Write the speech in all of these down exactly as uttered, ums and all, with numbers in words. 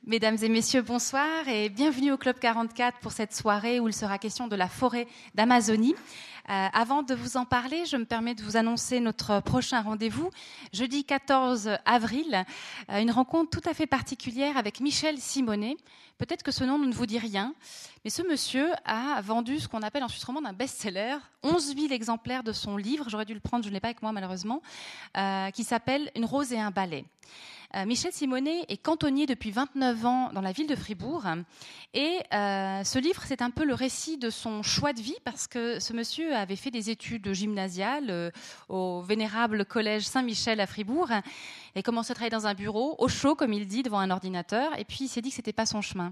Mesdames et messieurs, bonsoir et bienvenue au Club quarante-quatre pour cette soirée où il sera question de la forêt d'Amazonie. Euh, avant de vous en parler, je me permets de vous annoncer notre prochain rendez-vous, jeudi quatorze avril, euh, une rencontre tout à fait particulière avec Michel Simonet. Peut-être que ce nom ne vous dit rien, mais ce monsieur a vendu ce qu'on appelle en Suisse romande un best-seller, onze mille exemplaires de son livre, j'aurais dû le prendre, je ne l'ai pas avec moi malheureusement, euh, qui s'appelle « Une rose et un balai ». Euh, Michel Simonet est cantonnier depuis vingt-neuf ans dans la ville de Fribourg et euh, ce livre, c'est un peu le récit de son choix de vie parce que ce monsieur avait fait des études gymnasiales euh, au vénérable collège Saint-Michel à Fribourg. Il a commencé à travailler dans un bureau, au chaud comme il dit, devant un ordinateur et puis il s'est dit que ce n'était pas son chemin.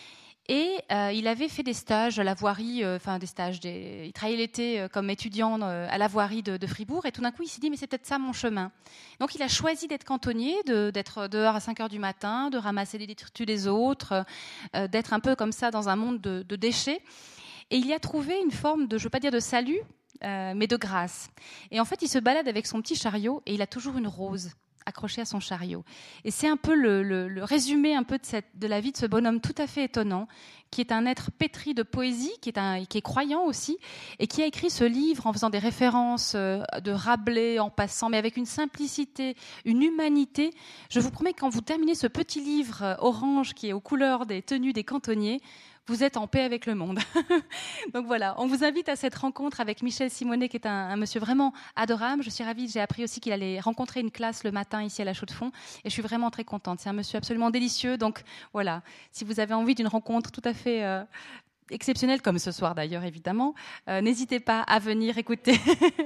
Et euh, il avait fait des stages à la voirie, euh, enfin des stages, des... il travaillait l'été euh, comme étudiant euh, à la voirie de, de Fribourg, et tout d'un coup il s'est dit mais c'est peut-être ça mon chemin. Donc il a choisi d'être cantonnier, de, d'être dehors à cinq heures du matin, de ramasser les détritus des autres, euh, d'être un peu comme ça dans un monde de, de déchets. Et il y a trouvé une forme de, je ne veux pas dire de salut, euh, mais de grâce. Et en fait il se balade avec son petit chariot et il a toujours une rose accroché à son chariot. Et c'est un peu le, le, le résumé un peu de, cette, de la vie de ce bonhomme tout à fait étonnant, qui est un être pétri de poésie, qui est, un, qui est croyant aussi, et qui a écrit ce livre en faisant des références euh, de Rabelais, en passant, mais avec une simplicité, une humanité. Je vous promets que quand vous terminez ce petit livre euh, orange qui est aux couleurs des tenues des cantonniers, vous êtes en paix avec le monde. Donc voilà, on vous invite à cette rencontre avec Michel Simonet, qui est un, un monsieur vraiment adorable. Je suis ravie, j'ai appris aussi qu'il allait rencontrer une classe le matin ici à la Chaux-de-Fonds, et je suis vraiment très contente. C'est un monsieur absolument délicieux, donc voilà, si vous avez envie d'une rencontre tout à fait euh, exceptionnelle, comme ce soir d'ailleurs évidemment, euh, n'hésitez pas à venir écouter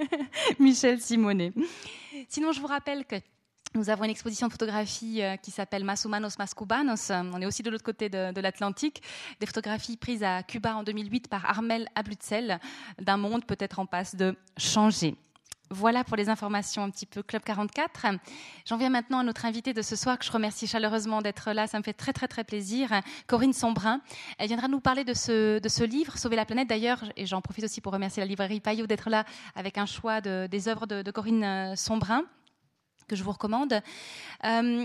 Michel Simonet. Sinon, je vous rappelle que nous avons une exposition de photographie euh, qui s'appelle Mas Humanos, Mas Cubanos. On est aussi de l'autre côté de, de l'Atlantique. Des photographies prises à Cuba en deux mille huit par Armel Ablutzel, d'un monde peut-être en passe de changer. Voilà pour les informations un petit peu Club quarante-quatre. J'en viens maintenant à notre invitée de ce soir, que je remercie chaleureusement d'être là. Ça me fait très, très, très plaisir. Corinne Sombrin. Elle viendra nous parler de ce, de ce livre, Sauver la planète. D'ailleurs, et j'en profite aussi pour remercier la librairie Payot d'être là avec un choix de, des œuvres de, de Corinne Sombrin, que je vous recommande. Euh,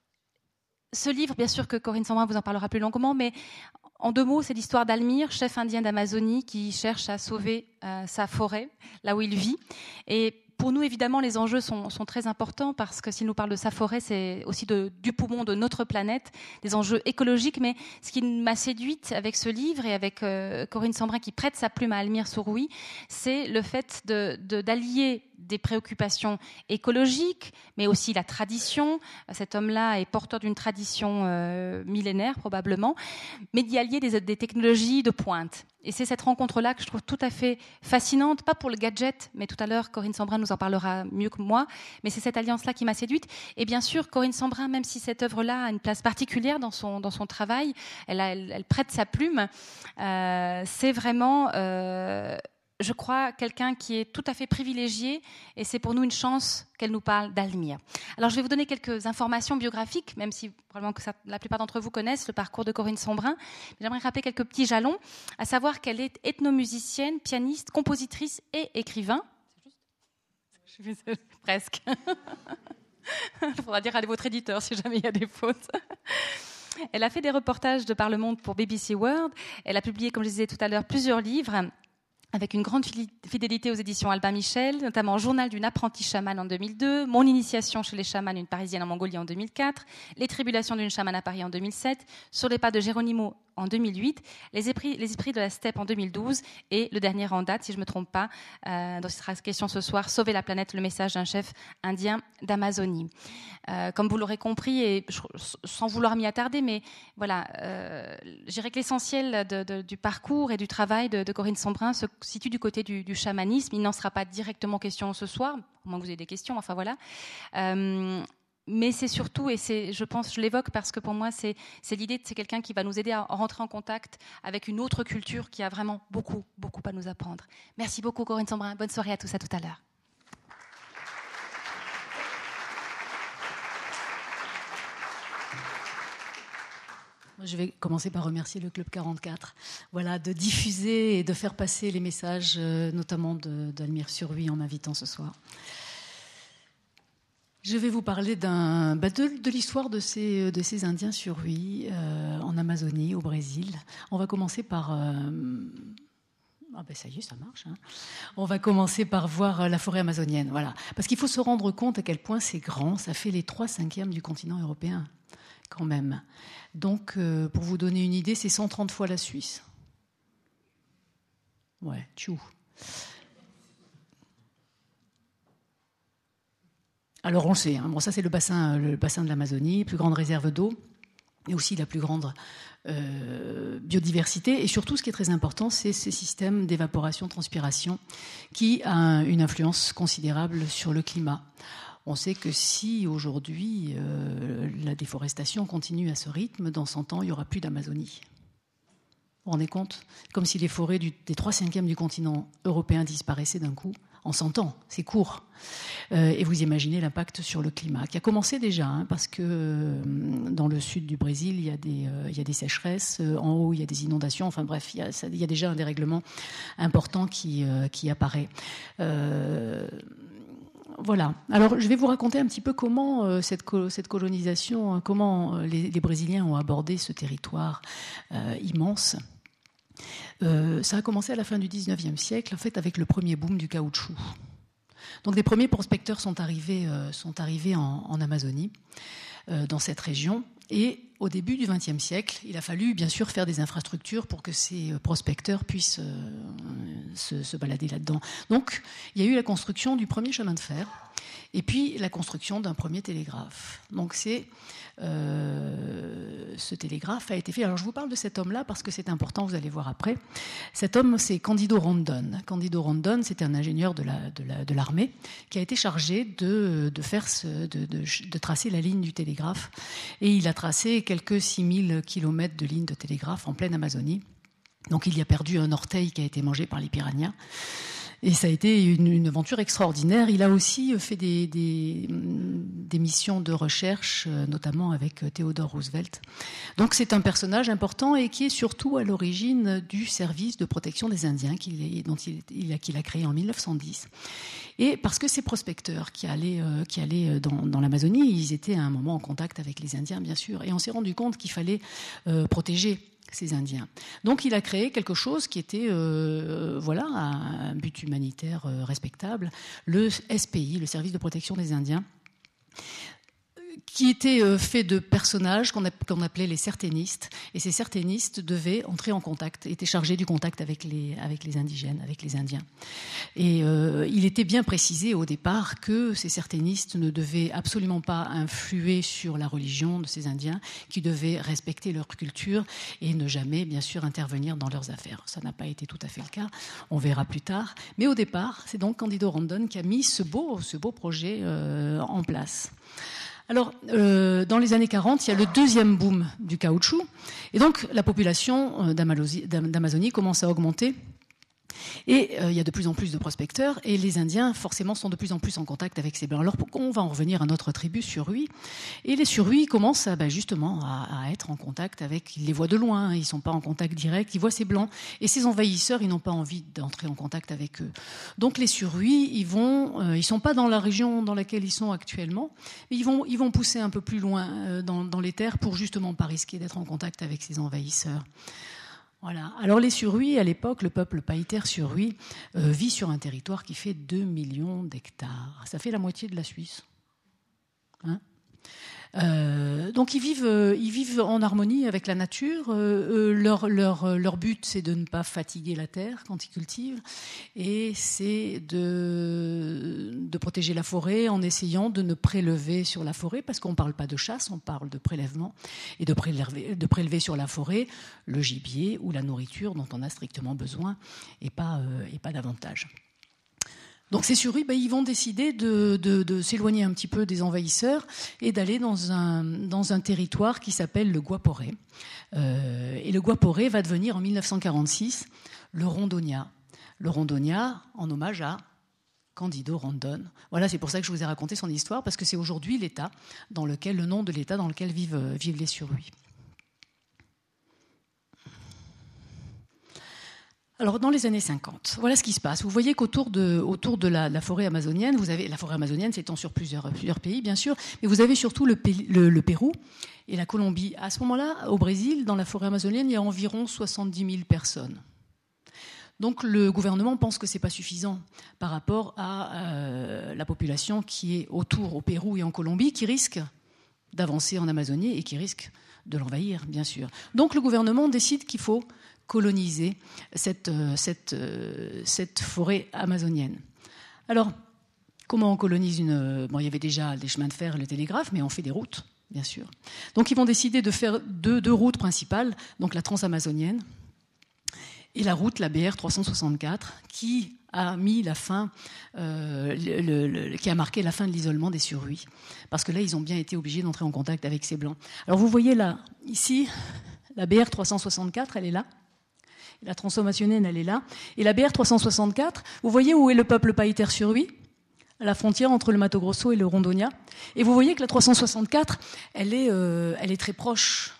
ce livre, bien sûr que Corinne Sombrin vous en parlera plus longuement, mais en deux mots, c'est l'histoire d'Almir, chef indien d'Amazonie, qui cherche à sauver euh, sa forêt, là où il vit. Et pour nous, évidemment, les enjeux sont, sont très importants parce que s'il nous parle de sa forêt, c'est aussi de, du poumon de notre planète, des enjeux écologiques. Mais ce qui m'a séduite avec ce livre et avec euh, Corinne Sombrin qui prête sa plume à Almir Souroui, c'est le fait de, de, d'allier des préoccupations écologiques, mais aussi la tradition. Cet homme-là est porteur d'une tradition euh, millénaire probablement, mais d'y allier des, des technologies de pointe. Et c'est cette rencontre-là que je trouve tout à fait fascinante, pas pour le gadget, mais tout à l'heure, Corinne Sombrin nous en parlera mieux que moi, mais c'est cette alliance-là qui m'a séduite. Et bien sûr, Corinne Sombrin, même si cette œuvre-là a une place particulière dans son, dans son travail, elle, a, elle, elle prête sa plume, euh, c'est vraiment... Euh, je crois, quelqu'un qui est tout à fait privilégié, et c'est pour nous une chance qu'elle nous parle d'Almir. Alors, je vais vous donner quelques informations biographiques, même si probablement que ça, la plupart d'entre vous connaissent le parcours de Corinne Sombrin. J'aimerais rappeler quelques petits jalons, à savoir qu'elle est ethnomusicienne, pianiste, compositrice et écrivain. C'est juste ? Je suis presque. Il faudra dire à votre éditeur si jamais il y a des fautes. Elle a fait des reportages de par le monde pour B B C World. Elle a publié, comme je disais tout à l'heure, plusieurs livres, avec une grande fidélité aux éditions Albin Michel, notamment Journal d'une apprentie chamane en deux mille deux, Mon initiation chez les chamanes, une parisienne en Mongolie en deux mille quatre, Les tribulations d'une chamane à Paris en deux mille sept, Sur les pas de Geronimo en deux mille huit, les esprits, les esprits de la steppe en deux mille douze et le dernier en date, si je ne me trompe pas, euh, dont il sera question ce soir, Sauver la planète, le message d'un chef indien d'Amazonie. Euh, comme vous l'aurez compris, et je, sans vouloir m'y attarder, mais voilà, euh, je dirais que l'essentiel de, de, du parcours et du travail de, de Corinne Sombrin se situe du côté du, du chamanisme. Il n'en sera pas directement question ce soir, au moins que vous ayez des questions, enfin voilà. Euh, Mais c'est surtout, et c'est, je pense, je l'évoque parce que pour moi, c'est, c'est l'idée de c'est quelqu'un qui va nous aider à rentrer en contact avec une autre culture qui a vraiment beaucoup, beaucoup à nous apprendre. Merci beaucoup, Corinne Sombrin. Bonne soirée à tous, à tout à l'heure. Je vais commencer par remercier le Club quarante-quatre, voilà, de diffuser et de faire passer les messages, notamment de, d'Almir Souroui en m'invitant ce soir. Je vais vous parler d'un, bah de, de l'histoire de ces, de ces Indiens surhuis euh, en Amazonie, au Brésil. On va commencer par... Euh, ah ben ça y est, ça marche. Hein. On va commencer par voir la forêt amazonienne. Voilà. Parce qu'il faut se rendre compte à quel point c'est grand. Ça fait les trois cinquièmes du continent européen, quand même. Donc, euh, pour vous donner une idée, c'est cent trente fois la Suisse. Ouais, tchou. Alors on le sait, hein. Bon, ça c'est le bassin, le bassin de l'Amazonie, plus grande réserve d'eau, et aussi la plus grande euh, biodiversité. Et surtout, ce qui est très important, c'est ces systèmes d'évaporation-transpiration qui a une influence considérable sur le climat. On sait que si aujourd'hui euh, la déforestation continue à ce rythme, dans cent ans, il n'y aura plus d'Amazonie. Vous vous rendez compte ? Comme si les forêts du, des trois cinquièmes du continent européen disparaissaient d'un coup. En cent ans, c'est court. Euh, et vous imaginez l'impact sur le climat, qui a commencé déjà, hein, parce que euh, dans le sud du Brésil, il y a des, euh, il y a des sécheresses, euh, en haut, il y a des inondations, enfin bref, il y a, ça, il y a déjà un dérèglement important qui, euh, qui apparaît. Euh, voilà. Alors, je vais vous raconter un petit peu comment euh, cette, co- cette colonisation, euh, comment euh, les, les Brésiliens ont abordé ce territoire euh, immense. Euh, ça a commencé à la fin du dix-neuvième siècle, en fait, avec le premier boom du caoutchouc. Donc, des premiers prospecteurs sont arrivés, euh, sont arrivés en, en Amazonie, euh, dans cette région. Et au début du vingtième siècle, il a fallu, bien sûr, faire des infrastructures pour que ces prospecteurs puissent euh, se, se balader là-dedans. Donc, il y a eu la construction du premier chemin de fer et puis la construction d'un premier télégraphe. Donc, c'est... Euh, ce télégraphe a été fait. Alors je vous parle de cet homme-là parce que c'est important, vous allez voir après. Cet homme, c'est Candido Rondon. Candido Rondon, c'était un ingénieur de, la, de, la, de l'armée qui a été chargé de, de, faire ce, de, de, de tracer la ligne du télégraphe. Et il a tracé quelques six mille kilomètres de ligne de télégraphe en pleine Amazonie. Donc il y a perdu un orteil qui a été mangé par les piranhas. Et ça a été une, une aventure extraordinaire. Il a aussi fait des, des, des missions de recherche, notamment avec Theodore Roosevelt. Donc c'est un personnage important et qui est surtout à l'origine du service de protection des Indiens qu'il est, dont il, il a, qu'il a créé en mille neuf cent dix. Et parce que ces prospecteurs qui allaient, euh, qui allaient dans, dans l'Amazonie, ils étaient à un moment en contact avec les Indiens, bien sûr. Et on s'est rendu compte qu'il fallait euh, protéger ces Indiens. Donc il a créé quelque chose qui était euh, voilà, un but humanitaire euh, respectable, le S P I, le Service de protection des Indiens, qui était euh, fait de personnages qu'on, a, qu'on appelait les certénistes. Et ces certénistes devaient entrer en contact, étaient chargés du contact avec les, avec les indigènes, avec les Indiens. Et euh, il était bien précisé au départ que ces certénistes ne devaient absolument pas influer sur la religion de ces Indiens, qui devaient respecter leur culture et ne jamais, bien sûr, intervenir dans leurs affaires. Ça n'a pas été tout à fait le cas, on verra plus tard. Mais au départ, c'est donc Candido Rondon qui a mis ce beau, ce beau projet euh, en place. Alors, euh, dans les années quarante, il y a le deuxième boom du caoutchouc. Et donc, la population d'Amazonie commence à augmenter. Et euh, il y a de plus en plus de prospecteurs. Et les Indiens, forcément, sont de plus en plus en contact avec ces Blancs. Alors, on va en revenir à notre tribu surhuis. Et les surhuis commencent à, ben, justement à, à être en contact avec... Ils les voient de loin, ils ne sont pas en contact direct. Ils voient ces Blancs. Et ces envahisseurs, ils n'ont pas envie d'entrer en contact avec eux. Donc, les surhuis, ils vont... Euh, ils ne sont pas dans la région dans laquelle ils sont actuellement. Mais ils vont, ils vont pousser un peu plus loin euh, dans, dans les terres pour justement pas risquer d'être en contact avec ces envahisseurs. Voilà. Alors les surhuis, à l'époque, le peuple païtaire surhui euh, vit sur un territoire qui fait deux millions d'hectares. Ça fait la moitié de la Suisse. Hein ? Euh, donc ils vivent, euh, ils vivent en harmonie avec la nature. Euh, leur, leur, leur but, c'est de ne pas fatiguer la terre quand ils cultivent, et c'est de, de protéger la forêt en essayant de ne prélever sur la forêt, parce qu'on ne parle pas de chasse, on parle de prélèvement, et de prélever, de prélever sur la forêt le gibier ou la nourriture dont on a strictement besoin, et pas, euh, et pas davantage. Donc ces surhuis, ben, ils vont décider de, de, de s'éloigner un petit peu des envahisseurs et d'aller dans un, dans un territoire qui s'appelle le Guaporé. Euh, et le Guaporé va devenir en mille neuf cent quarante-six le Rondônia. Le Rondônia en hommage à Candido Rondon. Voilà, c'est pour ça que je vous ai raconté son histoire, parce que c'est aujourd'hui l'État dans lequel, le nom de l'État dans lequel vivent, vivent les surhuis. Alors, dans les années cinquante, voilà ce qui se passe. Vous voyez qu'autour de, autour de la, la forêt amazonienne, vous avez la forêt amazonienne s'étend sur plusieurs, plusieurs pays, bien sûr, mais vous avez surtout le, le, le Pérou et la Colombie. À ce moment-là, au Brésil, dans la forêt amazonienne, il y a environ soixante-dix mille personnes. Donc, le gouvernement pense que ce n'est pas suffisant par rapport à euh, la population qui est autour, au Pérou et en Colombie, qui risque d'avancer en Amazonie et qui risque de l'envahir, bien sûr. Donc, le gouvernement décide qu'il faut coloniser cette, cette, cette forêt amazonienne. Alors, comment on colonise une... Bon, il y avait déjà des chemins de fer et le télégraphe, mais on fait des routes, bien sûr. Donc, ils vont décider de faire deux, deux routes principales, donc la transamazonienne et la route, la B R trois cent soixante-quatre, qui a mis la fin, euh, le, le, qui a marqué la fin de l'isolement des Suruis, parce que là, ils ont bien été obligés d'entrer en contact avec ces Blancs. Alors, vous voyez là, ici, la B R trois cent soixante-quatre, elle est là. La transformationnelle, elle est là. Et la B R trois cent soixante-quatre, vous voyez où est le peuple Païter-Surui, à la frontière entre le Mato Grosso et le Rondônia. Et vous voyez que la trois cent soixante-quatre, elle est, euh, elle est très proche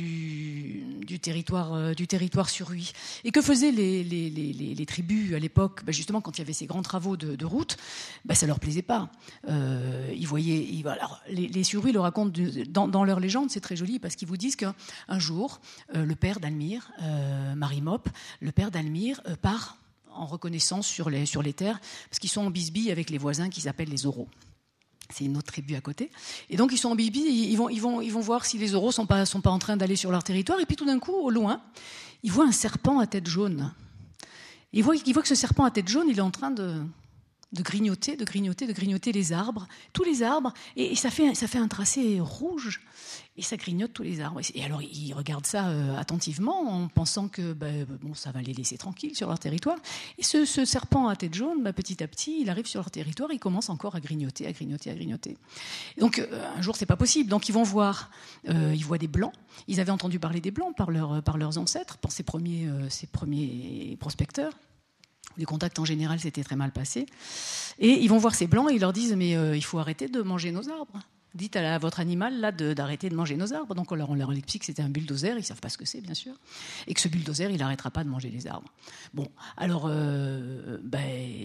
du, du territoire, euh, du territoire Surui. Et que faisaient les, les, les, les tribus à l'époque? Ben justement, quand il y avait ces grands travaux de, de route, ben ça leur plaisait pas. Euh, ils voyaient, ils, alors, les, les Surui le racontent de, dans, dans leur légende, c'est très joli, parce qu'ils vous disent qu'un un jour, euh, le père d'Almire, euh, Marimop, le père d'Almire euh, part en reconnaissance sur les, sur les terres, parce qu'ils sont en bisbille avec les voisins qui s'appellent les Oros. C'est une autre tribu à côté. Et donc, ils sont en bisbille, ils vont, ils vont, ils vont voir si les Oros sont pas, sont pas en train d'aller sur leur territoire. Et puis, tout d'un coup, au loin, ils voient un serpent à tête jaune. Ils voient, ils voient que ce serpent à tête jaune, il est en train de, de grignoter, de grignoter, de grignoter les arbres, tous les arbres. Et, et ça fait, ça fait un tracé rouge. Et ça grignote tous les arbres. Et alors, ils regardent ça euh, attentivement en pensant que ben, bon, ça va les laisser tranquilles sur leur territoire. Et ce, ce serpent à tête jaune, ben, petit à petit, il arrive sur leur territoire, il commence encore à grignoter, à grignoter, à grignoter. Et donc, euh, un jour, c'est pas possible. Donc, ils vont voir, euh, ils voient des Blancs. Ils avaient entendu parler des Blancs par, leur, par leurs ancêtres, par ces premiers, euh, ces premiers prospecteurs. Les contacts, en général, s'étaient très mal passés. Et ils vont voir ces Blancs et ils leur disent « Mais euh, il faut arrêter de manger nos arbres. » Dites à, la, à votre animal là de, d'arrêter de manger nos arbres. Donc on leur, on leur explique que c'était un bulldozer, ils ne savent pas ce que c'est bien sûr, et que ce bulldozer il n'arrêtera pas de manger les arbres. Bon, alors euh, ben,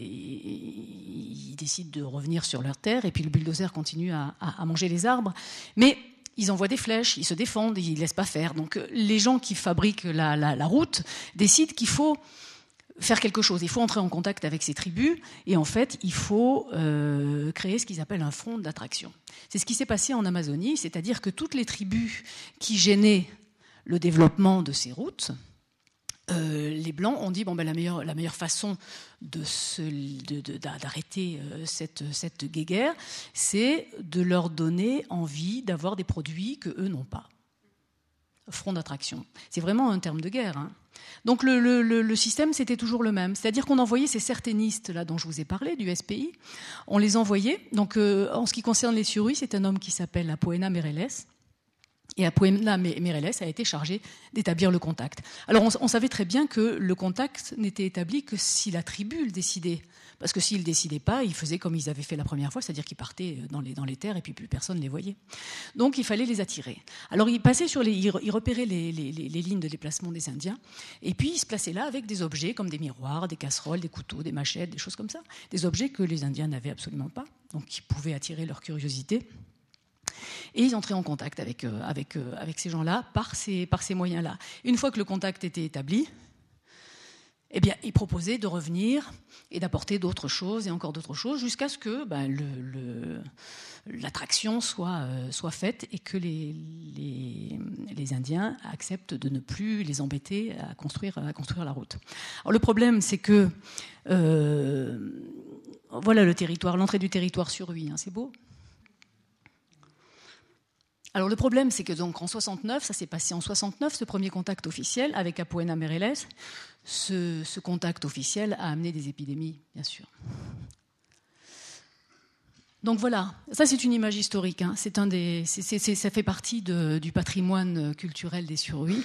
ils, ils décident de revenir sur leur terre, et puis le bulldozer continue à, à, à manger les arbres, mais ils envoient des flèches, ils se défendent, ils ne laissent pas faire. Donc les gens qui fabriquent la, la, la route décident qu'il faut faire quelque chose. Il faut entrer en contact avec ces tribus et en fait, il faut euh, créer ce qu'ils appellent un front d'attraction. C'est ce qui s'est passé en Amazonie, c'est-à-dire que toutes les tribus qui gênaient le développement de ces routes, euh, les Blancs ont dit bon ben la meilleure la meilleure façon de se, de, de, d'arrêter euh, cette cette guéguerre, c'est de leur donner envie d'avoir des produits que eux n'ont pas. Front d'attraction. C'est vraiment un terme de guerre. Hein. Donc le, le, le système, c'était toujours le même. C'est-à-dire qu'on envoyait ces serténistes là dont je vous ai parlé, du S P I, on les envoyait. Donc euh, en ce qui concerne les Suruis, c'est un homme qui s'appelle Apoena Meirelles. Et Apoena Meirelles a été chargé d'établir le contact. Alors on, on savait très bien que le contact n'était établi que si la tribu le décidait. Parce que s'ils ne décidaient pas, ils faisaient comme ils avaient fait la première fois, c'est-à-dire qu'ils partaient dans les, dans les terres et puis plus personne ne les voyait. Donc il fallait les attirer. Alors ils passaient sur les, ils repéraient les, les, les, les lignes de déplacement des Indiens et puis ils se plaçaient là avec des objets comme des miroirs, des casseroles, des couteaux, des machettes, des choses comme ça. Des objets que les Indiens n'avaient absolument pas, donc qui pouvaient attirer leur curiosité. Et ils entraient en contact avec, euh, avec, euh, avec ces gens-là par ces, par ces moyens-là. Une fois que le contact était établi, eh bien, ils proposaient de revenir et d'apporter d'autres choses et encore d'autres choses jusqu'à ce que ben, le, le, l'attraction soit, euh, soit faite et que les, les, les Indiens acceptent de ne plus les embêter à construire, à construire la route. Alors, le problème, c'est que euh, voilà le territoire, l'entrée du territoire Surui, hein, c'est beau. Alors le problème, c'est que donc en soixante-neuf, ça s'est passé en soixante-neuf, ce premier contact officiel avec Apoena Meirelles. Ce, ce contact officiel a amené des épidémies, bien sûr. Donc voilà, ça c'est une image historique. Hein. C'est un des, c'est, c'est, ça fait partie de, du patrimoine culturel des Suruis.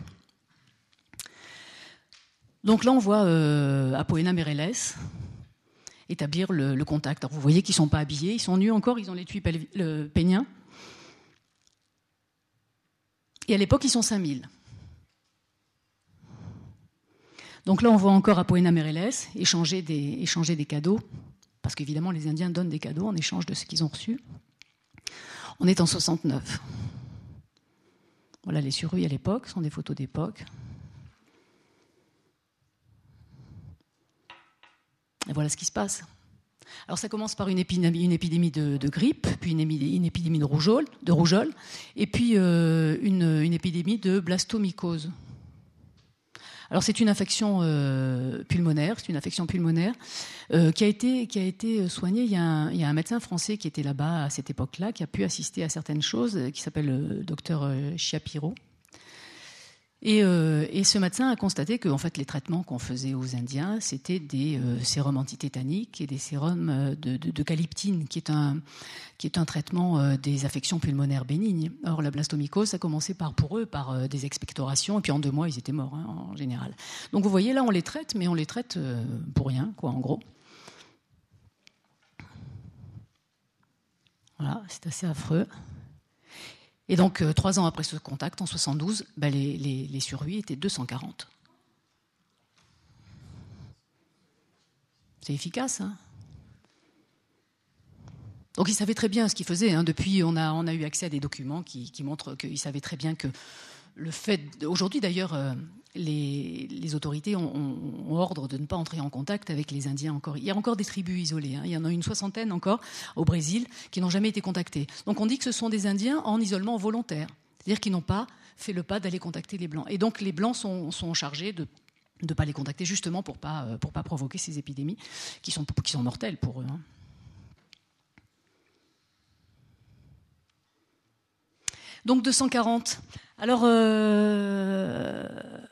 Donc là, on voit euh, Apoena Meirelles établir le, le contact. Alors vous voyez qu'ils ne sont pas habillés, ils sont nus encore, ils ont l'étui pénien. Et à l'époque, ils sont cinq mille. Donc là, on voit encore Apoena Mereles échanger des, échanger des cadeaux, parce qu'évidemment, les Indiens donnent des cadeaux en échange de ce qu'ils ont reçu. On est en soixante-neuf. Voilà les Suruis à l'époque, ce sont des photos d'époque. Et voilà ce qui se passe. Alors ça commence par une épidémie, une épidémie de, de grippe, puis une, une épidémie de rougeole, de rougeole et puis euh, une, une épidémie de blastomycose. Alors c'est une infection euh, pulmonaire, c'est une infection pulmonaire euh, qui a été qui a été soignée. Il y a, un, il y a un médecin français qui était là-bas à cette époque-là, qui a pu assister à certaines choses, qui s'appelle le docteur Chiapiro. Et, euh, et ce médecin a constaté que en fait, les traitements qu'on faisait aux Indiens, c'était des euh, sérums antitétaniques et des sérums de, de, de calyptine, qui est un, qui est un traitement euh, des affections pulmonaires bénignes. Or, la blastomycose, ça a commencé par, pour eux par euh, des expectorations, et puis en deux mois, ils étaient morts, hein, en général. Donc vous voyez, là, on les traite, mais on les traite euh, pour rien, quoi, en gros. Voilà, c'est assez affreux. Et donc, euh, trois ans après ce contact, en soixante-douze, ben, les, les, les surhuis étaient deux cent quarante. C'est efficace, hein ? Donc, ils savaient très bien ce qu'ils faisaient. Hein. Depuis, on a, on a eu accès à des documents qui, qui montrent qu'ils savaient très bien que le fait... Aujourd'hui, d'ailleurs, euh, les, les autorités ont, ont, ont ordre de ne pas entrer en contact avec les Indiens encore. Il y a encore des tribus isolées. Hein. Il y en a une soixantaine encore au Brésil qui n'ont jamais été contactées. Donc on dit que ce sont des Indiens en isolement volontaire. C'est-à-dire qu'ils n'ont pas fait le pas d'aller contacter les Blancs. Et donc les Blancs sont, sont chargés de ne pas les contacter justement pour ne pas, pour pas provoquer ces épidémies qui sont, qui sont mortelles pour eux. Hein. Donc deux cent quarante. Alors, euh...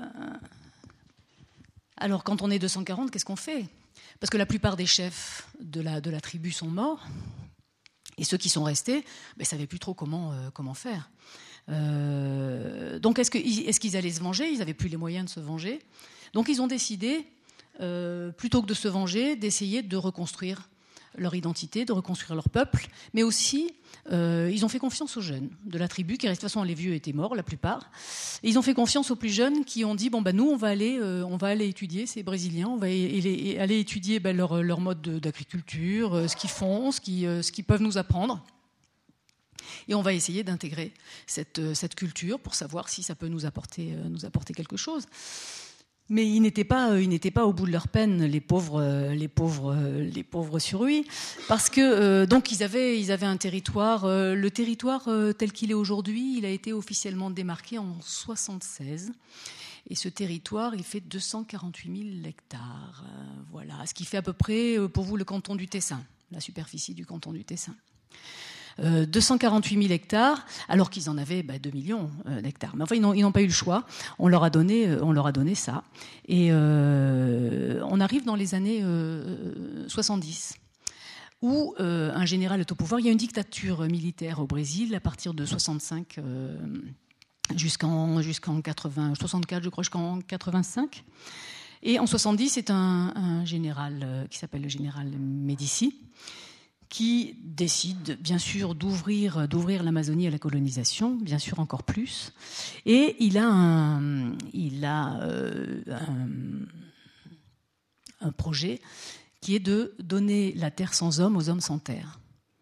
Alors, quand on est deux cent quarante, qu'est-ce qu'on fait ? Parce que la plupart des chefs de la, de la tribu sont morts, et ceux qui sont restés ne ben, savaient plus trop comment, euh, comment faire. Euh... Donc, est-ce, que, est-ce qu'ils allaient se venger ? Ils n'avaient plus les moyens de se venger. Donc, ils ont décidé, euh, plutôt que de se venger, d'essayer de reconstruire leur identité, de reconstruire leur peuple, mais aussi euh, ils ont fait confiance aux jeunes de la tribu qui, de toute façon, les vieux étaient morts la plupart, et ils ont fait confiance aux plus jeunes qui ont dit bon ben nous on va aller euh, on va aller étudier ces Brésiliens, on va et, et, et aller étudier ben, leur leur mode de, d'agriculture, euh, ce qu'ils font, ce qu'ils euh, ce qu'ils peuvent nous apprendre. Et on va essayer d'intégrer cette euh, cette culture pour savoir si ça peut nous apporter euh, nous apporter quelque chose. Mais ils n'étaient pas, ils n'étaient pas au bout de leur peine, les pauvres, les pauvres, les pauvres surhuis, parce que euh, donc ils avaient, ils avaient un territoire. Euh, le territoire euh, tel qu'il est aujourd'hui, il a été officiellement démarqué en soixante-seize, et ce territoire, il fait deux cent quarante-huit mille hectares. Euh, voilà, ce qui fait à peu près, euh, pour vous, le canton du Tessin, la superficie du canton du Tessin. Euh, deux cent quarante-huit mille hectares, alors qu'ils en avaient bah, deux millions euh, d'hectares. Mais enfin, ils n'ont, ils n'ont pas eu le choix. On leur a donné, euh, on leur a donné ça. Et euh, on arrive dans les années euh, soixante-dix, où euh, un général est au pouvoir. Il y a une dictature militaire au Brésil à partir de soixante-cinq euh, jusqu'en, jusqu'en quatre-vingts, soixante-quatre, je crois, jusqu'en quatre-vingt-cinq. Et en soixante-dix, c'est un, un général euh, qui s'appelle le général Médici, qui décide, bien sûr, d'ouvrir, d'ouvrir l'Amazonie à la colonisation, bien sûr encore plus. Et il a un, il a, euh, un, un projet qui est de donner la terre sans hommes aux hommes sans terre.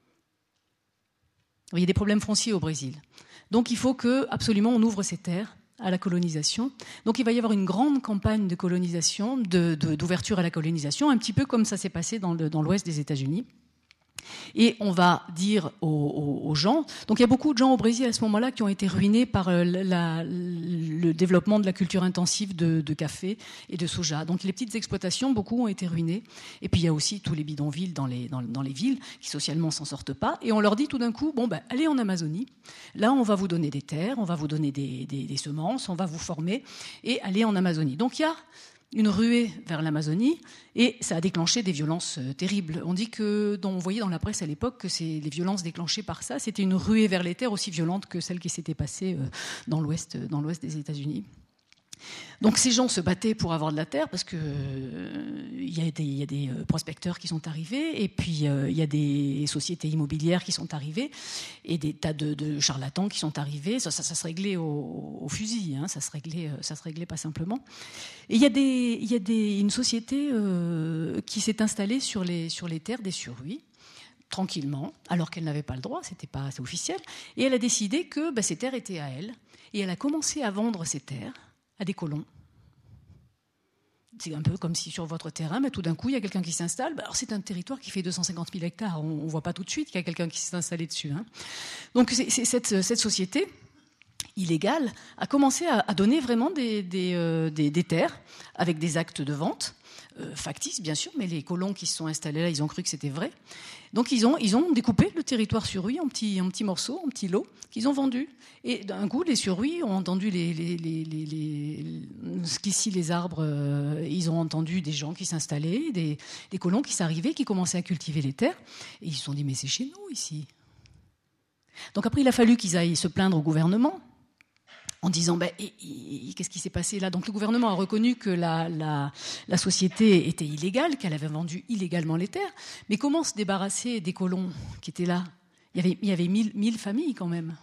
Il y a des problèmes fonciers au Brésil. Donc il faut que, absolument, on ouvre ces terres à la colonisation. Donc il va y avoir une grande campagne de colonisation, de, de, d'ouverture à la colonisation, un petit peu comme ça s'est passé dans, le, dans l'ouest des États-Unis. Et on va dire aux, aux, aux gens... Donc il y a beaucoup de gens au Brésil à ce moment-là qui ont été ruinés par la, le développement de la culture intensive de, de café et de soja. Donc les petites exploitations, beaucoup ont été ruinées. Et puis il y a aussi tous les bidonvilles dans les, dans, dans les villes qui socialement s'en sortent pas. Et on leur dit tout d'un coup, bon ben allez en Amazonie. Là on va vous donner des terres, on va vous donner des, des, des semences, on va vous former et allez en Amazonie. Donc il y a une ruée vers l'Amazonie, et ça a déclenché des violences euh, terribles. On dit que, on voyait dans la presse à l'époque que c'est, les violences déclenchées par ça, c'était une ruée vers les terres aussi violente que celle qui s'était passée euh, dans l'ouest, dans l'ouest des États-Unis. Donc ces gens se battaient pour avoir de la terre parce que euh, il y a des, il y a des prospecteurs qui sont arrivés et puis euh, il y a des sociétés immobilières qui sont arrivées et des tas de, de charlatans qui sont arrivés. Ça, ça, ça se réglait au, au fusil, hein, ça se réglait, ça se réglait pas simplement. Et il y a des, il y a des, une société euh, qui s'est installée sur les, sur les terres des Suruis, tranquillement, alors qu'elle n'avait pas le droit, c'était pas assez officiel, et elle a décidé que bah, ces terres étaient à elle, et elle a commencé à vendre ces terres à des colons. C'est un peu comme si sur votre terrain, mais tout d'un coup, il y a quelqu'un qui s'installe. Alors c'est un territoire qui fait deux cent cinquante mille hectares. On ne voit pas tout de suite qu'il y a quelqu'un qui s'est installé dessus. Hein. Donc c'est, c'est cette, cette société illégale a commencé à, à donner vraiment des, des, euh, des, des terres avec des actes de vente, euh, factices bien sûr, mais les colons qui se sont installés là, ils ont cru que c'était vrai. Donc ils ont, ils ont découpé le territoire Suruis en petits, en petits morceaux, en petits lots, qu'ils ont vendus. Et d'un coup, les Suruis ont entendu les, les, les, les, les, ce qu'ici les arbres, euh, ils ont entendu des gens qui s'installaient, des, des colons qui s'arrivaient, qui commençaient à cultiver les terres. Et ils se sont dit, mais c'est chez nous ici. Donc après, il a fallu qu'ils aillent se plaindre au gouvernement en disant ben, et, et, qu'est-ce qui s'est passé là? Donc le gouvernement a reconnu que la, la, la société était illégale, qu'elle avait vendu illégalement les terres. Mais comment se débarrasser des colons qui étaient là? Il y avait, il y avait mille, mille familles quand même.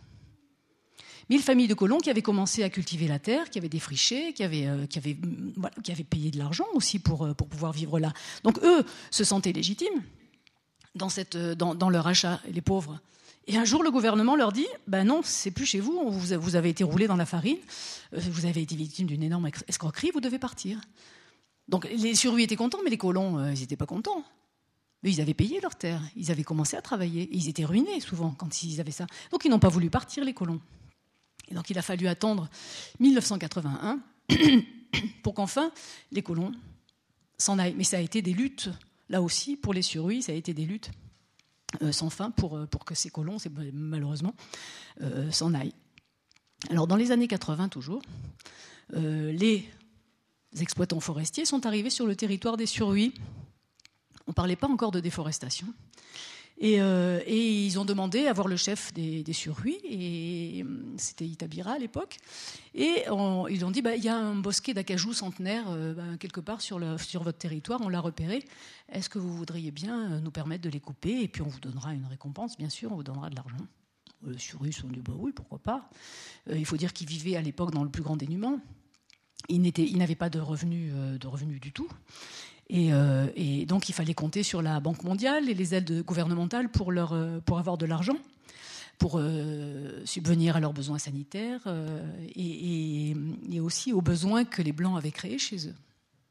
Mille familles de colons qui avaient commencé à cultiver la terre, qui avaient défriché, qui avaient, euh, qui avaient, voilà, qui avaient payé de l'argent aussi pour, euh, pour pouvoir vivre là. Donc eux se sentaient légitimes dans, cette, dans, dans leur achat, les pauvres. Et un jour, le gouvernement leur dit ben non, c'est plus chez vous, vous avez été roulé dans la farine, vous avez été victime d'une énorme escroquerie, vous devez partir. Donc les Suruis étaient contents, mais les colons, ils n'étaient pas contents. Mais ils avaient payé leurs terres, ils avaient commencé à travailler, et ils étaient ruinés souvent quand ils avaient ça. Donc ils n'ont pas voulu partir, les colons. Et donc il a fallu attendre mille neuf cent quatre-vingt-un pour qu'enfin les colons s'en aillent. Mais ça a été des luttes, là aussi, pour les Suruis, ça a été des luttes. Euh, sans fin pour, pour que ces colons, malheureusement, euh, s'en aillent. Alors, dans les années quatre-vingts, toujours, euh, les exploitants forestiers sont arrivés sur le territoire des Suruis. On ne parlait pas encore de déforestation. Et, euh, et ils ont demandé à voir le chef des, des Suruis, et c'était Itabira à l'époque. Et on, ils ont dit bah, il y a un bosquet d'acajou centenaire euh, bah, quelque part sur, le, sur votre territoire, on l'a repéré. Est-ce que vous voudriez bien nous permettre de les couper? Et puis on vous donnera une récompense, bien sûr, on vous donnera de l'argent. Les Suruis se sont dit bah oui, pourquoi pas. Euh, il faut dire qu'ils vivaient à l'époque dans le plus grand dénuement. Ils, ils n'avaient pas de revenus, euh, de revenus du tout. Et, euh, et donc il fallait compter sur la Banque mondiale et les aides gouvernementales pour, leur, pour avoir de l'argent, pour euh, subvenir à leurs besoins sanitaires euh, et, et, et aussi aux besoins que les Blancs avaient créés chez eux.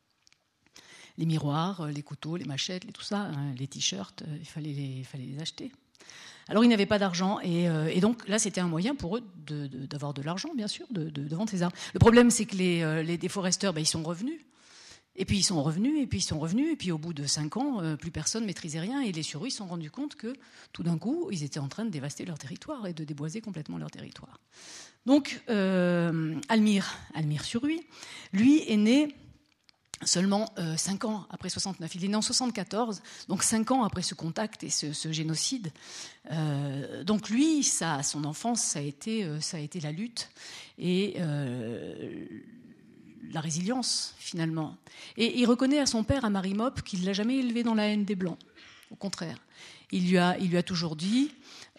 Les miroirs, les couteaux, les machettes, les, tout ça, hein, les t-shirts, il fallait les, il fallait les acheter. Alors ils n'avaient pas d'argent et, euh, et donc là c'était un moyen pour eux de, de, d'avoir de l'argent, bien sûr, de, de, de vendre ces arbres. Le problème c'est que les, euh, les déforesteurs, ben, ils sont revenus. Et puis ils sont revenus, et puis ils sont revenus, et puis au bout de cinq ans, euh, plus personne ne maîtrisait rien, et les Suruis se sont rendus compte que, tout d'un coup, ils étaient en train de dévaster leur territoire et de déboiser complètement leur territoire. Donc, euh, Almir, Almir Suruis, lui est né seulement euh, cinq ans après soixante-neuf. Il est né en soixante-quatorze, donc cinq ans après ce contact et ce, ce génocide. Euh, donc lui, ça, son enfance, ça a été, euh, ça a été la lutte, et... Euh, la résilience, finalement. Et il reconnaît à son père, à Marimop, qu'il ne l'a jamais élevé dans la haine des Blancs. Au contraire. Il lui a, il lui a toujours dit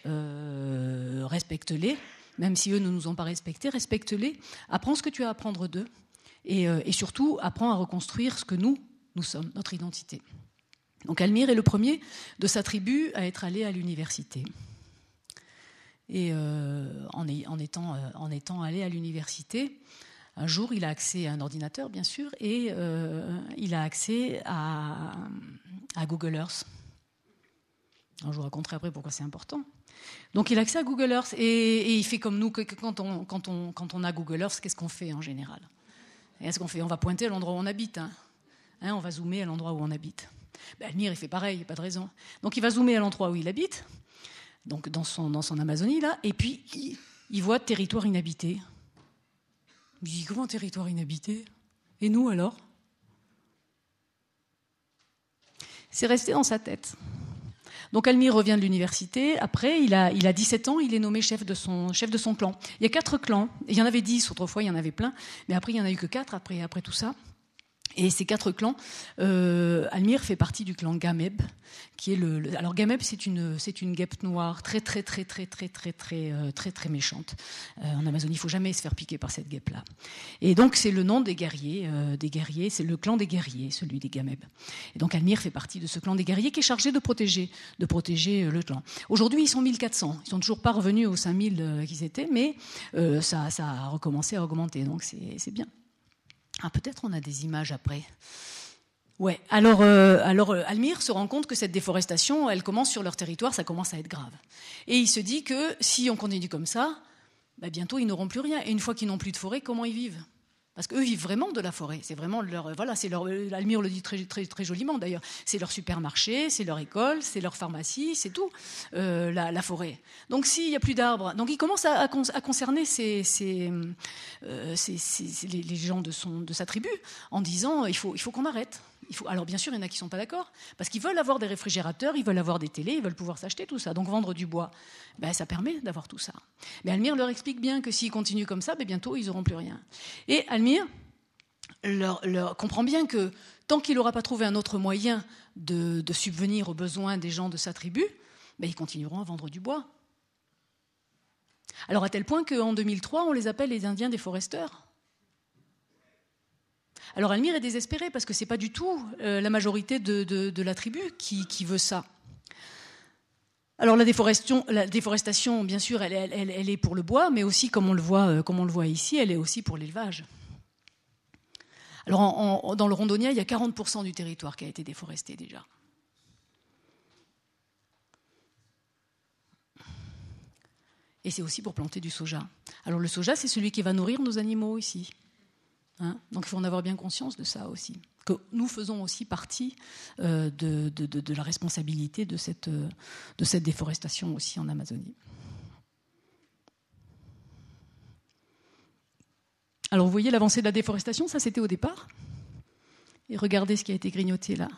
euh, respecte-les, même si eux ne nous ont pas respectés, respecte-les, apprends ce que tu as à apprendre d'eux, et, euh, et surtout, apprends à reconstruire ce que nous, nous sommes, notre identité. Donc Almir est le premier de sa tribu à être allé à l'université. Et euh, en, en, étant, euh, en étant allé à l'université, un jour, il a accès à un ordinateur, bien sûr, et euh, il a accès à, à Google Earth. Alors, je vous raconterai après pourquoi c'est important. Donc, il a accès à Google Earth, et, et il fait comme nous, que, que quand, on, quand, on, quand on a Google Earth, qu'est-ce qu'on fait en général? Qu'est-ce qu'on fait? On va pointer à l'endroit où on habite. Hein. Hein, on va zoomer à l'endroit où on habite. Ben, Almir, il fait pareil, il n'y a pas de raison. Donc, il va zoomer à l'endroit où il habite, donc dans son, dans son Amazonie, là, et puis il, il voit territoire inhabité. Il dit, comment territoire inhabité? Et nous, alors? C'est resté dans sa tête. Donc Almir revient de l'université. Après, il a, il a dix-sept ans, il est nommé chef de, son, chef de son clan. Il y a quatre clans. Il y en avait dix, autrefois il y en avait plein. Mais après, il n'y en a eu que quatre après, après tout ça. Et ces quatre clans, euh, Almir fait partie du clan Gameb, qui est le. le alors Gameb, c'est une, c'est une guêpe noire très très très très très très très euh, très très méchante. Euh, en Amazonie, il faut jamais se faire piquer par cette guêpe-là. Et donc c'est le nom des guerriers, euh, des guerriers, c'est le clan des guerriers, celui des Gameb. Et donc Almir fait partie de ce clan des guerriers qui est chargé de protéger, de protéger euh, le clan. Aujourd'hui, ils sont mille quatre cents. Ils sont toujours pas revenus aux cinq mille euh, qu'ils étaient, mais euh, ça, ça a recommencé à augmenter. Donc c'est, c'est bien. Ah, peut-être on a des images après. Ouais. Alors, euh, alors euh, Almir se rend compte que cette déforestation, elle commence sur leur territoire, ça commence à être grave. Et il se dit que si on continue comme ça, bah, bientôt ils n'auront plus rien. Et une fois qu'ils n'ont plus de forêt, comment ils vivent ? Parce qu'eux vivent vraiment de la forêt. C'est vraiment leur, voilà, c'est leur. Almir le dit très, très, très joliment d'ailleurs. C'est leur supermarché, c'est leur école, c'est leur pharmacie, c'est tout euh, la, la forêt. Donc s'il n'y a plus d'arbres, donc il commence à, à, à concerner ces, ces, euh, ces, ces, les, les gens de son, de sa tribu en disant il faut, il faut qu'on arrête. Il faut, alors bien sûr, il y en a qui ne sont pas d'accord, parce qu'ils veulent avoir des réfrigérateurs, ils veulent avoir des télés, ils veulent pouvoir s'acheter tout ça. Donc vendre du bois, ben, ça permet d'avoir tout ça. Mais Almir leur explique bien que s'ils continuent comme ça, ben, bientôt ils n'auront plus rien. Et Almir leur, leur comprend bien que tant qu'il n'aura pas trouvé un autre moyen de, de subvenir aux besoins des gens de sa tribu, ben, ils continueront à vendre du bois. Alors à tel point qu'en deux mille trois, on les appelle les Indiens déforesteurs. Alors Almir est désespéré parce que ce n'est pas du tout euh, la majorité de, de, de la tribu qui, qui veut ça. Alors la déforestation, la déforestation bien sûr, elle, elle, elle est pour le bois, mais aussi, comme on le voit, euh, comme on le voit ici, elle est aussi pour l'élevage. Alors en, en, dans le Rondônia, il y a quarante pour cent du territoire qui a été déforesté déjà. Et c'est aussi pour planter du soja. Alors le soja, c'est celui qui va nourrir nos animaux ici. Hein, donc il faut en avoir bien conscience de ça aussi, que nous faisons aussi partie euh, de, de, de, de la responsabilité de cette, euh, de cette déforestation aussi en Amazonie. Alors vous voyez l'avancée de la déforestation, ça c'était au départ. Et regardez ce qui a été grignoté là.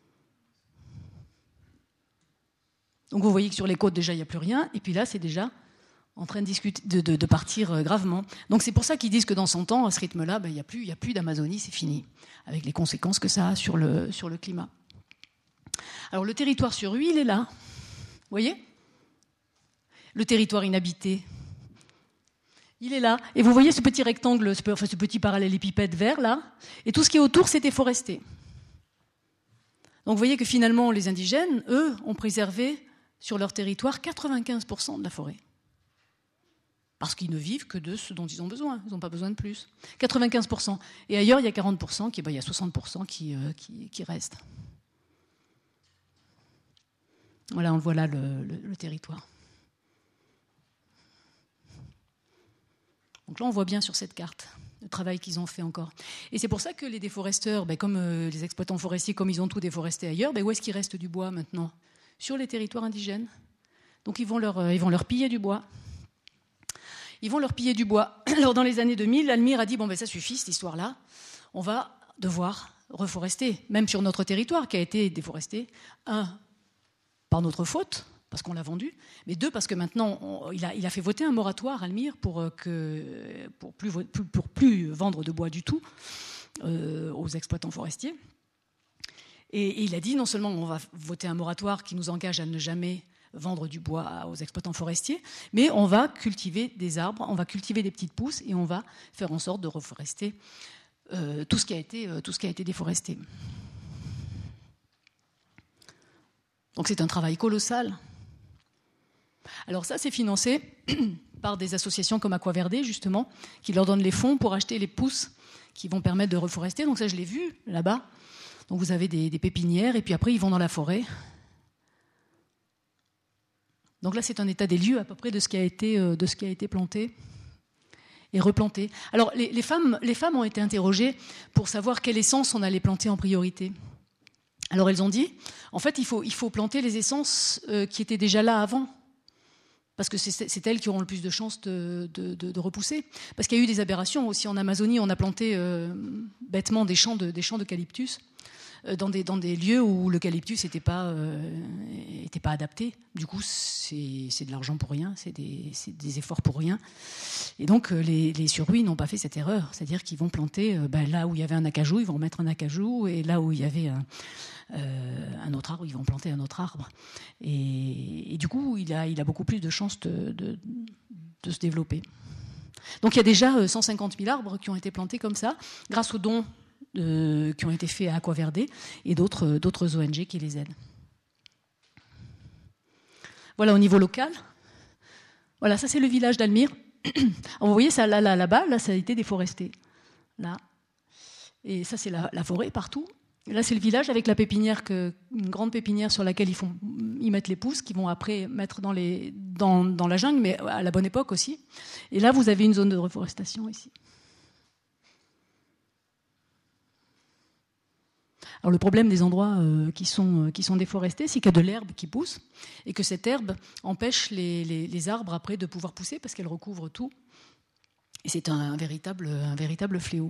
Donc vous voyez que sur les côtes déjà il n'y a plus rien, et puis là c'est déjà en train de, discuter, de, de, de partir gravement. Donc c'est pour ça qu'ils disent que dans cent ans, à ce rythme-là, ben, il n'y a plus, il n'y a plus d'Amazonie, c'est fini, avec les conséquences que ça a sur le, sur le climat. Alors le territoire sur lui, il est là. Vous voyez ? Le territoire inhabité, il est là. Et vous voyez ce petit rectangle, ce, enfin, ce petit parallélépipède vert, là, et tout ce qui est autour, c'est déforesté. Donc vous voyez que finalement, les indigènes, eux, ont préservé sur leur territoire quatre-vingt-quinze pour cent de la forêt. Parce qu'ils ne vivent que de ce dont ils ont besoin. Ils n'ont pas besoin de plus. quatre-vingt-quinze pour cent. Et ailleurs, il y a quarante pour cent, qui, ben, il y a soixante pour cent qui, euh, qui, qui restent. Voilà, on voit là le, le, le territoire. Donc là, on voit bien sur cette carte le travail qu'ils ont fait encore. Et c'est pour ça que les déforesteurs, ben, comme euh, les exploitants forestiers, comme ils ont tout déforesté ailleurs, ben, où est-ce qu'il reste du bois maintenant ? Sur les territoires indigènes. Donc ils vont leur, euh, ils vont leur piller du bois. Ils vont leur piller du bois. Alors, dans les années deux mille, Almir a dit, bon, ben, ça suffit, cette histoire-là. On va devoir reforester, même sur notre territoire qui a été déforesté. Un, par notre faute, parce qu'on l'a vendu. Mais deux, parce que maintenant, on, il, a, il a fait voter un moratoire, Almir, pour que, pour plus, pour plus vendre de bois du tout euh, aux exploitants forestiers. Et, et il a dit, non seulement on va voter un moratoire qui nous engage à ne jamais vendre du bois aux exploitants forestiers, mais on va cultiver des arbres, on va cultiver des petites pousses et on va faire en sorte de reforester euh, tout ce qui a été, euh, tout ce qui a été déforesté. Donc c'est un travail colossal. Alors ça, c'est financé par des associations comme Aquaverde, justement, qui leur donnent les fonds pour acheter les pousses qui vont permettre de reforester. Donc ça, je l'ai vu là-bas. Donc vous avez des, des pépinières et puis après, ils vont dans la forêt. Donc là, c'est un état des lieux à peu près de ce qui a été, de ce qui a été planté et replanté. Alors, les, les, femmes, les femmes ont été interrogées pour savoir quelle essence on allait planter en priorité. Alors, elles ont dit, en fait, il faut, il faut planter les essences euh, qui étaient déjà là avant, parce que c'est, c'est elles qui auront le plus de chances de, de, de, de repousser. Parce qu'il y a eu des aberrations aussi en Amazonie. On a planté euh, bêtement des champs, de, des champs d'eucalyptus. dans des, dans des lieux où l'eucalyptus n'était pas, euh, était pas adapté. Du coup, c'est, c'est de l'argent pour rien, c'est des, c'est des efforts pour rien. Et donc, les, les Suruis n'ont pas fait cette erreur. C'est-à-dire qu'ils vont planter, euh, ben, là où il y avait un acajou, ils vont mettre un acajou, et là où il y avait un, euh, un autre arbre, ils vont planter un autre arbre. Et, et du coup, il a, il a beaucoup plus de chances de, de, de se développer. Donc il y a déjà cent cinquante mille arbres qui ont été plantés comme ça, grâce aux dons euh, qui ont été faits à Aquaverde et d'autres, d'autres O N G qui les aident. Voilà au niveau local. Voilà, ça c'est le village d'Almire. Vous voyez ça là, là, là-bas, là ça a été déforesté. Là. Et ça c'est la, la forêt partout. Et là c'est le village avec la pépinière, que, une grande pépinière sur laquelle ils, font, ils mettent les pousses, qu'ils vont après mettre dans, les, dans, dans la jungle, mais à la bonne époque aussi. Et là vous avez une zone de reforestation ici. Alors le problème des endroits euh, qui, sont, euh, qui sont déforestés, c'est qu'il y a de l'herbe qui pousse et que cette herbe empêche les, les, les arbres après de pouvoir pousser parce qu'elle recouvre tout. Et c'est un, un, véritable, un véritable fléau.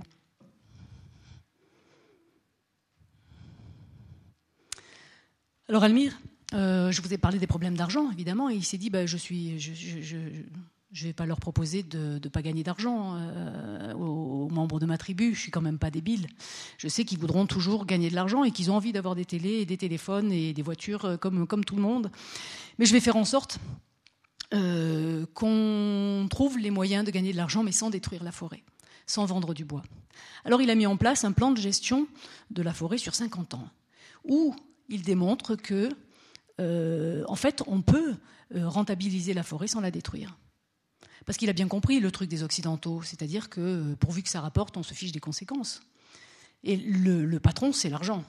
Alors Almire, euh, je vous ai parlé des problèmes d'argent, évidemment, et il s'est dit, bah, je suis, je, je, je, je vais pas leur proposer de ne pas gagner d'argent euh, aux, aux membres de ma tribu, je suis quand même pas débile. Je sais qu'ils voudront toujours gagner de l'argent et qu'ils ont envie d'avoir des télés, et des téléphones et des voitures comme, comme tout le monde. Mais je vais faire en sorte euh, qu'on trouve les moyens de gagner de l'argent, mais sans détruire la forêt, sans vendre du bois. Alors il a mis en place un plan de gestion de la forêt sur cinquante ans, où il démontre que, euh, en fait, on peut rentabiliser la forêt sans la détruire. Parce qu'il a bien compris le truc des Occidentaux, c'est-à-dire que pourvu que ça rapporte, on se fiche des conséquences. Et le, le patron, c'est l'argent.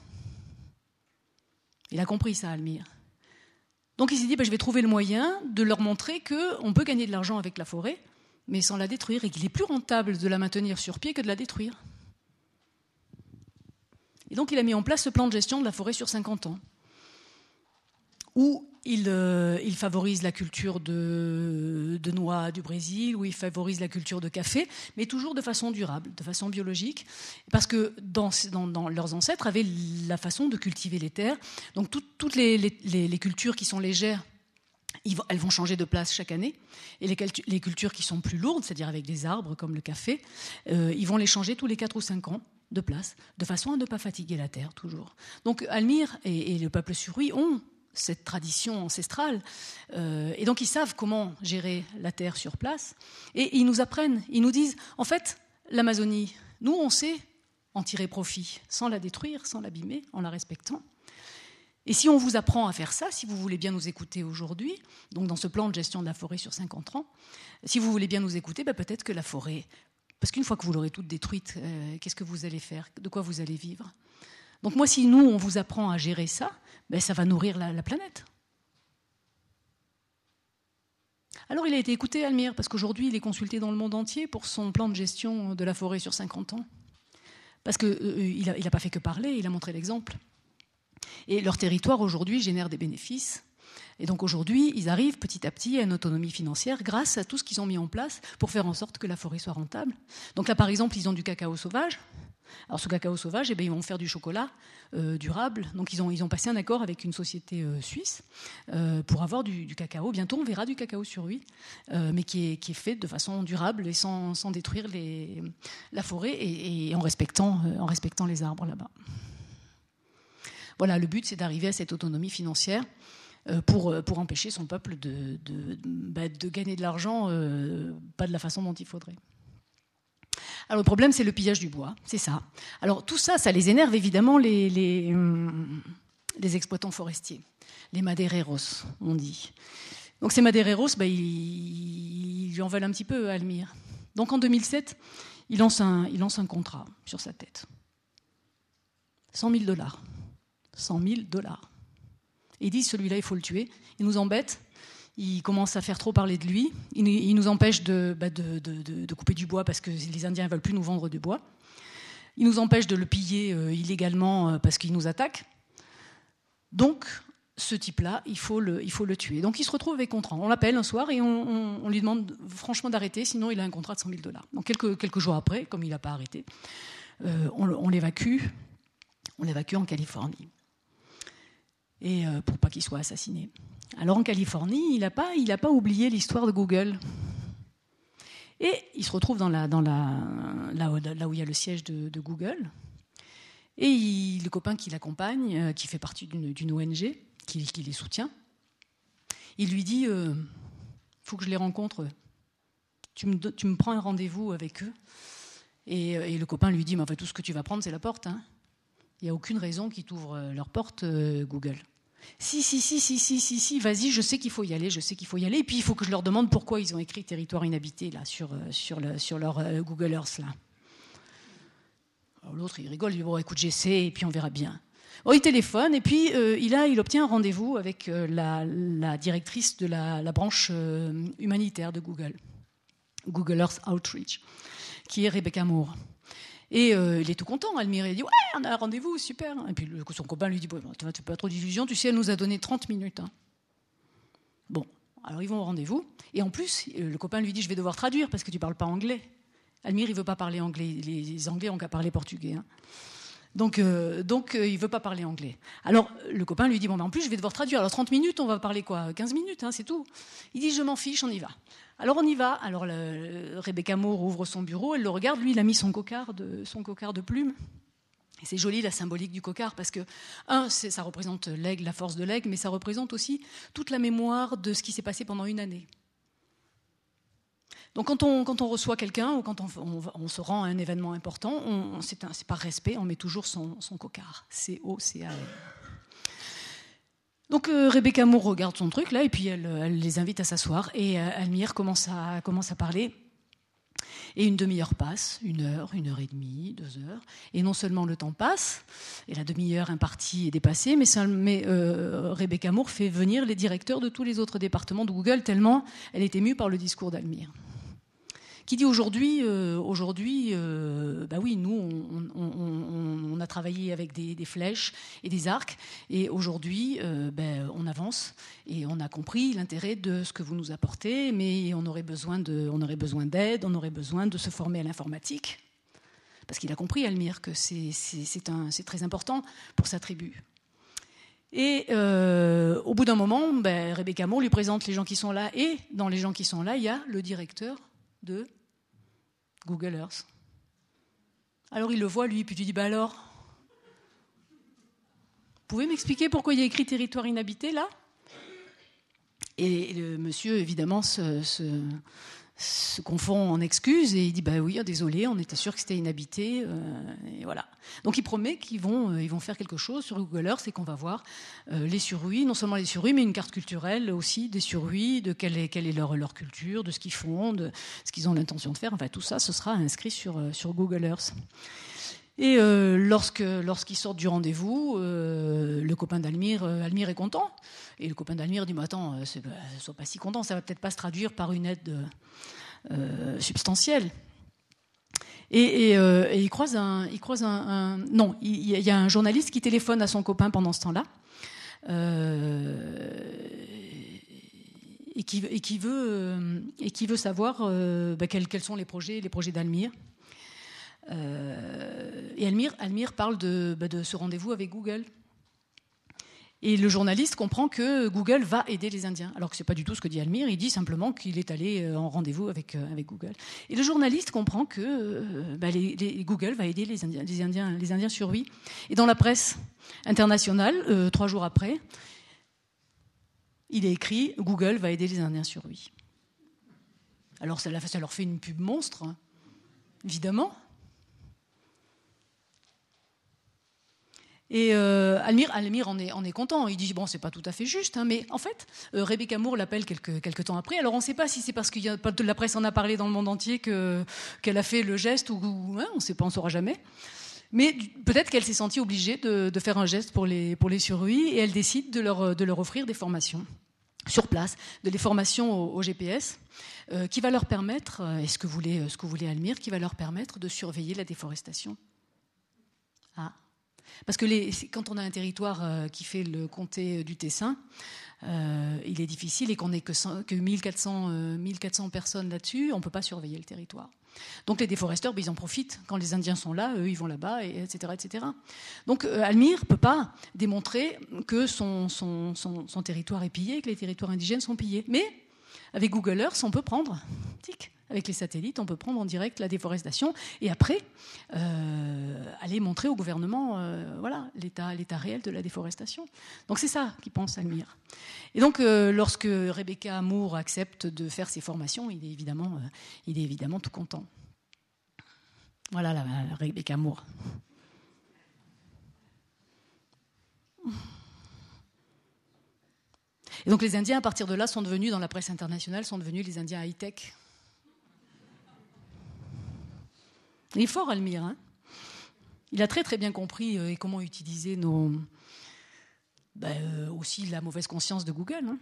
Il a compris ça, Almire. Donc il s'est dit, bah, je vais trouver le moyen de leur montrer qu'on peut gagner de l'argent avec la forêt, mais sans la détruire, et qu'il est plus rentable de la maintenir sur pied que de la détruire. Et donc il a mis en place ce plan de gestion de la forêt sur cinquante ans, où il, euh, il favorise la culture de, de noix du Brésil, où il favorise la culture de café, mais toujours de façon durable, de façon biologique, parce que dans, dans, dans leurs ancêtres avaient la façon de cultiver les terres. Donc tout, toutes les, les, les cultures qui sont légères, elles vont changer de place chaque année, et les, les cultures qui sont plus lourdes, c'est-à-dire avec des arbres comme le café, euh, ils vont les changer tous les quatre ou cinq ans de place, de façon à ne pas fatiguer la terre, toujours. Donc Almire et, et le peuple Surui ont cette tradition ancestrale, euh, et donc ils savent comment gérer la terre sur place, et ils nous apprennent, ils nous disent, en fait, l'Amazonie, nous on sait en tirer profit, sans la détruire, sans l'abîmer, en la respectant. Et si on vous apprend à faire ça, si vous voulez bien nous écouter aujourd'hui, donc dans ce plan de gestion de la forêt sur cinquante ans, si vous voulez bien nous écouter, ben peut-être que la forêt, parce qu'une fois que vous l'aurez toute détruite, euh, qu'est-ce que vous allez faire? De quoi vous allez vivre? Donc moi, si nous, on vous apprend à gérer ça, ben ça va nourrir la, la planète. Alors il a été écouté, Almire, parce qu'aujourd'hui, il est consulté dans le monde entier pour son plan de gestion de la forêt sur cinquante ans. Parce qu'il euh, n'a il a pas fait que parler, il a montré l'exemple. Et leur territoire, aujourd'hui, génère des bénéfices. Et donc aujourd'hui, ils arrivent petit à petit à une autonomie financière grâce à tout ce qu'ils ont mis en place pour faire en sorte que la forêt soit rentable. Donc là, par exemple, ils ont du cacao sauvage. Alors ce cacao sauvage, eh bien, ils vont faire du chocolat euh, durable. Donc ils ont, ils ont passé un accord avec une société euh, suisse euh, pour avoir du, du cacao. Bientôt, on verra du cacao Surui, euh, mais qui est, qui est fait de façon durable et sans, sans détruire les, la forêt et, et en, respectant, euh, en respectant les arbres là-bas. Voilà, le but, c'est d'arriver à cette autonomie financière euh, pour, pour empêcher son peuple de, de, bah, de gagner de l'argent, euh, pas de la façon dont il faudrait. Alors le problème, c'est le pillage du bois, c'est ça. Alors tout ça, ça les énerve évidemment, les, les, hum, les exploitants forestiers, les madereros, on dit. Donc ces madereros, bah, ils, ils lui en veulent un petit peu, Almire. Donc en deux mille sept, il lance un, il lance un contrat sur sa tête. cent mille dollars. cent mille dollars. Et ils disent, celui-là, il faut le tuer. Il nous embête. Il commence à faire trop parler de lui. Il, il nous empêche de, bah de, de, de, de couper du bois parce que les Indiens ne veulent plus nous vendre du bois. Il nous empêche de le piller euh, illégalement euh, parce qu'il nous attaque. Donc, ce type-là, il faut, le, il faut le tuer. Donc, il se retrouve avec contrat. On l'appelle un soir et on, on, on lui demande franchement d'arrêter, sinon il a un contrat de cent mille dollars. Donc, quelques, quelques jours après, comme il n'a pas arrêté, euh, on, on l'évacue. On l'évacue en Californie. Et euh, pour pas qu'il soit assassiné. Alors en Californie, il n'a pas, il n'a pas oublié l'histoire de Google. Et il se retrouve dans la, dans la, là, là où il y a le siège de, de Google. Et il, le copain qui l'accompagne, euh, qui fait partie d'une, d'une O N G, qui, qui les soutient, il lui dit, il euh, faut que je les rencontre. Tu me, tu me prends un rendez-vous avec eux. Et, et le copain lui dit, mais en fait, tout ce que tu vas prendre, c'est la porte. Hein. Il n'y a aucune raison qu'ils t'ouvrent leur porte, euh, Google. Si, si, si, si, si, si, si, vas-y, je sais qu'il faut y aller, je sais qu'il faut y aller. Et puis, il faut que je leur demande pourquoi ils ont écrit territoire inhabité là, sur, sur, le, sur leur euh, Google Earth. Là. Alors, l'autre, il rigole, il dit, bon, écoute, j'essaie, et puis on verra bien. Bon, il téléphone, et puis euh, il, a, il obtient un rendez-vous avec euh, la, la directrice de la, la branche euh, humanitaire de Google, Google Earth Outreach, qui est Rebecca Moore. Et euh, il est tout content, Almir, il dit « Ouais, on a un rendez-vous, super !» Et puis le, son copain lui dit bon, « Tu ne fais pas trop d'illusions, tu sais, elle nous a donné trente minutes. Hein. » Bon, alors ils vont au rendez-vous. Et en plus, le copain lui dit « Je vais devoir traduire parce que tu ne parles pas anglais. » Almir, il ne veut pas parler anglais. Les, les Anglais n'ont qu'à parler portugais. Hein. Donc, euh, donc euh, il ne veut pas parler anglais. Alors, le copain lui dit « Bon, ben, en plus, je vais devoir traduire. Alors, trente minutes, on va parler quoi ? quinze minutes, hein, c'est tout. » Il dit « Je m'en fiche, on y va. » Alors, on y va. Alors, le, Rebecca Moore ouvre son bureau, elle le regarde. Lui, il a mis son cocard de, son cocard de plume. Et c'est joli, la symbolique du cocard, parce que, un, c'est, ça représente l'aigle, la force de l'aigle, mais ça représente aussi toute la mémoire de ce qui s'est passé pendant une année. Donc, quand on, quand on reçoit quelqu'un ou quand on, on, on se rend à un événement important, on, c'est, un, c'est par respect, on met toujours son, son cocard. C O C A R. Donc, euh, Rebecca Moore regarde son truc, là, et puis elle, elle les invite à s'asseoir. Et euh, Almir commence à, commence à parler. Et une demi-heure passe, une heure, une heure et demie, deux heures. Et non seulement le temps passe, et la demi-heure impartie est dépassée, mais, ça, mais euh, Rebecca Moore fait venir les directeurs de tous les autres départements de Google, tellement elle est émue par le discours d'Almir. Qui dit aujourd'hui, euh, aujourd'hui euh, bah oui, nous, on, on, on, on a travaillé avec des, des flèches et des arcs, et aujourd'hui, euh, ben, on avance, et on a compris l'intérêt de ce que vous nous apportez, mais on aurait besoin de, on aurait besoin d'aide, on aurait besoin de se former à l'informatique, parce qu'il a compris, Almir, que c'est, c'est, c'est, un, c'est très important pour sa tribu. Et euh, au bout d'un moment, ben, Rebecca Moore lui présente les gens qui sont là, et dans les gens qui sont là, il y a le directeur de Google Earth. Alors il le voit, lui, puis tu dis, bah alors, vous pouvez m'expliquer pourquoi il y a écrit territoire inhabité, là ? Et le monsieur, évidemment, se, se, se confond en excuses, et il dit, bah oui, désolé, on était sûr que c'était inhabité, euh, et voilà. Donc il promet qu'ils vont, euh, ils vont faire quelque chose sur Google Earth, et qu'on va voir euh, les surhuis, non seulement les surhuis, mais une carte culturelle aussi des surhuis, de quelle est, quelle est leur, leur culture, de ce qu'ils font, de ce qu'ils ont l'intention de faire. Enfin, tout ça, ce sera inscrit sur, euh, sur Google Earth. Et euh, lorsque, lorsqu'ils sortent du rendez-vous, euh, le copain d'Almir, euh, Almir est content. Et le copain d'Almir dit, mais attends, euh, c'est, euh, sois pas si content, ça va peut-être pas se traduire par une aide euh, substantielle. Et, et, euh, et il croise un, il croise un, un non, il, il y a un journaliste qui téléphone à son copain pendant ce temps-là, euh, et, qui, et qui veut, et qui veut savoir euh, bah, quels, quels sont les projets, les projets d'Almir. Euh, et Almir, Almir parle de, bah, de ce rendez-vous avec Google. Et le journaliste comprend que Google va aider les Indiens, alors que ce n'est pas du tout ce que dit Almir, il dit simplement qu'il est allé en rendez-vous avec, avec Google. Et le journaliste comprend que euh, bah, les, les, Google va aider les Indiens, les Indiens, les Indiens surhuis. Et dans la presse internationale, euh, trois jours après, il est écrit « Google va aider les Indiens surhuis ». Alors ça, ça leur fait une pub monstre, hein, évidemment. Et euh, Almir, Almir en est, en est content. Il dit bon, c'est pas tout à fait juste, hein, mais en fait, euh, Rebecca Moore l'appelle quelques, quelques temps après. Alors on ne sait pas si c'est parce que y a, la presse en a parlé dans le monde entier que, qu'elle a fait le geste ou, ou hein, on ne sait pas, on ne saura jamais. Mais peut-être qu'elle s'est sentie obligée de, de faire un geste pour les, pour les surhuis et elle décide de leur, de leur offrir des formations sur place, de les formations au, au G P S, euh, qui va leur permettre, et ce que voulait, ce que voulait Almir, qui va leur permettre de surveiller la déforestation. Ah. Parce que les, quand on a un territoire euh, qui fait le comté du Tessin, euh, il est difficile et qu'on n'ait que, que mille quatre cents, euh, mille quatre cents personnes là-dessus, on ne peut pas surveiller le territoire. Donc les déforesteurs, ben, ils en profitent. Quand les Indiens sont là, eux, ils vont là-bas, et, etc., et cetera. Donc euh, Almir ne peut pas démontrer que son, son, son, son territoire est pillé, que les territoires indigènes sont pillés. Mais avec Google Earth, on peut prendre, tic, avec les satellites, on peut prendre en direct la déforestation et après euh, aller montrer au gouvernement euh, voilà, l'état, l'état réel de la déforestation. Donc c'est ça qu'il pense Almir. Et donc euh, lorsque Rebecca Moore accepte de faire ses formations, il est évidemment, euh, il est évidemment tout content. Voilà la, la Rebecca Moore. Et donc les Indiens, à partir de là, sont devenus, dans la presse internationale, sont devenus les Indiens high-tech. Il est fort, Almir. Hein, il a très très bien compris euh, comment utiliser nos, ben, euh, aussi la mauvaise conscience de Google. Hein.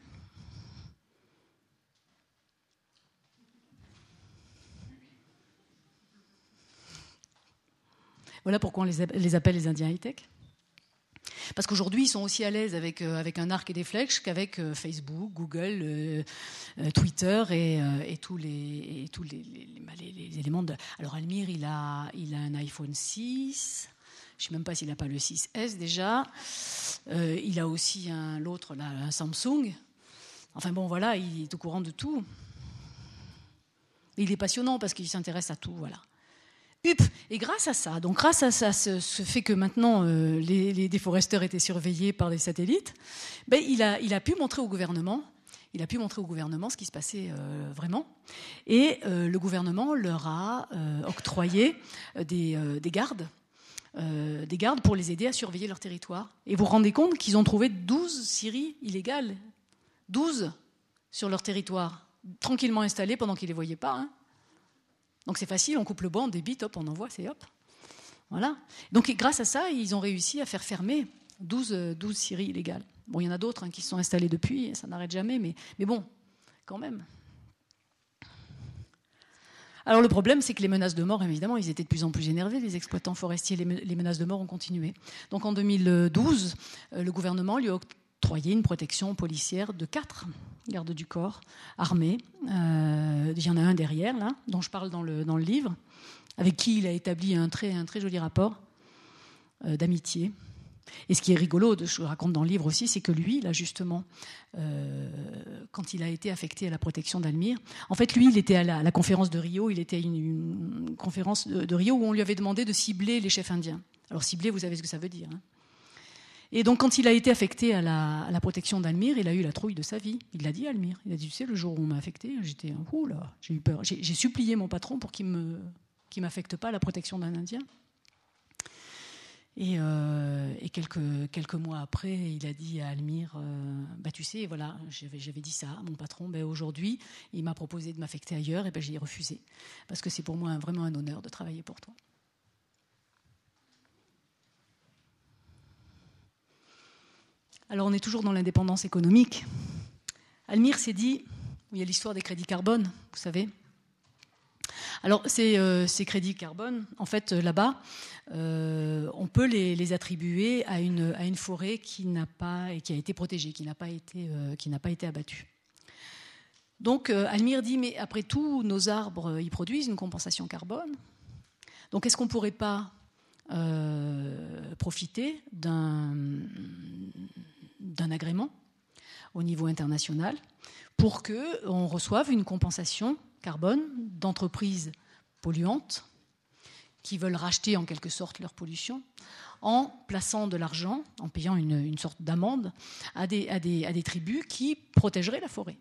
Voilà pourquoi on les, les appelle les Indiens high-tech. Parce qu'aujourd'hui, ils sont aussi à l'aise avec, euh, avec un arc et des flèches qu'avec euh, Facebook, Google, euh, euh, Twitter et, euh, et tous, les, et tous les, les, les, les éléments de... Alors Almir, il a, il a un iPhone six, je ne sais même pas s'il n'a pas le six S déjà. Euh, il a aussi un, l'autre, là, un Samsung. Enfin bon, voilà, il est au courant de tout. Et il est passionnant parce qu'il s'intéresse à tout, voilà. Et grâce à ça, donc grâce à ça, ce, ce fait que maintenant euh, les, les déforesteurs étaient surveillés par des satellites, ben, il, a, il a pu montrer au gouvernement, il a pu montrer au gouvernement ce qui se passait euh, vraiment, et euh, le gouvernement leur a euh, octroyé des, euh, des gardes, euh, des gardes pour les aider à surveiller leur territoire. Et vous vous rendez compte qu'ils ont trouvé douze scieries illégales, douze sur leur territoire, tranquillement installées pendant qu'ils ne les voyaient pas. Hein. Donc c'est facile, on coupe le bois, on débite, hop, on envoie, c'est hop. Voilà. Donc grâce à ça, ils ont réussi à faire fermer douze, douze scieries illégales. Bon, il y en a d'autres hein, qui se sont installées depuis, ça n'arrête jamais, mais, mais bon, quand même. Alors le problème, c'est que les menaces de mort, évidemment, ils étaient de plus en plus énervés, les exploitants forestiers, les menaces de mort ont continué. Donc en deux mille douze, le gouvernement lui a octroyé une protection policière de quatre gardes du corps armés. Euh, il y en a un derrière, là, dont je parle dans le, dans le livre, avec qui il a établi un très, un très joli rapport euh, d'amitié. Et ce qui est rigolo, je le raconte dans le livre aussi, c'est que lui, là justement, euh, quand il a été affecté à la protection d'Almir, en fait, lui, il était à la, à la conférence de Rio, il était à une, une conférence de, de Rio où on lui avait demandé de cibler les chefs indiens. Alors cibler, vous savez ce que ça veut dire. Hein. Et donc, quand il a été affecté à la, à la protection d'Almir, il a eu la trouille de sa vie. Il l'a dit à Almir. Il a dit, tu sais, le jour où on m'a affecté, j'étais, oh là, j'ai eu peur. J'ai, j'ai supplié mon patron pour qu'il me, qu'il m'affecte pas à la protection d'un Indien. Et, euh, et quelques, quelques mois après, il a dit à Almir, euh, bah, tu sais, voilà, j'avais, j'avais dit ça à mon patron. Bah, aujourd'hui, il m'a proposé de m'affecter ailleurs, et ben, j'ai refusé. Parce que c'est pour moi un, vraiment un honneur de travailler pour toi. Alors on est toujours dans l'indépendance économique. Almir s'est dit, il y a l'histoire des crédits carbone, vous savez. Alors ces, euh, ces crédits carbone, en fait là-bas, euh, on peut les, les attribuer à une, à une forêt qui n'a pas, et qui a été protégée, qui n'a pas été, euh, qui n'a pas été abattue. Donc euh, Almir dit, mais après tout, nos arbres, ils produisent une compensation carbone. Donc est-ce qu'on ne pourrait pas euh, profiter d'un... d'un agrément au niveau international pour qu'on reçoive une compensation carbone d'entreprises polluantes qui veulent racheter en quelque sorte leur pollution en plaçant de l'argent, en payant une, une sorte d'amende à des, à, des, à des tribus qui protégeraient la forêt.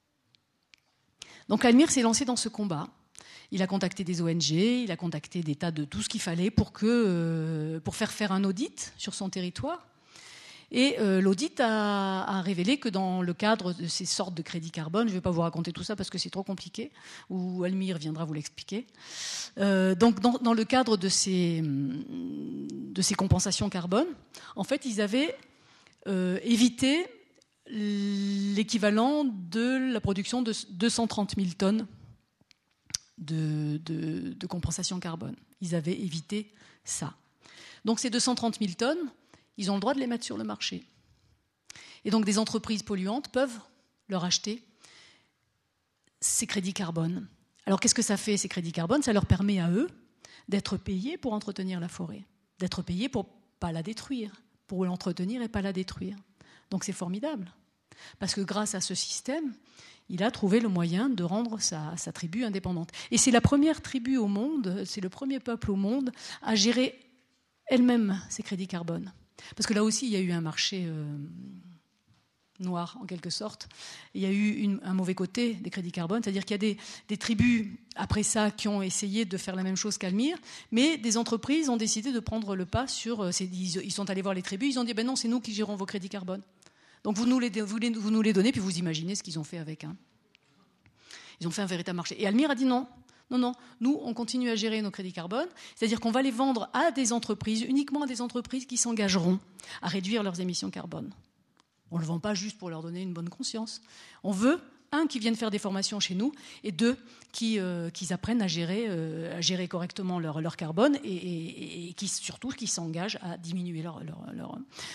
Donc Almir s'est lancé dans ce combat. Il a contacté des O N G, il a contacté des tas de tout ce qu'il fallait pour, que, euh, pour faire faire un audit sur son territoire. Et euh, l'audit a, a révélé que dans le cadre de ces sortes de crédits carbone, je ne vais pas vous raconter tout ça parce que c'est trop compliqué, ou Almir viendra vous l'expliquer. Euh, donc dans, dans le cadre de ces, de ces compensations carbone, en fait, ils avaient euh, évité l'équivalent de la production de deux cent trente mille tonnes de, de, de compensation carbone. Ils avaient évité ça. Donc ces deux cent trente mille tonnes, ils ont le droit de les mettre sur le marché. Et donc des entreprises polluantes peuvent leur acheter ces crédits carbone. Alors qu'est-ce que ça fait, ces crédits carbone? Ça leur permet à eux d'être payés pour entretenir la forêt, d'être payés pour ne pas la détruire, pour l'entretenir et pas la détruire. Donc c'est formidable, parce que grâce à ce système, il a trouvé le moyen de rendre sa, sa tribu indépendante. Et c'est la première tribu au monde, c'est le premier peuple au monde à gérer elle-même ses crédits carbone. Parce que là aussi, il y a eu un marché euh, noir, en quelque sorte. Il y a eu une, un mauvais côté des crédits carbone, c'est-à-dire qu'il y a des, des tribus, après ça, qui ont essayé de faire la même chose qu'Almir, mais des entreprises ont décidé de prendre le pas sur... Ils sont allés voir les tribus, ils ont dit ben « non, c'est nous qui gérons vos crédits carbone. Donc vous nous les, vous les, vous nous les donnez, puis vous imaginez ce qu'ils ont fait avec. Hein. Ils ont fait un véritable marché. Et Almir a dit non. Non, non, nous, on continue à gérer nos crédits carbone, c'est-à-dire qu'on va les vendre à des entreprises, uniquement à des entreprises qui s'engageront à réduire leurs émissions carbone. On ne le vend pas juste pour leur donner une bonne conscience. On veut, un, qui viennent faire des formations chez nous, et deux, qui, euh, qui apprennent à gérer, euh, à gérer correctement leur, leur carbone, et, et, et qui, surtout qui s'engagent à diminuer leur, leur, leur,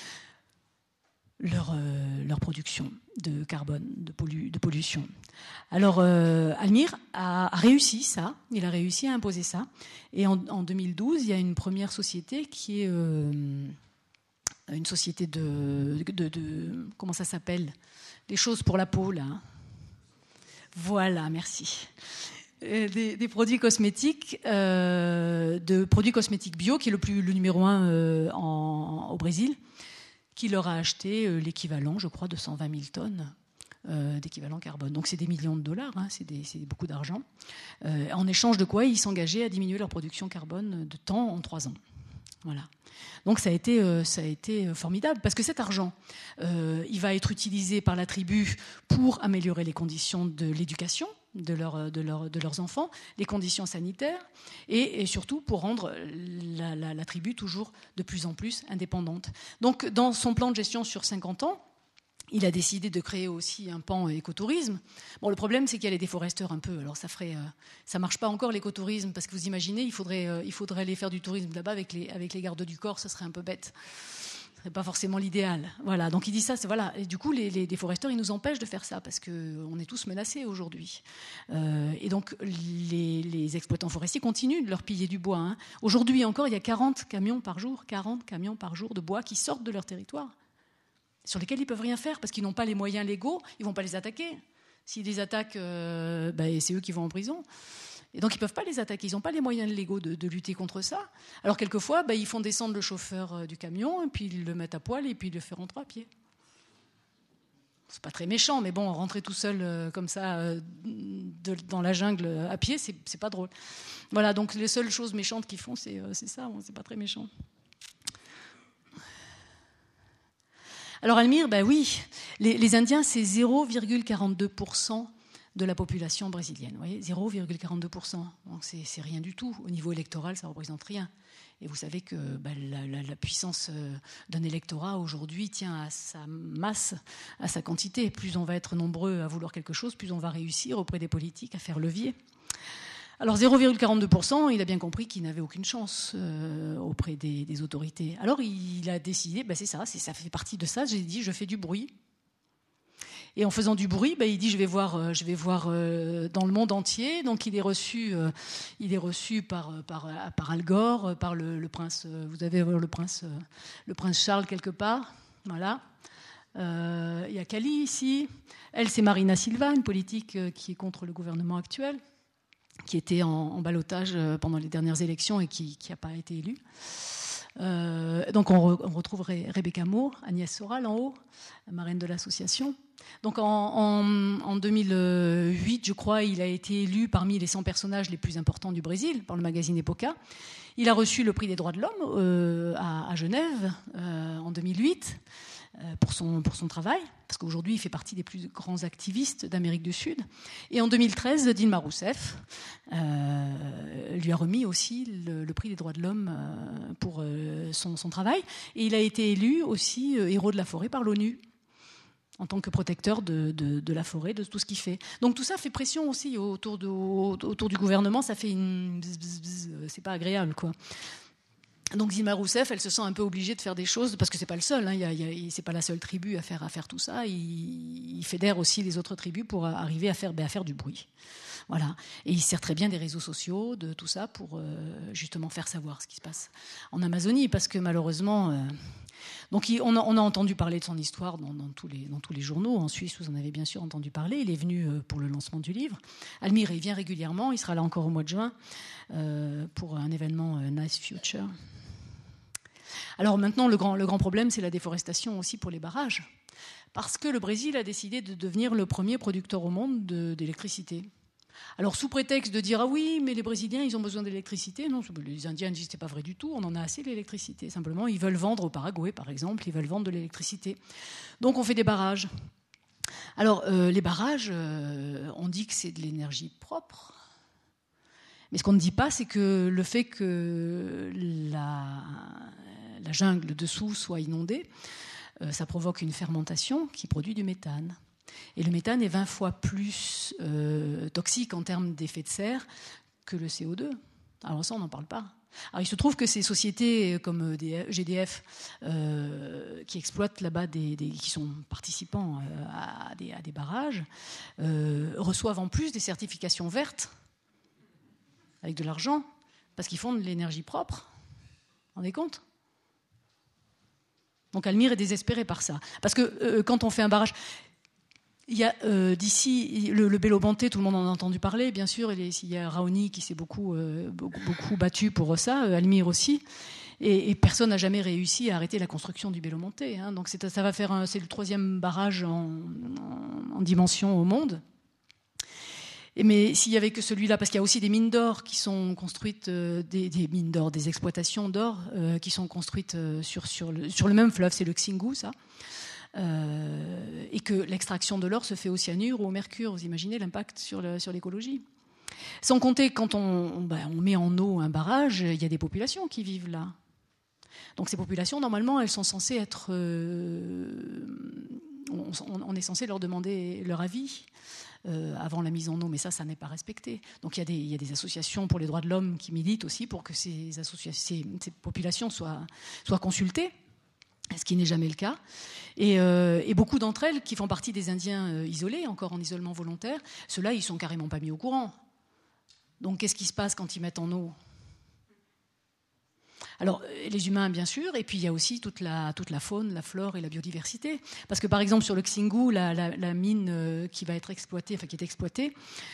leur, euh, leur production de carbone, de, pollu, de pollution. Alors, euh, Almir a, a réussi ça, il a réussi à imposer ça, et en, en deux mille douze, il y a une première société qui est... Euh, une société de, de, de... Comment ça s'appelle? Des choses pour la peau, là. Voilà, merci. Des, des produits cosmétiques, euh, de produits cosmétiques bio, qui est le, plus, le numéro un euh, en, au Brésil, qui leur a acheté euh, l'équivalent, je crois, de cent vingt mille tonnes euh, d'équivalent carbone. Donc c'est des millions de dollars, hein, c'est, des, c'est beaucoup d'argent. Euh, en échange de quoi ils s'engageaient à diminuer leur production carbone de temps en trois ans. Voilà. Donc ça a été, euh, ça a été formidable, parce que cet argent, euh, il va être utilisé par la tribu pour améliorer les conditions de l'éducation de, leur, de, leur, de leurs enfants, les conditions sanitaires, et, et surtout pour rendre la, la, la tribu toujours de plus en plus indépendante. Donc dans son plan de gestion sur cinquante ans, il a décidé de créer aussi un pan écotourisme. Bon, le problème, c'est qu'il y a les déforesteurs un peu. Alors, ça ferait, euh, ça marche pas encore l'écotourisme, parce que vous imaginez, il faudrait, euh, il faudrait aller faire du tourisme là-bas avec les, avec les gardes du corps, ça serait un peu bête. Ce serait pas forcément l'idéal. Voilà. Donc, il dit ça, c'est voilà. Et du coup, les, les déforesteurs, ils nous empêchent de faire ça, parce que on est tous menacés aujourd'hui. Euh, et donc, les, les exploitants forestiers continuent de leur piller du bois. Hein. Aujourd'hui encore, il y a quarante camions par jour, quarante camions par jour de bois qui sortent de leur territoire, sur lesquels ils ne peuvent rien faire parce qu'ils n'ont pas les moyens légaux, ils ne vont pas les attaquer. S'ils les attaquent, euh, ben, c'est eux qui vont en prison. Et donc ils ne peuvent pas les attaquer, ils n'ont pas les moyens légaux de, de lutter contre ça. Alors quelquefois, ben, ils font descendre le chauffeur du camion, et puis ils le mettent à poil, et puis ils le font rentrer à pied. C'est pas très méchant, mais bon, rentrer tout seul euh, comme ça euh, de, dans la jungle à pied, c'est, c'est pas drôle. Voilà, donc les seules choses méchantes qu'ils font, c'est, euh, c'est ça, bon, c'est pas très méchant. Alors Almir, ben oui, les, les Indiens, c'est zéro virgule quarante-deux pour cent de la population brésilienne. Vous voyez, zéro virgule quarante-deux pour cent. Donc c'est, c'est rien du tout. Au niveau électoral, ça ne représente rien. Et vous savez que ben, la, la, la puissance d'un électorat aujourd'hui tient à sa masse, à sa quantité. Plus on va être nombreux à vouloir quelque chose, plus on va réussir auprès des politiques à faire levier. Alors zéro virgule quarante-deux pour cent, il a bien compris qu'il n'avait aucune chance euh, auprès des, des autorités. Alors il a décidé, ben c'est ça, c'est, ça fait partie de ça, j'ai dit je fais du bruit. Et en faisant du bruit, ben il dit je vais voir, euh, je vais voir euh, dans le monde entier. Donc il est reçu, euh, il est reçu par, par, par Al Gore, par le, le prince, euh, vous avez le prince, euh, le prince Charles quelque part, voilà. Euh, il y a Cali ici, elle c'est Marina Silva, une politique euh, qui est contre le gouvernement actuel, qui était en, en ballottage pendant les dernières élections et qui n'a pas été élue. Euh, donc on, re, on retrouve Ré, Rebecca Moore, Agnès Soral en haut, la marraine de l'association. Donc en, en, en deux mille huit, je crois, il a été élu parmi les cent personnages les plus importants du Brésil par le magazine Época. Il a reçu le prix des droits de l'homme euh, à, à Genève euh, en deux mille huit. Pour son, pour son travail, parce qu'aujourd'hui il fait partie des plus grands activistes d'Amérique du Sud. Et en deux mille treize, Dilma Rousseff euh, lui a remis aussi le, le prix des droits de l'homme euh, pour euh, son, son travail. Et il a été élu aussi euh, héros de la forêt par l'ONU, en tant que protecteur de, de, de la forêt, de tout ce qu'il fait. Donc tout ça fait pression aussi autour, de, autour du gouvernement, ça fait une... Bzz, bzz, bzz, c'est pas agréable, quoi. Donc Dilma Rousseff, elle se sent un peu obligée de faire des choses, parce que c'est pas le seul, hein, il y a, il y a, c'est pas la seule tribu à faire, à faire tout ça. Il, il fédère aussi les autres tribus pour arriver à faire, ben, à faire du bruit. Voilà. Et il sert très bien des réseaux sociaux, de tout ça, pour euh, justement faire savoir ce qui se passe en Amazonie, parce que malheureusement... Euh, donc il, on, a, on a entendu parler de son histoire dans, dans, tous les, dans tous les journaux. En Suisse, vous en avez bien sûr entendu parler. Il est venu euh, pour le lancement du livre. Almir, il vient régulièrement. Il sera là encore au mois de juin euh, pour un événement euh, Nice Future. Alors maintenant, le grand, le grand problème, c'est la déforestation aussi pour les barrages. Parce que le Brésil a décidé de devenir le premier producteur au monde de, d'électricité. Alors, sous prétexte de dire « Ah oui, mais les Brésiliens, ils ont besoin d'électricité », non, les Indiens disent « C'est pas vrai du tout, on en a assez d'électricité. Simplement, ils veulent vendre au Paraguay, par exemple, ils veulent vendre de l'électricité. Donc, on fait des barrages. Alors, euh, les barrages, euh, on dit que c'est de l'énergie propre. Mais ce qu'on ne dit pas, c'est que le fait que la, la jungle dessous soit inondée, euh, ça provoque une fermentation qui produit du méthane. Et le méthane est vingt fois plus euh, toxique en termes d'effet de serre que le C O deux. Alors ça, on n'en parle pas. Alors il se trouve que ces sociétés comme G D F, euh, qui exploitent là-bas, des, des, qui sont participants euh, à, des, à des barrages, euh, reçoivent en plus des certifications vertes, avec de l'argent, parce qu'ils font de l'énergie propre. Vous vous rendez compte ? Donc Almir est désespéré par ça. Parce que euh, quand on fait un barrage... Il y a euh, d'ici le, le Belo Monte, tout le monde en a entendu parler, bien sûr. Il, est, il y a Raoni qui s'est beaucoup, euh, beaucoup, beaucoup battu pour ça, euh, Almir aussi. Et, et personne n'a jamais réussi à arrêter la construction du Belo Monte. Hein. Donc c'est, ça va faire un, c'est le troisième barrage en, en, en dimension au monde. Et mais s'il y avait que celui-là, parce qu'il y a aussi des mines d'or qui sont construites, euh, des, des mines d'or, des exploitations d'or euh, qui sont construites euh, sur, sur, le, sur le même fleuve, c'est le Xingu, ça. Euh, et que l'extraction de l'or se fait au cyanure ou au mercure. Vous imaginez l'impact sur, le, sur l'écologie. Sans compter, quand on, on, ben, on met en eau un barrage, il y a des populations qui vivent là. Donc ces populations, normalement, elles sont censées être... Euh, on, on est censé leur demander leur avis euh, avant la mise en eau, mais ça, ça n'est pas respecté. Donc il y a des, il y a des associations pour les droits de l'homme qui militent aussi pour que ces, ces, ces populations soient, soient consultées, ce qui n'est jamais le cas. Et, euh, et beaucoup d'entre elles, qui font partie des Indiens euh, isolés, encore en isolement volontaire, ceux-là, ils sont carrément pas mis au courant. Donc, qu'est-ce qui se passe quand ils mettent en eau ? Alors, les humains, bien sûr, et puis il y a aussi toute la, toute la faune, la flore et la biodiversité. Parce que, par exemple, sur le Xingu, la, la, la mine euh, qui va être exploitée, enfin qui est exploitée,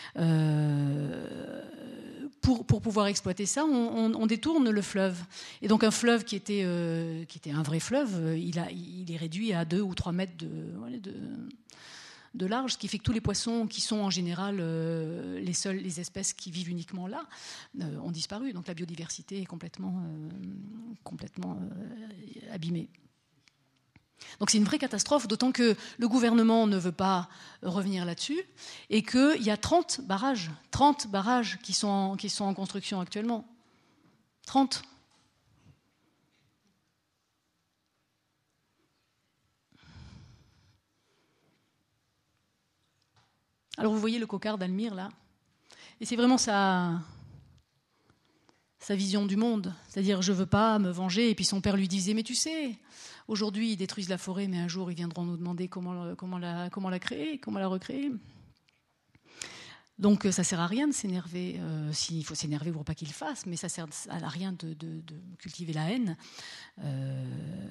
euh, pour, pour pouvoir exploiter ça, on, on, on détourne le fleuve. Et donc, un fleuve qui était, euh, qui était un vrai fleuve, il, a, il est réduit à deux ou trois mètres de... de de large, ce qui fait que tous les poissons qui sont en général euh, les seules les espèces qui vivent uniquement là euh, ont disparu. Donc la biodiversité est complètement, euh, complètement euh, abîmée. Donc c'est une vraie catastrophe, d'autant que le gouvernement ne veut pas revenir là-dessus et qu'il y a trente barrages, trente barrages qui sont en, qui sont en construction actuellement. trente. Alors vous voyez le cocard d'Almir là, et c'est vraiment sa, sa vision du monde. C'est-à-dire je veux pas me venger, et puis son père lui disait mais tu sais, aujourd'hui ils détruisent la forêt, mais un jour ils viendront nous demander comment, comment, la, comment la créer, comment la recréer. Donc ça sert à rien de s'énerver, euh, s'il faut s'énerver pour pas qu'il le fasse, mais ça sert à rien de, de, de cultiver la haine. Euh,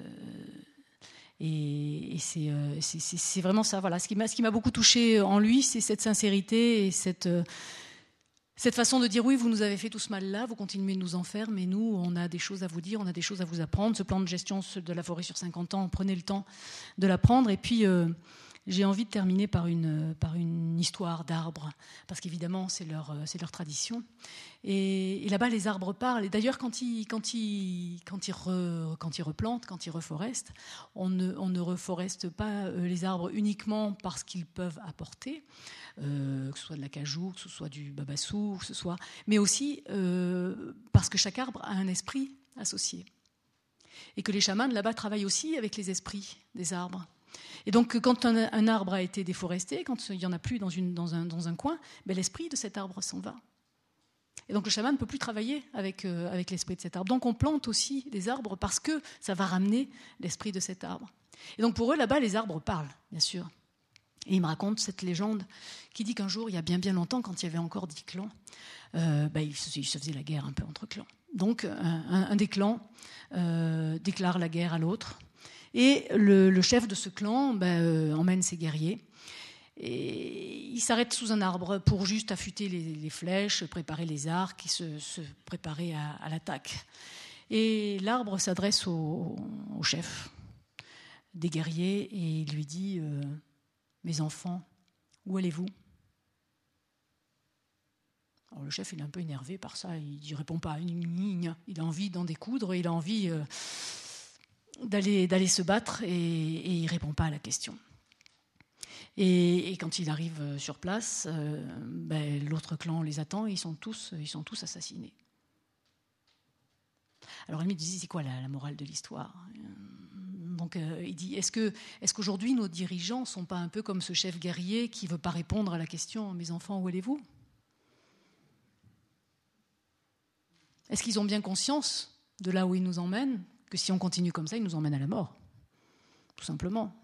Et, et c'est, euh, c'est, c'est, c'est vraiment ça. Voilà. Ce qui m'a, ce qui m'a beaucoup touchée en lui, c'est cette sincérité et cette, euh, cette façon de dire oui, vous nous avez fait tout ce mal-là, vous continuez de nous en faire, mais nous, on a des choses à vous dire, on a des choses à vous apprendre. Ce plan de gestion de la forêt sur cinquante ans, prenez le temps de l'apprendre. Et puis, euh, j'ai envie de terminer par une, par une histoire d'arbres, parce qu'évidemment, c'est leur, c'est leur tradition. Et, et là-bas, les arbres parlent. Et d'ailleurs, quand ils, quand ils, quand ils, re, quand ils replantent, quand ils reforestent, on ne, on ne reforeste pas les arbres uniquement parce qu'ils peuvent apporter, euh, que ce soit de l'acajou, que ce soit du babassou, que ce soit, mais aussi euh, parce que chaque arbre a un esprit associé. Et que les chamans, là-bas, travaillent aussi avec les esprits des arbres. Et donc, quand un, un arbre a été déforesté, quand il n'y en a plus dans, une, dans, un, dans un coin, ben, l'esprit de cet arbre s'en va. Et donc le chaman ne peut plus travailler avec, euh, avec l'esprit de cet arbre. Donc on plante aussi des arbres parce que ça va ramener l'esprit de cet arbre. Et donc pour eux, là-bas, les arbres parlent, bien sûr. Et ils me racontent cette légende qui dit qu'un jour, il y a bien bien longtemps, quand il y avait encore dix clans, euh, bah, il, se, il se faisait la guerre un peu entre clans. Donc un, un, un des clans euh, déclare la guerre à l'autre. Et le, le chef de ce clan bah, euh, emmène ses guerriers. Et il s'arrête sous un arbre pour juste affûter les, les flèches, préparer les arcs et se, se préparer à, à l'attaque. Et l'arbre s'adresse au, au chef des guerriers et il lui dit euh, « Mes enfants, où allez-vous » Alors le chef il est un peu énervé par ça, il ne répond pas. Il a envie d'en découdre, il a envie euh, d'aller, d'aller se battre et, et il ne répond pas à la question. Et, et quand il arrive sur place, euh, ben, l'autre clan les attend et ils sont tous, ils sont tous assassinés. Alors il me dit, c'est quoi la, la morale de l'histoire ? Donc euh, il dit, est-ce que, est-ce qu'aujourd'hui nos dirigeants ne sont pas un peu comme ce chef guerrier qui ne veut pas répondre à la question « Mes enfants, où allez-vous » ? Est-ce qu'ils ont bien conscience de là où ils nous emmènent, que si on continue comme ça, ils nous emmènent à la mort, tout simplement.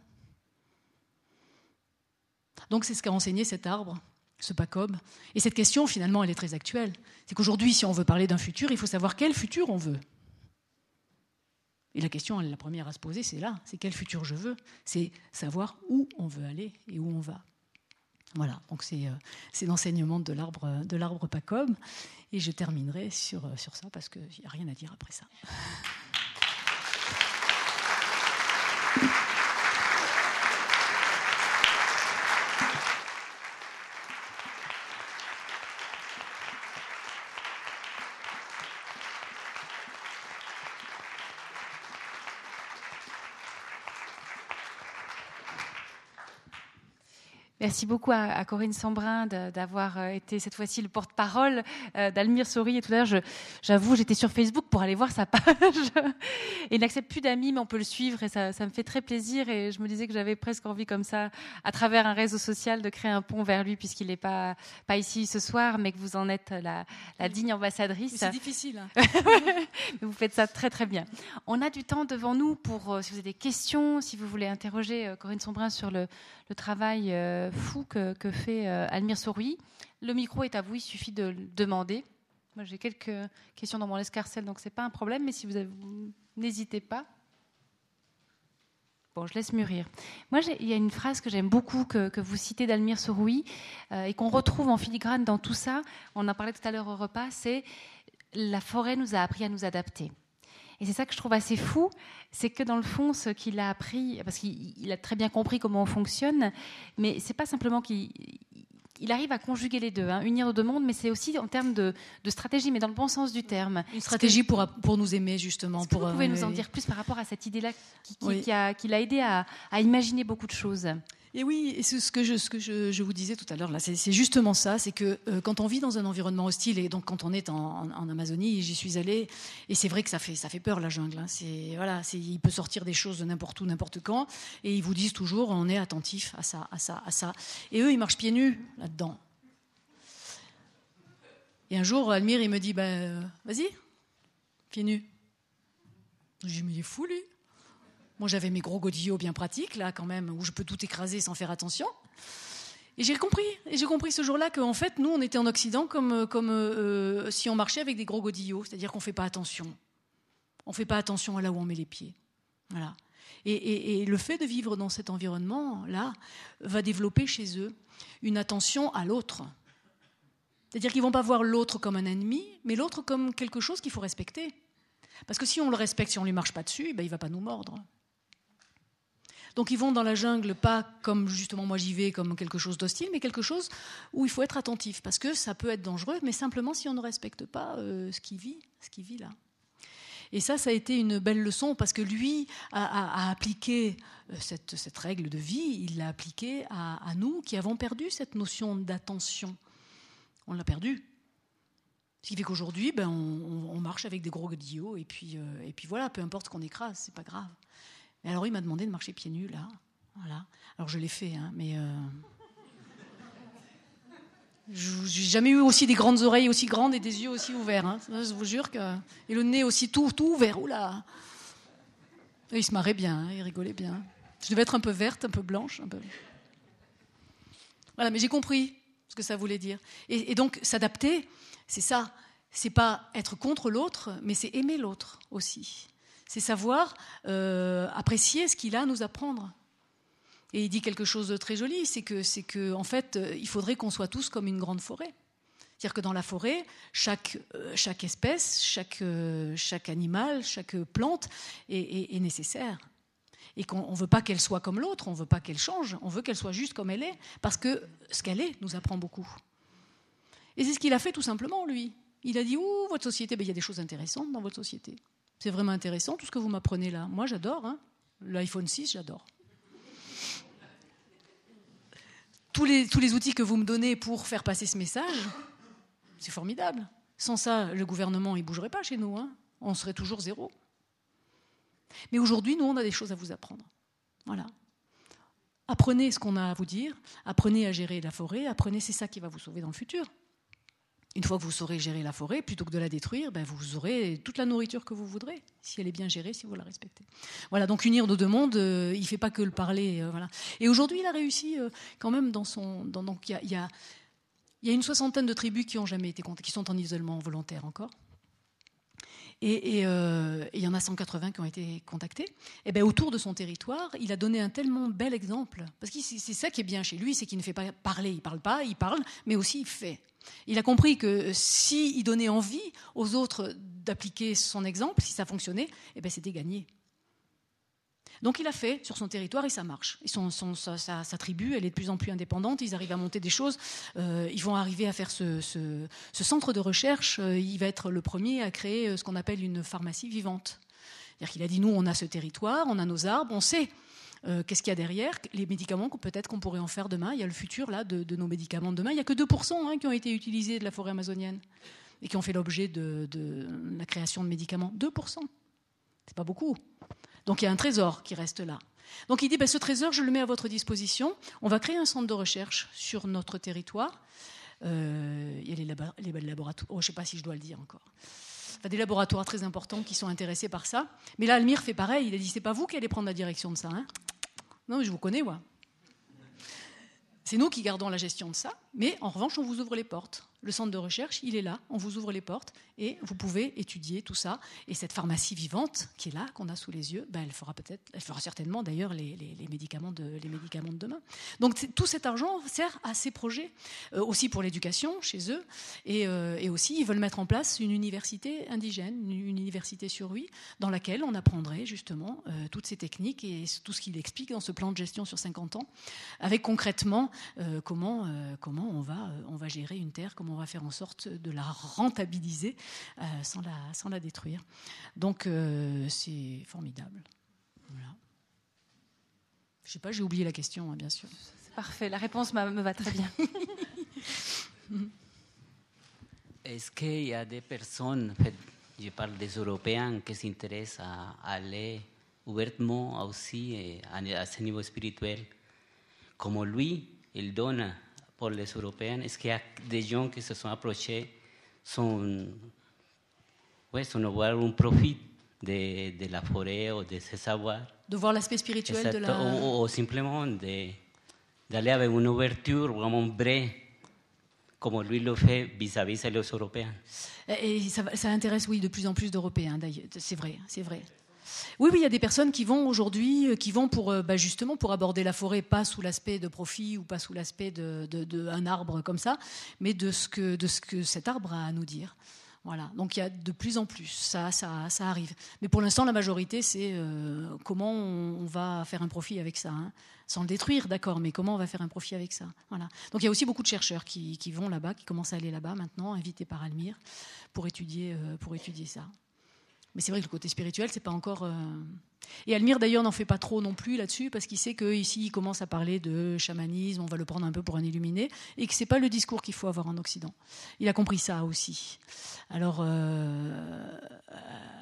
Donc c'est ce qu'a enseigné cet arbre, ce pacob. Et cette question, finalement, elle est très actuelle. C'est qu'aujourd'hui, si on veut parler d'un futur, il faut savoir quel futur on veut. Et la question, la première à se poser, c'est là, c'est quel futur je veux. C'est savoir où on veut aller et où on va. Voilà, donc c'est, euh, c'est l'enseignement de l'arbre, de l'arbre pacob. Et je terminerai sur, sur ça parce qu'il n'y a rien à dire après ça. Merci beaucoup à, à Corinne Sambrin de, d'avoir été cette fois-ci le porte-parole euh, d'Almir Sory. Et tout à l'heure, je, j'avoue, j'étais sur Facebook pour aller voir sa page. Et il n'accepte plus d'amis, mais on peut le suivre et ça, ça me fait très plaisir. Et je me disais que j'avais presque envie comme ça, à travers un réseau social, de créer un pont vers lui puisqu'il n'est pas, pas ici ce soir, mais que vous en êtes la, la digne ambassadrice. Mais c'est difficile. Hein. Mais vous faites ça très très bien. On a du temps devant nous pour, euh, si vous avez des questions, si vous voulez interroger euh, Corinne Sambrin sur le, le travail euh, fou que, que fait euh, Almir Sory. Le micro est à vous, il suffit de le demander. Moi, j'ai quelques questions dans mon escarcelle, donc c'est pas un problème, mais si vous, avez, vous n'hésitez pas. Bon, je laisse mûrir. Moi, j'ai, il y a une phrase que j'aime beaucoup, que, que vous citez d'Almir Sory, euh, et qu'on retrouve en filigrane dans tout ça. On en parlait tout à l'heure au repas, c'est « La forêt nous a appris à nous adapter ». Et c'est ça que je trouve assez fou, c'est que dans le fond, ce qu'il a appris, parce qu'il a très bien compris comment on fonctionne, mais c'est pas simplement qu'il il arrive à conjuguer les deux, hein, unir nos deux mondes, mais c'est aussi en termes de, de stratégie, mais dans le bon sens du terme. Une stratégie pour, pour nous aimer, justement. Est-ce que pour, vous pouvez euh, nous en dire plus par rapport à cette idée-là qui, qui, oui. qui, a, qui l'a aidé à, à imaginer beaucoup de choses ? Et oui, et ce que, je, ce que je, je vous disais tout à l'heure, là, c'est, c'est justement ça, c'est que euh, quand on vit dans un environnement hostile, et donc quand on est en, en, en Amazonie, j'y suis allée, et c'est vrai que ça fait, ça fait peur la jungle, hein, c'est, voilà, c'est, il peut sortir des choses de n'importe où, n'importe quand, et ils vous disent toujours, on est attentif à ça, à ça, à ça. Et eux, ils marchent pieds nus là-dedans. Et un jour, Almir, il me dit, bah, euh, vas-y, pieds nus. Je dis, mais il est fou, lui. Moi, j'avais mes gros godillots bien pratiques, là, quand même, où je peux tout écraser sans faire attention. Et j'ai compris. Et j'ai compris ce jour-là qu'en fait, nous, on était en Occident comme, comme euh, si on marchait avec des gros godillots. C'est-à-dire qu'on ne fait pas attention. On ne fait pas attention à là où on met les pieds. Voilà. Et, et, et le fait de vivre dans cet environnement-là va développer chez eux une attention à l'autre. C'est-à-dire qu'ils ne vont pas voir l'autre comme un ennemi, mais l'autre comme quelque chose qu'il faut respecter. Parce que si on le respecte, si on ne lui marche pas dessus, ben, il ne va pas nous mordre. Donc ils vont dans la jungle, pas comme justement moi j'y vais, comme quelque chose d'hostile, mais quelque chose où il faut être attentif, parce que ça peut être dangereux, mais simplement si on ne respecte pas euh, ce qu'il vit, ce qu'il vit là. Et ça, ça a été une belle leçon, parce que lui a, a, a appliqué cette, cette règle de vie, il l'a appliquée à, à nous qui avons perdu cette notion d'attention. On l'a perdue. Ce qui fait qu'aujourd'hui, ben, on, on marche avec des gros godillots, et puis, euh, et puis voilà, peu importe ce qu'on écrase, c'est pas grave. Et alors il m'a demandé de marcher pieds nus, là. Voilà. Alors je l'ai fait, hein, mais... Euh... Je n'ai jamais eu aussi des grandes oreilles aussi grandes et des yeux aussi ouverts. Hein. Je vous jure que... Et le nez aussi tout, tout ouvert. Oula. Et il se marrait bien, hein, il rigolait bien. Je devais être un peu verte, un peu blanche. Un peu... Voilà, mais j'ai compris ce que ça voulait dire. Et, et donc, s'adapter, c'est ça. C'est pas être contre l'autre, mais c'est aimer l'autre aussi. C'est savoir euh, apprécier ce qu'il a à nous apprendre. Et il dit quelque chose de très joli, c'est que, c'est que en fait, il faudrait qu'on soit tous comme une grande forêt. C'est-à-dire que dans la forêt, chaque, euh, chaque espèce, chaque, euh, chaque animal, chaque plante est, est, est nécessaire. Et qu'on ne veut pas qu'elle soit comme l'autre, on ne veut pas qu'elle change, on veut qu'elle soit juste comme elle est, parce que ce qu'elle est nous apprend beaucoup. Et c'est ce qu'il a fait tout simplement, lui. Il a dit, ouh, votre société, ben, il y a des choses intéressantes dans votre société. C'est vraiment intéressant, tout ce que vous m'apprenez là. Moi, j'adore. Hein. L'iPhone six, j'adore. Tous les, tous les outils que vous me donnez pour faire passer ce message, c'est formidable. Sans ça, le gouvernement, il ne bougerait pas chez nous. Hein. On serait toujours zéro. Mais aujourd'hui, nous, on a des choses à vous apprendre. Voilà. Apprenez ce qu'on a à vous dire, apprenez à gérer la forêt, apprenez, c'est ça qui va vous sauver dans le futur. Une fois que vous saurez gérer la forêt, plutôt que de la détruire, ben vous aurez toute la nourriture que vous voudrez, si elle est bien gérée, si vous la respectez. Voilà, donc unir nos deux mondes, euh, il ne fait pas que le parler. Euh, voilà. Et aujourd'hui, il a réussi euh, quand même dans son... Dans, donc il y a, y, a, y a une soixantaine de tribus qui ont jamais été comptées, qui sont en isolement volontaire encore. Et il euh, y en a cent quatre-vingts qui ont été contactés. Et ben, autour de son territoire, il a donné un tellement bel exemple. Parce que c'est ça qui est bien chez lui, c'est qu'il ne fait pas parler. Il ne parle pas, il parle, mais aussi il fait. Il a compris que s'il donnait envie aux autres d'appliquer son exemple, si ça fonctionnait, eh ben, c'était gagné. Donc il a fait sur son territoire et ça marche. Et son, son, sa, sa, sa tribu, elle est de plus en plus indépendante, ils arrivent à monter des choses, euh, ils vont arriver à faire ce, ce, ce centre de recherche, euh, il va être le premier à créer ce qu'on appelle une pharmacie vivante. C'est-à-dire qu'il a dit, nous on a ce territoire, on a nos arbres, on sait euh, qu'est-ce qu'il y a derrière, les médicaments peut-être qu'on pourrait en faire demain, il y a le futur là, de, de nos médicaments de demain, il n'y a que deux pour cent hein, qui ont été utilisés de la forêt amazonienne et qui ont fait l'objet de, de la création de médicaments. deux pour cent, c'est pas beaucoup. Donc il y a un trésor qui reste là. Donc il dit, ben, ce trésor, je le mets à votre disposition. On va créer un centre de recherche sur notre territoire. Euh, il y a les, labo- les laboratoires, oh, je ne sais pas si je dois le dire encore. Enfin, des laboratoires très importants qui sont intéressés par ça. Mais là, Almir fait pareil. Il a dit, c'est pas vous qui allez prendre la direction de ça. Hein non, mais je vous connais, moi. C'est nous qui gardons la gestion de ça. Mais en revanche, on vous ouvre les portes. Le centre de recherche, il est là, on vous ouvre les portes et vous pouvez étudier tout ça. Et cette pharmacie vivante qui est là, qu'on a sous les yeux, ben elle fera peut-être, elle fera certainement d'ailleurs les, les, les, médicaments, de, les médicaments de demain. Donc tout cet argent sert à ces projets, euh, aussi pour l'éducation chez eux, et, euh, et aussi ils veulent mettre en place une université indigène, une, une université sur huit, dans laquelle on apprendrait justement euh, toutes ces techniques et tout ce qu'il explique dans ce plan de gestion sur cinquante ans, avec concrètement euh, comment, euh, comment on va, euh, on va gérer une terre, comment on va faire en sorte de la rentabiliser euh, sans, la, sans la détruire. Donc, euh, c'est formidable. Voilà. Je ne sais pas, j'ai oublié la question, hein, bien sûr. C'est parfait, la réponse me va très bien. Est-ce qu'il y a des personnes, je parle des Européens, qui s'intéressent à aller ouvertement aussi à ce niveau spirituel, comme lui, il donne pour les Européens? Est-ce qu'il y a des gens qui se sont approchés sans, ouais, sans avoir un profit de, de la forêt ou de ce savoir? De voir l'aspect spirituel Exacto. de la... Ou, ou simplement de, d'aller avec une ouverture vraiment vraie, comme lui le fait vis-à-vis les Européens. Et ça, ça intéresse, oui, de plus en plus d'Européens, d'ailleurs. C'est vrai, c'est vrai. Oui, oui, il y a des personnes qui vont aujourd'hui, qui vont pour, bah justement pour aborder la forêt, pas sous l'aspect de profit ou pas sous l'aspect d'un de, de, de arbre comme ça, mais de ce, que, de ce que cet arbre a à nous dire. Voilà. Donc il y a de plus en plus, ça, ça, ça arrive. Mais pour l'instant, la majorité, c'est euh, comment on, on va faire un profit avec ça, hein. Sans le détruire, d'accord, mais comment on va faire un profit avec ça. Voilà. Donc il y a aussi beaucoup de chercheurs qui, qui vont là-bas, qui commencent à aller là-bas maintenant, invités par Almir, pour étudier, euh, pour étudier ça. Mais c'est vrai que le côté spirituel, c'est pas encore... Euh... Et Almir, d'ailleurs, n'en fait pas trop non plus là-dessus, parce qu'il sait qu'ici, il commence à parler de chamanisme, on va le prendre un peu pour un illuminé, et que c'est pas le discours qu'il faut avoir en Occident. Il a compris ça aussi. Alors, euh...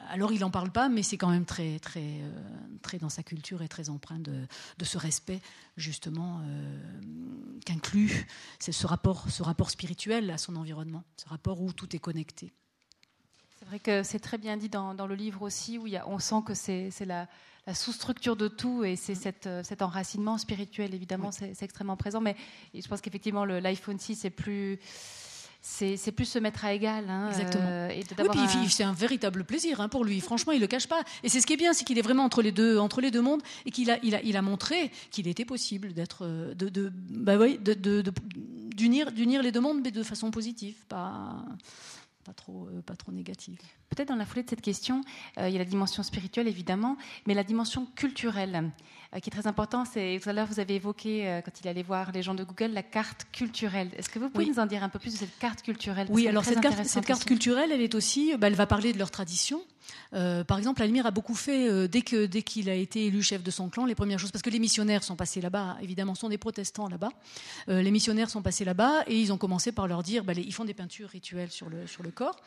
alors il n'en parle pas, mais c'est quand même très, très, euh, très dans sa culture et très empreint de, de ce respect, justement, euh, qu'inclut c'est ce rapport, ce rapport spirituel à son environnement, ce rapport où tout est connecté. C'est vrai que c'est très bien dit dans, dans le livre aussi, où il y a, on sent que c'est, c'est la, la sous-structure de tout, et c'est cette, cet enracinement spirituel, évidemment, oui. c'est, c'est extrêmement présent, mais je pense qu'effectivement, le, l'iPhone six, c'est plus... C'est, c'est plus se mettre à égal. Hein, Exactement. Euh, et oui, puis un... c'est un véritable plaisir hein, pour lui. Franchement, il ne le cache pas. Et c'est ce qui est bien, c'est qu'il est vraiment entre les deux, entre les deux mondes, et qu'il a, il a, il a montré qu'il était possible d'être, de, de, bah oui, de, de, de, d'unir, d'unir les deux mondes, mais de façon positive, pas, pas trop, euh, pas trop négative. Peut-être dans la foulée de cette question, euh, il y a la dimension spirituelle, évidemment, mais la dimension culturelle, euh, qui est très importante. C'est, tout à l'heure, vous avez évoqué, euh, quand il allait voir les gens de Google, la carte culturelle. Est-ce que vous pouvez oui. nous en dire un peu plus de cette carte culturelle? Oui, alors cette carte, cette carte culturelle, elle est aussi, bah, elle va parler de leur tradition. Euh, par exemple, Almir a beaucoup fait euh, dès que dès qu'il a été élu chef de son clan, les premières choses, parce que les missionnaires sont passés là-bas, évidemment, sont des protestants là-bas. Euh, les missionnaires sont passés là-bas et ils ont commencé par leur dire, bah, les, ils font des peintures rituelles sur le sur le corps,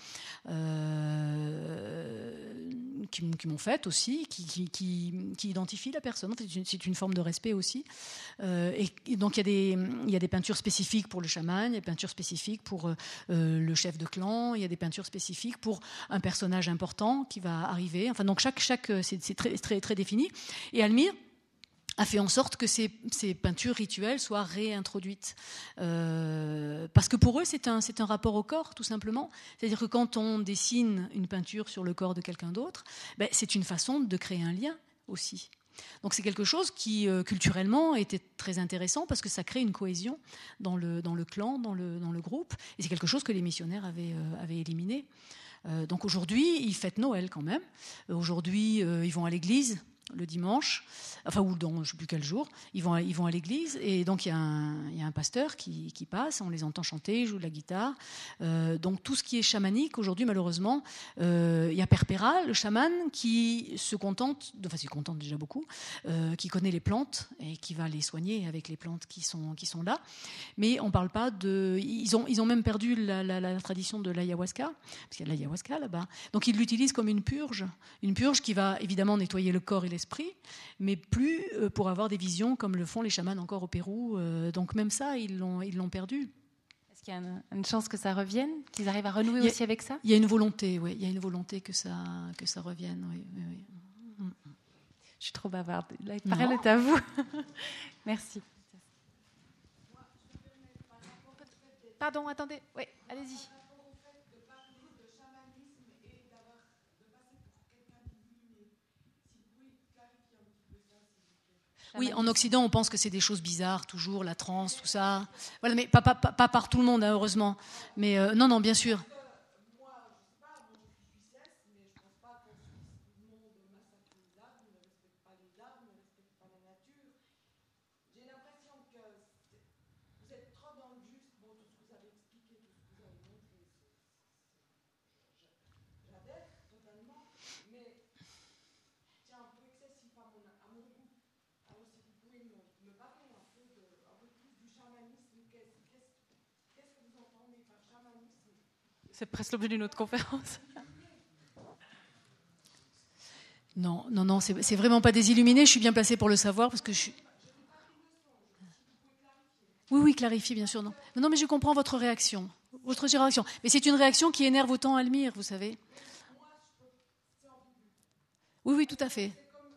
euh, qui, qui m'ont fait aussi, qui, qui, qui, qui identifient la personne. C'est une, c'est une forme de respect aussi. Euh, et, et donc il y a des il y a des peintures spécifiques pour le chaman, il y a des peintures spécifiques pour euh, le chef de clan, il y a des peintures spécifiques pour un personnage important qui va arriver. Enfin, donc chaque, chaque, c'est, c'est très, très, très défini. Et Almir a fait en sorte que ces, ces peintures rituelles soient réintroduites. Euh, parce que pour eux, c'est un, c'est un rapport au corps, tout simplement. C'est-à-dire que quand on dessine une peinture sur le corps de quelqu'un d'autre, ben, c'est une façon de créer un lien aussi. Donc c'est quelque chose qui, euh, culturellement, était très intéressant parce que ça crée une cohésion dans le, dans le clan, dans le, dans le groupe. Et c'est quelque chose que les missionnaires avaient, euh, avaient éliminé. Euh, donc aujourd'hui, ils fêtent Noël quand même. Euh, aujourd'hui, euh, ils vont à l'église le dimanche, enfin ou dans je ne sais plus quel jour, ils vont à, ils vont à l'église et donc il y a un, il y a un pasteur qui, qui passe, on les entend chanter, joue de la guitare. Euh, donc tout ce qui est chamanique aujourd'hui, malheureusement, euh, il y a Perpéra, le chaman, qui se contente, enfin se contente déjà beaucoup, euh, qui connaît les plantes et qui va les soigner avec les plantes qui sont qui sont là. Mais on parle pas de, ils ont ils ont même perdu la, la, la tradition de l'ayahuasca, parce qu'il y a de l'ayahuasca là-bas. Donc ils l'utilisent comme une purge, une purge qui va évidemment nettoyer le corps et les esprit, mais plus euh, pour avoir des visions comme le font les chamans encore au Pérou. Euh, donc même ça, ils l'ont, ils l'ont perdu. Est-ce qu'il y a une, une chance que ça revienne, qu'ils arrivent à renouer a, aussi avec ça? Il y a une volonté, oui. Il y a une volonté que ça, que ça revienne, oui. oui, oui. Mm. Je suis trop bavarde. La parole est à vous. Merci. Pardon, attendez. Oui, allez-y. Oui, en Occident, on pense que c'est des choses bizarres, toujours, la transe, tout ça. Voilà, mais pas, pas, pas, pas par tout le monde, hein, heureusement. Mais euh, non, non, bien sûr. C'est presque l'objet d'une autre conférence. Non, non, non, c'est, c'est vraiment pas des illuminés. Je suis bien placée pour le savoir parce que je suis. Oui, oui, clarifiez, bien sûr. Non, non, mais je comprends votre réaction, votre réaction. Mais c'est une réaction qui énerve autant Almir, vous savez. Oui, oui, tout à fait.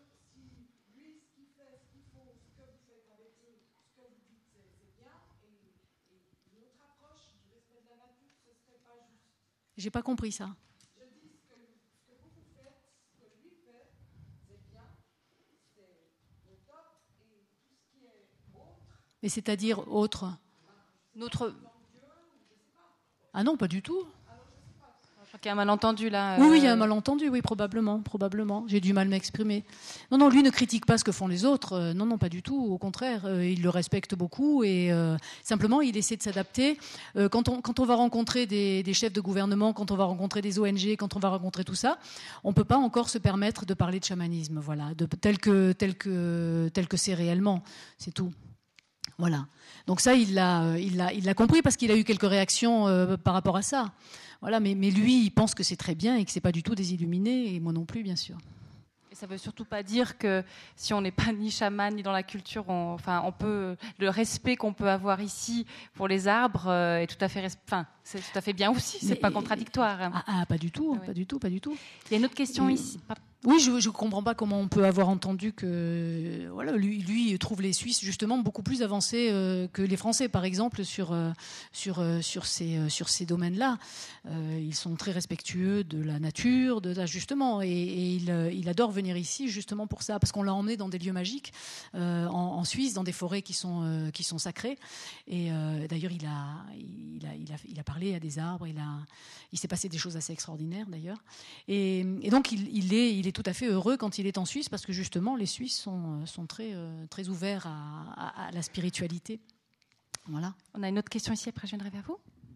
J'ai pas compris ça. Je dis que ce que vous faites, ce que lui fait, c'est bien, c'est le top et tout ce qui est autre. Mais c'est-à-dire autre? Notre. Ah non, pas du tout. Je crois qu'il y a un malentendu là. Oui, oui, il y a un malentendu, oui, probablement, probablement. J'ai du mal à m'exprimer. Non, non, lui ne critique pas ce que font les autres. Euh, non, non, pas du tout. Au contraire, euh, il le respecte beaucoup et euh, simplement, il essaie de s'adapter. Euh, quand on quand on va rencontrer des, des chefs de gouvernement, quand on va rencontrer des O N G, quand on va rencontrer tout ça, on peut pas encore se permettre de parler de chamanisme, voilà, de tel que tel que tel que c'est réellement. C'est tout. Voilà. Donc ça, il l'a il l'a il l'a compris parce qu'il a eu quelques réactions euh, par rapport à ça. Voilà, mais, mais lui, il pense que c'est très bien et que c'est pas du tout des illuminés, et moi non plus, bien sûr. Et ça veut surtout pas dire que si on n'est pas ni chaman ni dans la culture, on, enfin, on peut, le respect qu'on peut avoir ici pour les arbres euh, est tout à fait, enfin, c'est tout à fait bien aussi. C'est mais, pas contradictoire. Ah, ah, pas du tout, ah, ouais. pas du tout, pas du tout. Il y a une autre question et, ici. Oui, je ne comprends pas comment on peut avoir entendu que voilà, lui, lui trouve les Suisses justement beaucoup plus avancés euh, que les Français, par exemple, sur, euh, sur, euh, sur, ces, euh, sur ces domaines-là. Euh, ils sont très respectueux de la nature, de ça, justement, et, et il, il adore venir ici justement pour ça, parce qu'on l'a emmené dans des lieux magiques euh, en, en Suisse, dans des forêts qui sont, euh, qui sont sacrées. Et euh, d'ailleurs, il a, il, a, il, a, il a parlé à des arbres, il, a, il s'est passé des choses assez extraordinaires d'ailleurs. Et, et donc, il, il est, il est tout à fait heureux quand il est en Suisse parce que justement les Suisses sont, sont très, euh, très ouverts à, à, à la spiritualité. Voilà. On a une autre question ici, après je viendrai vers vous.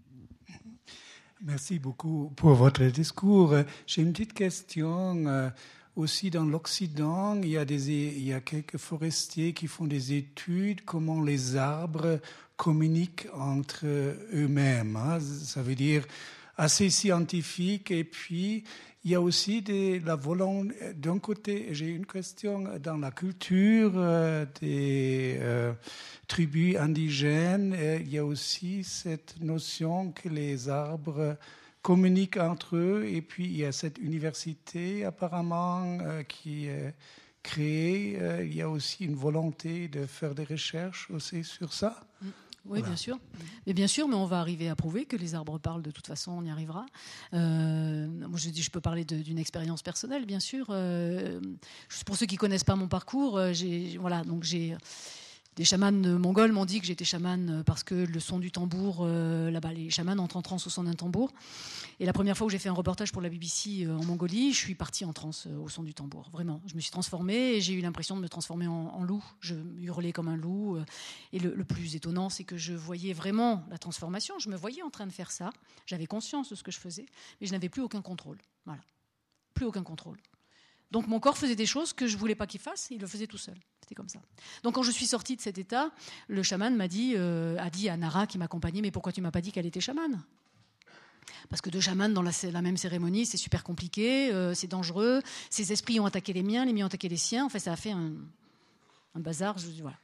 Merci beaucoup pour votre discours. J'ai une petite question. Aussi dans l'Occident, il y a, des, il y a quelques forestiers qui font des études comment les arbres communiquent entre eux-mêmes. Ça veut dire assez scientifique, et puis il y a aussi des, la volonté. D'un côté, j'ai une question dans la culture euh, des euh, tribus indigènes. Euh, il y a aussi cette notion que les arbres communiquent entre eux. Et puis il y a cette université apparemment euh, qui est créée. Euh, il y a aussi une volonté de faire des recherches aussi sur ça. Mm. Oui, voilà. Bien sûr. Mais bien sûr, mais on va arriver à prouver que les arbres parlent. De toute façon, on y arrivera. Euh, moi, je, je peux parler de, d'une expérience personnelle, bien sûr. Euh, pour ceux qui connaissent pas mon parcours, j'ai, voilà, donc j'ai des chamans mongols m'ont dit que j'étais chamane parce que le son du tambour, euh, là-bas, les chamans entrent en transe au son d'un tambour. Et la première fois où j'ai fait un reportage pour la B B C en Mongolie, je suis partie en transe au son du tambour. Vraiment, je me suis transformée et j'ai eu l'impression de me transformer en, en loup. Je hurlais comme un loup. Et le, le plus étonnant, c'est que je voyais vraiment la transformation. Je me voyais en train de faire ça. J'avais conscience de ce que je faisais, mais je n'avais plus aucun contrôle. Voilà, plus aucun contrôle. Donc mon corps faisait des choses que je ne voulais pas qu'il fasse, et il le faisait tout seul. C'était comme ça. Donc quand je suis sortie de cet état, le chaman m'a dit, euh, a dit à Nara qui m'accompagnait, mais pourquoi tu ne m'as pas dit qu'elle était chamane ? Parce que deux chamans dans la, la même cérémonie, c'est super compliqué, euh, c'est dangereux, ces esprits ont attaqué les miens, les miens ont attaqué les siens, enfin ça a fait un, un bazar, je, voilà.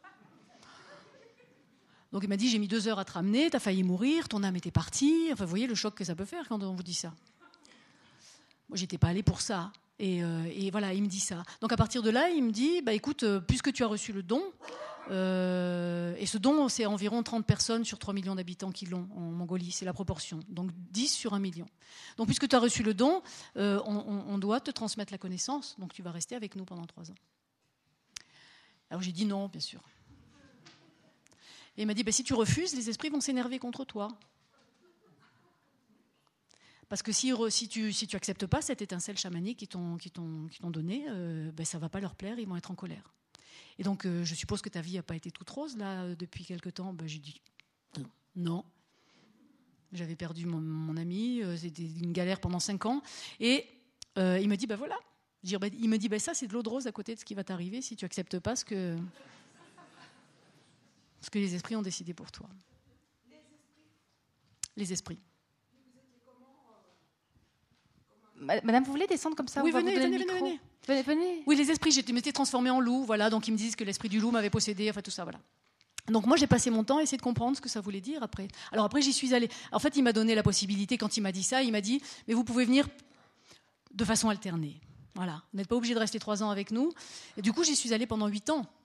Donc il m'a dit, j'ai mis deux heures à te ramener, t'as failli mourir, ton âme était partie, enfin vous voyez le choc que ça peut faire quand on vous dit ça. Moi j'étais pas allée pour ça. Et, euh, et voilà, il me dit ça. Donc à partir de là, il me dit, bah écoute, euh, puisque tu as reçu le don, euh, et ce don, c'est environ trente personnes sur trois millions d'habitants qui l'ont en Mongolie, c'est la proportion. Donc dix sur un million. Donc puisque tu as reçu le don, euh, on, on, on doit te transmettre la connaissance, donc tu vas rester avec nous pendant trois ans. Alors j'ai dit non, bien sûr. Et il m'a dit, bah, si tu refuses, les esprits vont s'énerver contre toi. Parce que si, si tu si tu acceptes pas cette étincelle chamanique qu'ils t'ont, qu'ils t'ont, qu'ils t'ont donnée, euh, ben ça va pas leur plaire, ils vont être en colère. Et donc, euh, je suppose que ta vie n'a pas été toute rose, là, euh, depuis quelque temps. Ben, j'ai dit non. J'avais perdu mon, mon ami, euh, c'était une galère pendant cinq ans. Et euh, il me dit, ben voilà. Dire, ben, il me dit, ben ça, c'est de l'eau de rose à côté de ce qui va t'arriver si tu acceptes pas ce que, ce que les esprits ont décidé pour toi. Les esprits. Les esprits. Madame, vous voulez descendre comme ça? Oui, on va venez, vous donner venez, le micro. venez, venez, venez. Oui, les esprits, je m'étais transformée en loup, voilà, donc ils me disent que l'esprit du loup m'avait possédé, enfin tout ça, voilà. Donc moi, j'ai passé mon temps à essayer de comprendre ce que ça voulait dire après. Alors après, j'y suis allée. En fait, il m'a donné la possibilité, quand il m'a dit ça, il m'a dit, mais vous pouvez venir de façon alternée. Voilà, vous n'êtes pas obligé de rester trois ans avec nous. Et du coup, j'y suis allée pendant huit ans.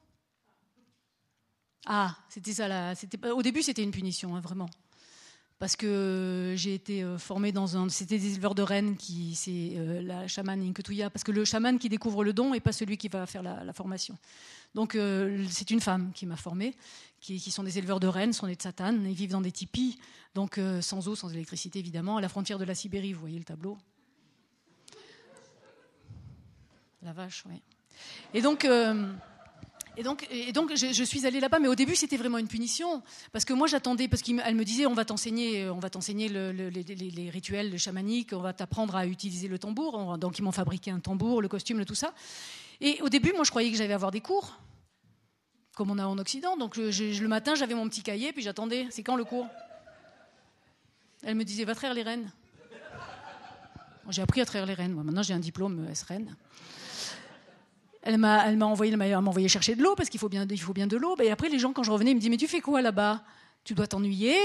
Ah, c'était ça, là. C'était... Au début, c'était une punition, hein, vraiment. Parce que j'ai été formée dans un... C'était des éleveurs de rennes, qui, c'est euh, la chamane Inketuya, parce que le chaman qui découvre le don n'est pas celui qui va faire la, la formation. Donc euh, c'est une femme qui m'a formée, qui, qui sont des éleveurs de rennes, sont des tsatanes, ils vivent dans des tipis, donc euh, sans eau, sans électricité évidemment, à la frontière de la Sibérie, vous voyez le tableau. La vache, oui. Et donc... Euh, Et donc, et donc je, je suis allée là-bas, mais au début c'était vraiment une punition, parce que moi j'attendais, parce qu'elle me disait on va t'enseigner, on va t'enseigner le, le, les, les, les rituels chamaniques, on va t'apprendre à utiliser le tambour, on, donc ils m'ont fabriqué un tambour, le costume, le tout ça. Et au début moi je croyais que j'allais avoir des cours, comme on a en Occident, donc je, je, le matin j'avais mon petit cahier, puis j'attendais, c'est quand le cours? Elle me disait va traire les rennes. J'ai appris à traire les rennes. Moi, maintenant, j'ai un diplôme S R E N. Elle m'a, elle m'a envoyé, elle m'a envoyé chercher de l'eau parce qu'il faut bien, il faut bien de l'eau. Et après, les gens, quand je revenais, ils me disaient « Mais tu fais quoi là-bas ? Tu dois t'ennuyer ?»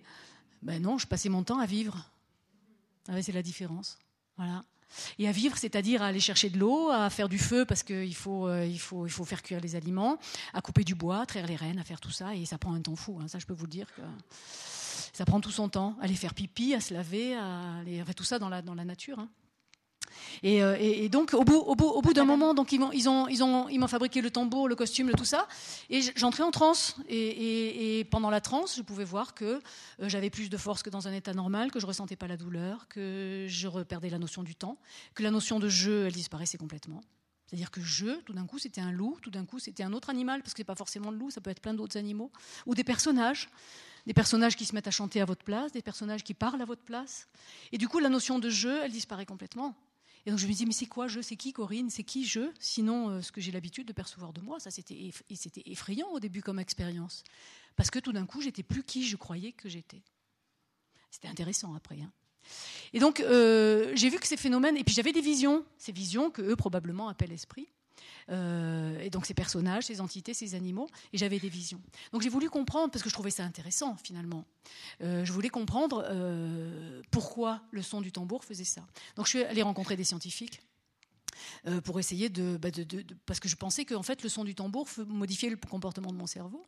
Ben non, je passais mon temps à vivre. Ah ouais, c'est la différence. Voilà. Et à vivre, c'est-à-dire à aller chercher de l'eau, à faire du feu parce qu'il faut, euh, il faut, il faut faire cuire les aliments, à couper du bois, à traire les rennes, à faire tout ça. Et ça prend un temps fou. Hein. Ça, je peux vous le dire que ça prend tout son temps. Aller faire pipi, à se laver, à aller, enfin, tout ça dans la, dans la nature. Hein. Et, euh, et, et donc, au bout, au bout, au bout d'un moment, donc, ils, m'ont, ils, ont, ils, ont, ils m'ont fabriqué le tambour, le costume, le tout ça. Et j'entrais en transe. Et, et, et pendant la transe, je pouvais voir que euh, j'avais plus de force que dans un état normal, que je ne ressentais pas la douleur, que je reperdais la notion du temps, que la notion de jeu, elle disparaissait complètement. C'est-à-dire que jeu, tout d'un coup, c'était un loup, tout d'un coup, c'était un autre animal, parce que ce n'est pas forcément le loup, ça peut être plein d'autres animaux, ou des personnages. Des personnages qui se mettent à chanter à votre place, des personnages qui parlent à votre place. Et du coup, la notion de jeu, elle disparaît complètement. Et donc je me dis, mais c'est quoi je ? C'est qui Corinne ? C'est qui je ? Sinon, euh, ce que j'ai l'habitude de percevoir de moi, ça c'était, eff- et c'était effrayant au début comme expérience. Parce que tout d'un coup, j'étais plus qui je croyais que j'étais. C'était intéressant après. Hein. Et donc, euh, j'ai vu que ces phénomènes, et puis j'avais des visions, ces visions que eux probablement appellent esprits. Euh, et donc ces personnages, ces entités, ces animaux, et j'avais des visions. Donc j'ai voulu comprendre, parce que je trouvais ça intéressant finalement, euh, je voulais comprendre euh, pourquoi le son du tambour faisait ça. Donc je suis allée rencontrer des scientifiques euh, pour essayer de, bah de, de, de... Parce que je pensais que en fait, le son du tambour modifiait le comportement de mon cerveau.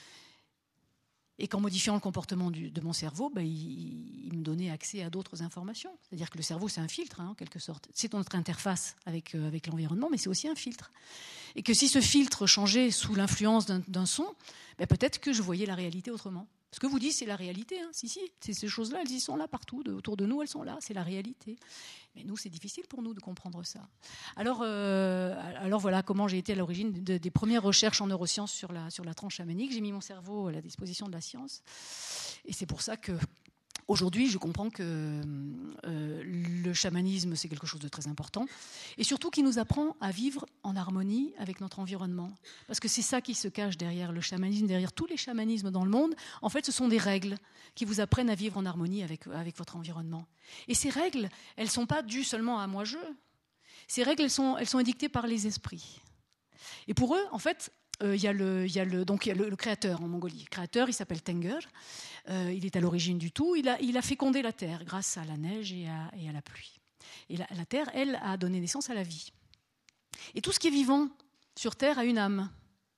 Et qu'en modifiant le comportement du, de mon cerveau, bah, il, il me donnait accès à d'autres informations. C'est-à-dire que le cerveau, c'est un filtre, hein, en quelque sorte. C'est notre interface avec, euh, avec l'environnement, mais c'est aussi un filtre. Et que si ce filtre changeait sous l'influence d'un, d'un son, bah, peut-être que je voyais la réalité autrement. Ce que vous dites, c'est la réalité. Hein. Si, si, c'est ces choses-là, elles y sont là partout. De, autour de nous, elles sont là. C'est la réalité. Mais nous, c'est difficile pour nous de comprendre ça. Alors, euh, alors voilà comment j'ai été à l'origine de, des premières recherches en neurosciences sur la, sur la tranche chamanique. J'ai mis mon cerveau à la disposition de la science. Et c'est pour ça que aujourd'hui, je comprends que euh, le chamanisme, c'est quelque chose de très important. Et surtout qui nous apprend à vivre en harmonie avec notre environnement. Parce que c'est ça qui se cache derrière le chamanisme, derrière tous les chamanismes dans le monde. En fait, ce sont des règles qui vous apprennent à vivre en harmonie avec, avec votre environnement. Et ces règles, elles ne sont pas dues seulement à moi-je. Ces règles, elles sont, elles sont édictées par les esprits. Et pour eux, en fait, il euh, y a, le, y a, le, donc, y a le, le créateur en Mongolie. Le créateur, il s'appelle Tenger. Euh, il est à l'origine du tout. Il a, il a fécondé la terre grâce à la neige et à, et à la pluie. Et la, la terre, elle, a donné naissance à la vie. Et tout ce qui est vivant sur terre a une âme.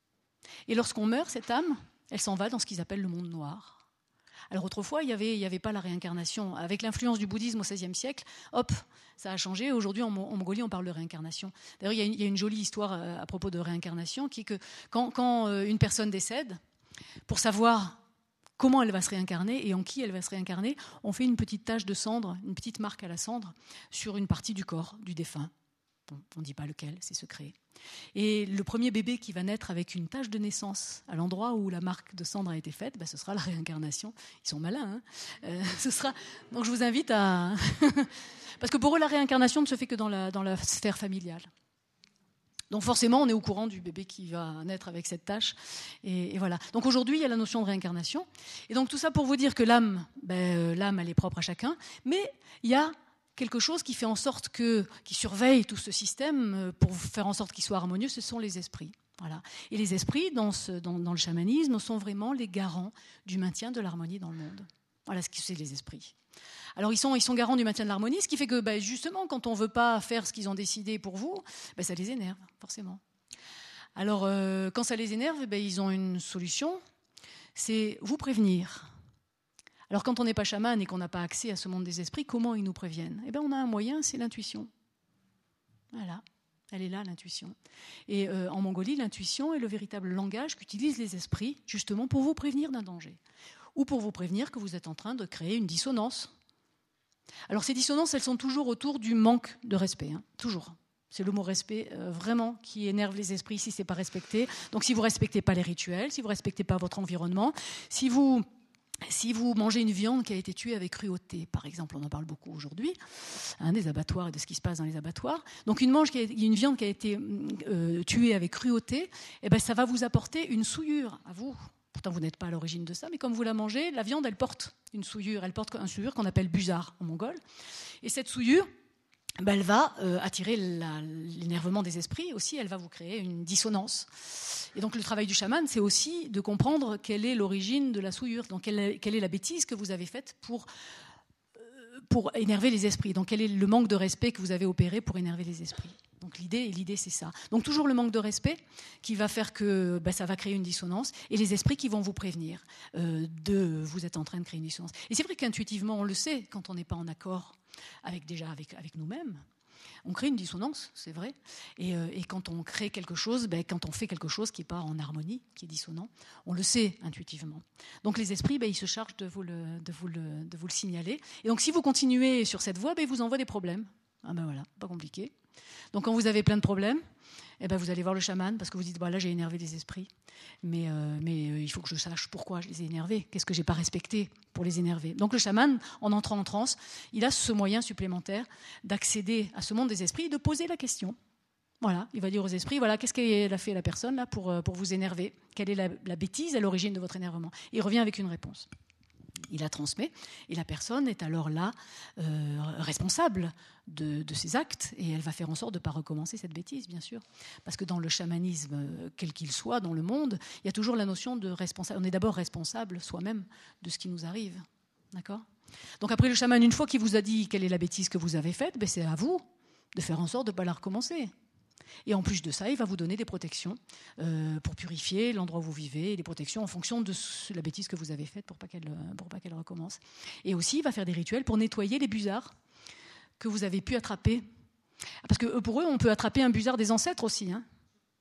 Et lorsqu'on meurt, cette âme, elle s'en va dans ce qu'ils appellent le monde noir. Alors autrefois, il n'y avait, il y avait pas la réincarnation. Avec l'influence du bouddhisme au seizième siècle, hop, ça a changé. Aujourd'hui, en, en Mongolie, on parle de réincarnation. D'ailleurs, il y a une, il y a une jolie histoire à propos de réincarnation qui est que quand, quand une personne décède, pour savoir comment elle va se réincarner et en qui elle va se réincarner, on fait une petite tache de cendre, une petite marque à la cendre sur une partie du corps du défunt. Bon, on ne dit pas lequel, c'est secret. Et le premier bébé qui va naître avec une tache de naissance à l'endroit où la marque de cendre a été faite, ben ce sera la réincarnation. Ils sont malins, hein euh, ce sera... Donc je vous invite à... Parce que pour eux, la réincarnation ne se fait que dans la, dans la sphère familiale. Donc forcément, on est au courant du bébé qui va naître avec cette tache. Et, et voilà. Donc aujourd'hui, il y a la notion de réincarnation. Et donc tout ça pour vous dire que l'âme, ben, euh, l'âme, elle est propre à chacun. Mais il y a quelque chose qui fait en sorte que, qui surveille tout ce système pour faire en sorte qu'il soit harmonieux, ce sont les esprits. Voilà. Et les esprits, dans, ce, dans, dans le chamanisme, sont vraiment les garants du maintien de l'harmonie dans le monde. Voilà ce que c'est les esprits. Alors ils sont, ils sont garants du maintien de l'harmonie, ce qui fait que ben, justement, quand on ne veut pas faire ce qu'ils ont décidé pour vous, ben, ça les énerve, forcément. Alors euh, quand ça les énerve, ben, ils ont une solution, c'est vous prévenir. Alors quand on n'est pas chaman et qu'on n'a pas accès à ce monde des esprits, comment ils nous préviennent ? Eh bien on a un moyen, c'est l'intuition. Voilà, elle est là l'intuition. Et euh, en Mongolie, l'intuition est le véritable langage qu'utilisent les esprits justement pour vous prévenir d'un danger. Ou pour vous prévenir que vous êtes en train de créer une dissonance. Alors ces dissonances, elles sont toujours autour du manque de respect, hein, toujours. C'est le mot respect euh, vraiment qui énerve les esprits si ce n'est pas respecté. Donc si vous ne respectez pas les rituels, si vous ne respectez pas votre environnement, si vous... Si vous mangez une viande qui a été tuée avec cruauté, par exemple, on en parle beaucoup aujourd'hui, hein, des abattoirs et de ce qui se passe dans les abattoirs. Donc une, mange qui a, une viande qui a été euh, tuée avec cruauté, eh ben, ça va vous apporter une souillure à vous. Pourtant, vous n'êtes pas à l'origine de ça, mais comme vous la mangez, la viande, elle porte une souillure. Elle porte une souillure qu'on appelle busar en mongol. Et cette souillure, ben elle va euh, attirer la, l'énervement des esprits aussi, elle va vous créer une dissonance. Et donc le travail du chaman, c'est aussi de comprendre quelle est l'origine de la souillure, donc quelle est, quelle est la bêtise que vous avez faite pour, euh, pour énerver les esprits, donc quel est le manque de respect que vous avez opéré pour énerver les esprits. Donc l'idée, l'idée c'est ça. Donc toujours le manque de respect qui va faire que ben, ça va créer une dissonance, et les esprits qui vont vous prévenir euh, de vous êtes en train de créer une dissonance. Et c'est vrai qu'intuitivement on le sait quand on n'est pas en accord avec déjà avec, avec nous-mêmes. On crée une dissonance, c'est vrai. Et, euh, et quand on crée quelque chose, ben, quand on fait quelque chose qui n'est pas en harmonie, qui est dissonant, on le sait intuitivement. Donc les esprits, ben, ils se chargent de vous, le, de, vous le, de vous le signaler. Et donc si vous continuez sur cette voie, ben, ils vous envoient des problèmes. Ah ben voilà, pas compliqué. Donc quand vous avez plein de problèmes, eh ben, vous allez voir le chaman parce que vous dites bah, là j'ai énervé les esprits, mais, euh, mais euh, il faut que je sache pourquoi je les ai énervés, qu'est-ce que j'ai pas respecté pour les énerver. Donc le chaman, en entrant en transe, il a ce moyen supplémentaire d'accéder à ce monde des esprits et de poser la question. Voilà, il va dire aux esprits voilà, qu'est-ce qu'elle a fait la personne là pour, pour vous énerver, quelle est la, la bêtise à l'origine de votre énervement. Il revient avec une réponse. Il la transmet et la personne est alors là euh, responsable de, de ses actes et elle va faire en sorte de ne pas recommencer cette bêtise, bien sûr. Parce que dans le chamanisme, quel qu'il soit dans le monde, il y a toujours la notion de responsable. On est d'abord responsable soi-même de ce qui nous arrive. D'accord ? Donc après le chaman, une fois qu'il vous a dit quelle est la bêtise que vous avez faite, ben c'est à vous de faire en sorte de ne pas la recommencer. Et en plus de ça, il va vous donner des protections euh, pour purifier l'endroit où vous vivez, et des protections en fonction de la bêtise que vous avez faite pour pas qu'elle, pour pas qu'elle recommence. Et aussi, il va faire des rituels pour nettoyer les busards que vous avez pu attraper. Parce que pour eux, on peut attraper un busard des ancêtres aussi. Hein.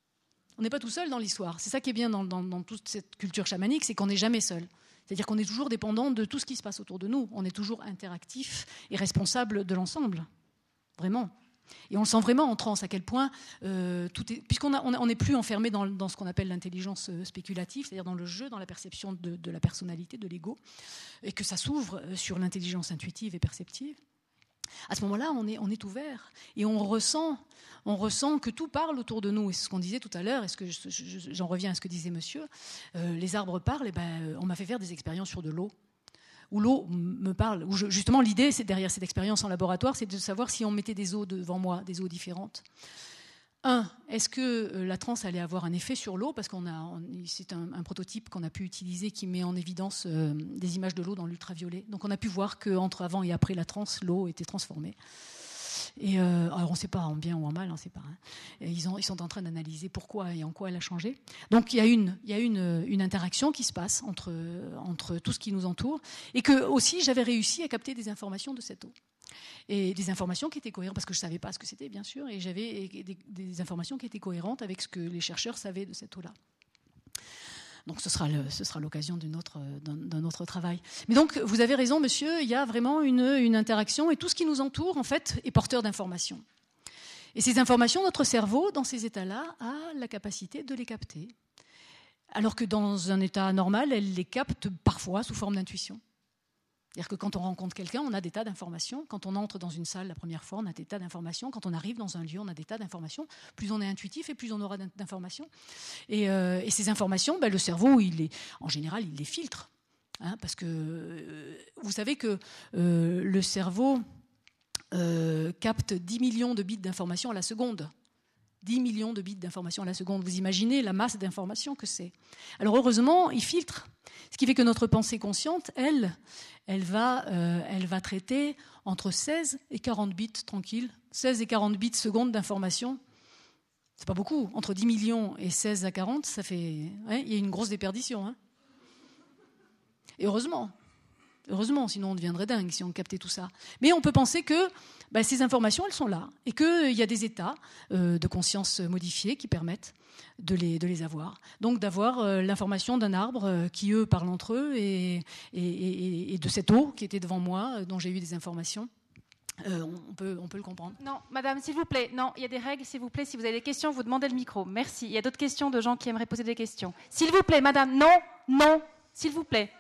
On n'est pas tout seul dans l'histoire. C'est ça qui est bien dans, dans, dans toute cette culture chamanique, c'est qu'on n'est jamais seul. C'est-à-dire qu'on est toujours dépendant de tout ce qui se passe autour de nous. On est toujours interactif et responsable de l'ensemble. Vraiment. Et on le sent vraiment en transe, à quel point, euh, tout est, puisqu'on a, on n'est plus enfermé dans, dans ce qu'on appelle l'intelligence spéculative, c'est-à-dire dans le jeu, dans la perception de, de la personnalité, de l'ego, et que ça s'ouvre sur l'intelligence intuitive et perceptive. À ce moment-là, on est, on est ouvert et on ressent, on ressent que tout parle autour de nous. Et c'est ce qu'on disait tout à l'heure, et ce que je, je, j'en reviens à ce que disait monsieur, euh, les arbres parlent, et ben, on m'a fait faire des expériences sur de l'eau. Où l'eau me parle, où je, justement l'idée c'est derrière cette expérience en laboratoire, c'est de savoir si on mettait des eaux devant moi, des eaux différentes. Un, est-ce que la transe allait avoir un effet sur l'eau ? Parce qu'on a, on, c'est un, un prototype qu'on a pu utiliser qui met en évidence euh, des images de l'eau dans l'ultraviolet. Donc on a pu voir qu'entre avant et après la transe, l'eau était transformée. Et euh, alors on ne sait pas en bien ou en mal, on sait pas. Hein. Ils, ont, ils sont en train d'analyser pourquoi et en quoi elle a changé. Donc il y a une, il y a une, une interaction qui se passe entre, entre tout ce qui nous entoure, et que aussi j'avais réussi à capter des informations de cette eau. Et des informations qui étaient cohérentes, parce que je ne savais pas ce que c'était, bien sûr, et j'avais des, des informations qui étaient cohérentes avec ce que les chercheurs savaient de cette eau-là. Donc ce sera, le, ce sera l'occasion d'une autre, d'un, d'un autre travail. Mais donc, vous avez raison, monsieur, il y a vraiment une, une interaction, et tout ce qui nous entoure, en fait, est porteur d'informations. Et ces informations, notre cerveau, dans ces états-là, a la capacité de les capter. Alors que dans un état normal, elle les capte parfois sous forme d'intuition. C'est-à-dire que quand on rencontre quelqu'un, on a des tas d'informations. Quand on entre dans une salle la première fois, on a des tas d'informations. Quand on arrive dans un lieu, on a des tas d'informations. Plus on est intuitif et plus on aura d'informations. Et, euh, et ces informations, ben, le cerveau, il les, en général, il les filtre. Hein, parce que euh, vous savez que euh, le cerveau euh, capte dix millions de bits d'informations à la seconde. dix millions de bits d'informations à la seconde. Vous imaginez la masse d'informations que c'est. Alors heureusement, il filtre. Ce qui fait que notre pensée consciente, elle, elle va, euh, elle va traiter entre seize et quarante bits tranquille. seize et quarante bits secondes d'informations. C'est pas beaucoup. Entre dix millions et seize à quarante, ça fait... Ouais, il y a une grosse déperdition. Hein. Et heureusement. Heureusement, sinon on deviendrait dingue si on captait tout ça. Mais on peut penser que bah, ces informations, elles sont là. Et qu'il y a des états euh, de conscience modifiés qui permettent de les, de les avoir. Donc d'avoir euh, l'information d'un arbre euh, qui, eux, parlent entre eux, et, et, et, et de cette eau qui était devant moi, euh, dont j'ai eu des informations. Euh, on, peut, on peut le comprendre. Non, madame, s'il vous plaît. Non, il y a des règles, s'il vous plaît. Si vous avez des questions, vous demandez le micro. Merci. Il y a d'autres questions de gens qui aimeraient poser des questions. S'il vous plaît, madame. Non, non, s'il vous plaît.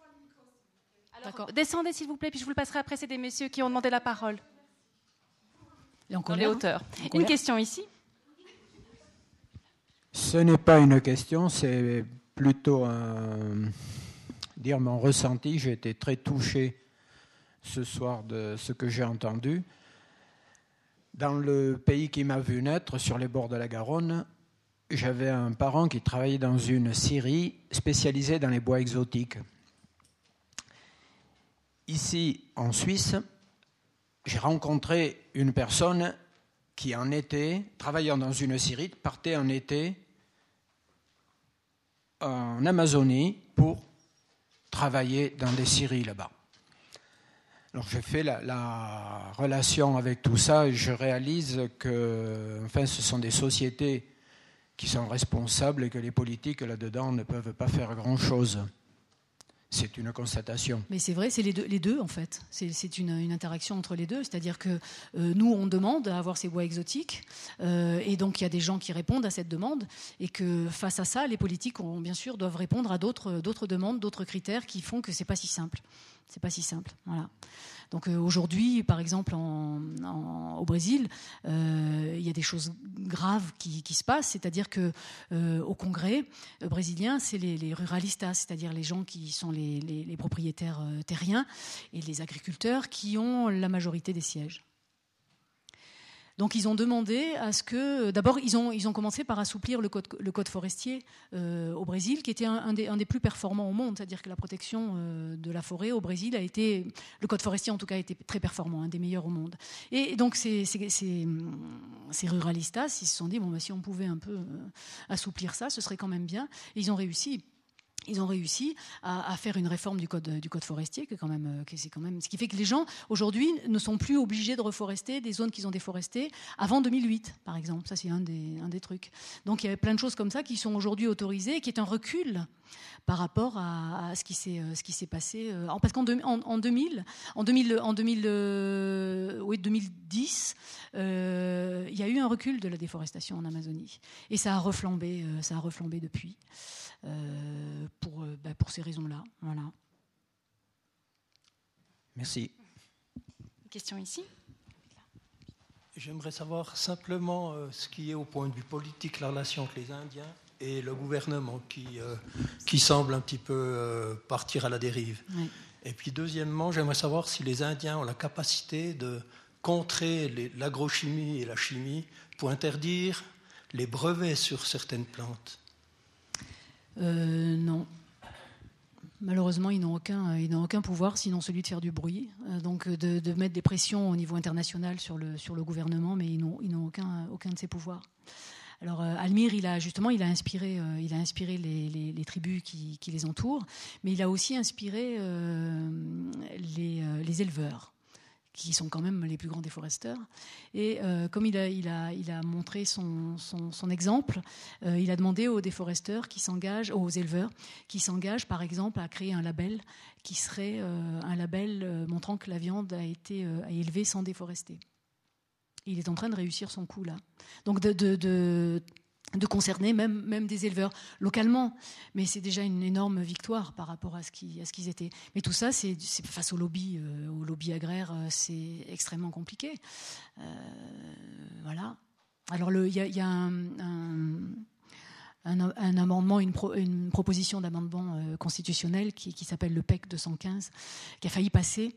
Alors, D'accord. Descendez, s'il vous plaît, puis je vous le passerai après. C'est des messieurs qui ont demandé la parole. En Dans les hauteurs. Une question ici. Ce n'est pas une question, c'est plutôt un, dire mon ressenti. J'ai été très touché ce soir de ce que j'ai entendu. Dans le pays qui m'a vu naître, sur les bords de la Garonne, j'avais un parent qui travaillait dans une scierie spécialisée dans les bois exotiques. Ici, en Suisse, j'ai rencontré une personne qui, en été, travaillant dans une scierie, partait en été en Amazonie pour travailler dans des scieries là-bas. Alors j'ai fait la, la relation avec tout ça et je réalise que enfin, ce sont des sociétés qui sont responsables et que les politiques là-dedans ne peuvent pas faire grand-chose. C'est une constatation. Mais c'est vrai, c'est les deux, les deux en fait. C'est, c'est une, une interaction entre les deux. C'est-à-dire que euh, nous, on demande à avoir ces bois exotiques, euh, et donc il y a des gens qui répondent à cette demande, et que face à ça, les politiques, ont, bien sûr, doivent répondre à d'autres, d'autres demandes, d'autres critères qui font que c'est pas si simple. C'est pas si simple. Voilà. Donc euh, aujourd'hui, par exemple, en, en, au Brésil, euh, il y a des choses graves qui, qui se passent, c'est-à-dire que euh, au Congrès euh, brésilien, c'est les, les ruralistas, c'est-à-dire les gens qui sont les, les, les propriétaires euh, terriens et les agriculteurs qui ont la majorité des sièges. Donc ils ont demandé à ce que... D'abord, ils ont, ils ont commencé par assouplir le code, le code forestier euh, au Brésil, qui était un, un, des, un des plus performants au monde. C'est-à-dire que la protection euh, de la forêt au Brésil a été... Le code forestier, en tout cas, a été très performant, un des meilleurs au monde. Et donc ces, ces, ces, ces ruralistas, ils se sont dit, bon, bah, si on pouvait un peu euh, assouplir ça, ce serait quand même bien. Et ils ont réussi. Ils ont réussi à, à faire une réforme du code, du code forestier, que quand même, que c'est quand même, ce qui fait que les gens, aujourd'hui, ne sont plus obligés de reforester des zones qu'ils ont déforestées avant deux mille huit, par exemple. Ça, c'est un des, un des trucs. Donc, il y avait plein de choses comme ça qui sont aujourd'hui autorisées, qui est un recul par rapport à, à ce qui s'est, ce qui s'est passé. Parce qu'en deux, en, en deux mille, en deux mille, en deux mille, euh, oui, deux mille dix, euh, il y a eu un recul de la déforestation en Amazonie. Et ça a reflambé, ça a reflambé depuis. Euh, pour, euh, bah, pour ces raisons-là. Voilà. Merci. Une question ici. J'aimerais savoir simplement euh, ce qui est au point de vue politique la relation entre les Indiens et le gouvernement qui, euh, qui semble un petit peu euh, partir à la dérive. Oui. Et puis deuxièmement, j'aimerais savoir si les Indiens ont la capacité de contrer les, l'agrochimie et la chimie pour interdire les brevets sur certaines plantes. Euh, non. Malheureusement, ils n'ont aucun, ils n'ont aucun pouvoir, sinon celui de faire du bruit, euh, donc de, de mettre des pressions au niveau international sur le, sur le gouvernement, mais ils n'ont, ils n'ont aucun, aucun de ces pouvoirs. Alors, euh, Almir, il a justement, il a inspiré, euh, il a inspiré les, les, les tribus qui, qui les entourent, mais il a aussi inspiré euh, les, euh, les éleveurs, qui sont quand même les plus grands déforesteurs. Et euh, comme il a, il, a, il a montré son, son, son exemple, euh, il a demandé aux déforesteurs qui s'engagent, aux éleveurs, qui s'engagent par exemple à créer un label qui serait euh, un label euh, montrant que la viande a été euh, élevée sans déforester. Il est en train de réussir son coup là. Donc de... de, de de concerner même, même des éleveurs localement. Mais c'est déjà une énorme victoire par rapport à ce, qui, à ce qu'ils étaient. Mais tout ça, c'est, c'est face au lobby, euh, au lobby agraire, euh, c'est extrêmement compliqué. Euh, voilà. Alors, il y a, y a un, un, un, un amendement, une, pro, une proposition d'amendement euh, constitutionnel qui, qui s'appelle le P E C deux cent quinze, qui a failli passer.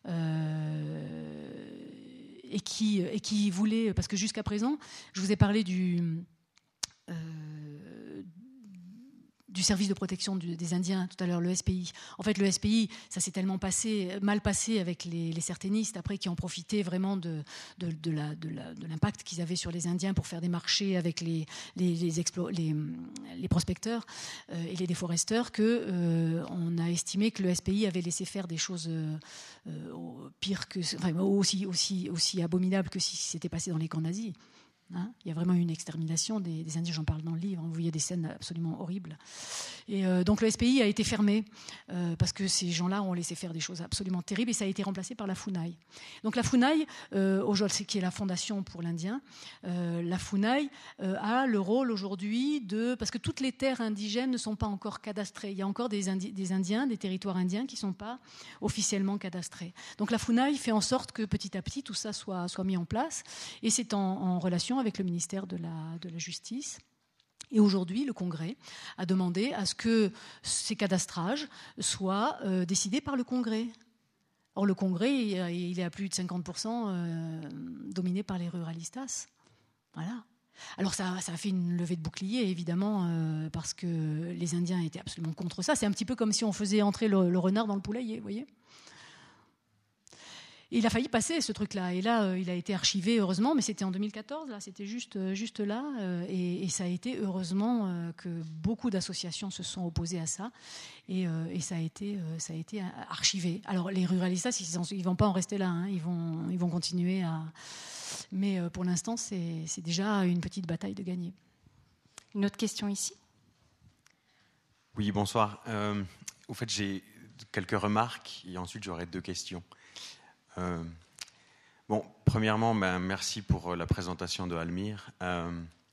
Euh, et, qui, et qui voulait... Parce que jusqu'à présent, je vous ai parlé du... Euh, du service de protection du, des Indiens tout à l'heure, le S P I. En fait, le S P I, ça s'est tellement passé, mal passé avec les, les serténistes, après qui ont profité vraiment de, de, de, la, de, la, de l'impact qu'ils avaient sur les Indiens pour faire des marchés avec les, les, les, explo, les, les prospecteurs euh, et les déforesteurs, qu'on euh, a estimé que le S P I avait laissé faire des choses euh, pires que, enfin, aussi, aussi, aussi abominables que si c'était passé dans les camps nazis. Hein, il y a vraiment une extermination des, des Indiens, j'en parle dans le livre, vous voyez des scènes absolument horribles. Et euh, donc le S P I a été fermé euh, parce que ces gens-là ont laissé faire des choses absolument terribles et ça a été remplacé par la FUNAI. Donc la FUNAI, euh, aujourd'hui, qui est la fondation pour l'Indien, euh, la FUNAI euh, a le rôle aujourd'hui de... Parce que toutes les terres indigènes ne sont pas encore cadastrées. Il y a encore des, Indi- des Indiens, des territoires indiens qui ne sont pas officiellement cadastrés. Donc la FUNAI fait en sorte que petit à petit tout ça soit, soit mis en place et c'est en, en relation avec le ministère de la, de la Justice. Et aujourd'hui, le Congrès a demandé à ce que ces cadastrages soient euh, décidés par le Congrès. Or, le Congrès, il est à plus de cinquante pour cent euh, dominé par les ruralistas. Voilà. Alors, ça, ça a fait une levée de bouclier, évidemment, euh, parce que les Indiens étaient absolument contre ça. C'est un petit peu comme si on faisait entrer le, le renard dans le poulailler, vous voyez. Et il a failli passer ce truc-là. Et là, euh, il a été archivé, heureusement, mais c'était en deux mille quatorze, là, c'était juste, juste là. Euh, et, et ça a été, heureusement, euh, que beaucoup d'associations se sont opposées à ça. Et, euh, et ça, a été, euh, ça a été archivé. Alors, les ruralistas, ils ne vont pas en rester là. Hein. Ils, vont, ils vont continuer à... Mais euh, pour l'instant, c'est, c'est déjà une petite bataille de gagner. Une autre question ici ? Oui, bonsoir. Euh, au fait, j'ai quelques remarques et ensuite j'aurai deux questions. Euh, bon, premièrement, ben, merci pour la présentation de Almir. Euh,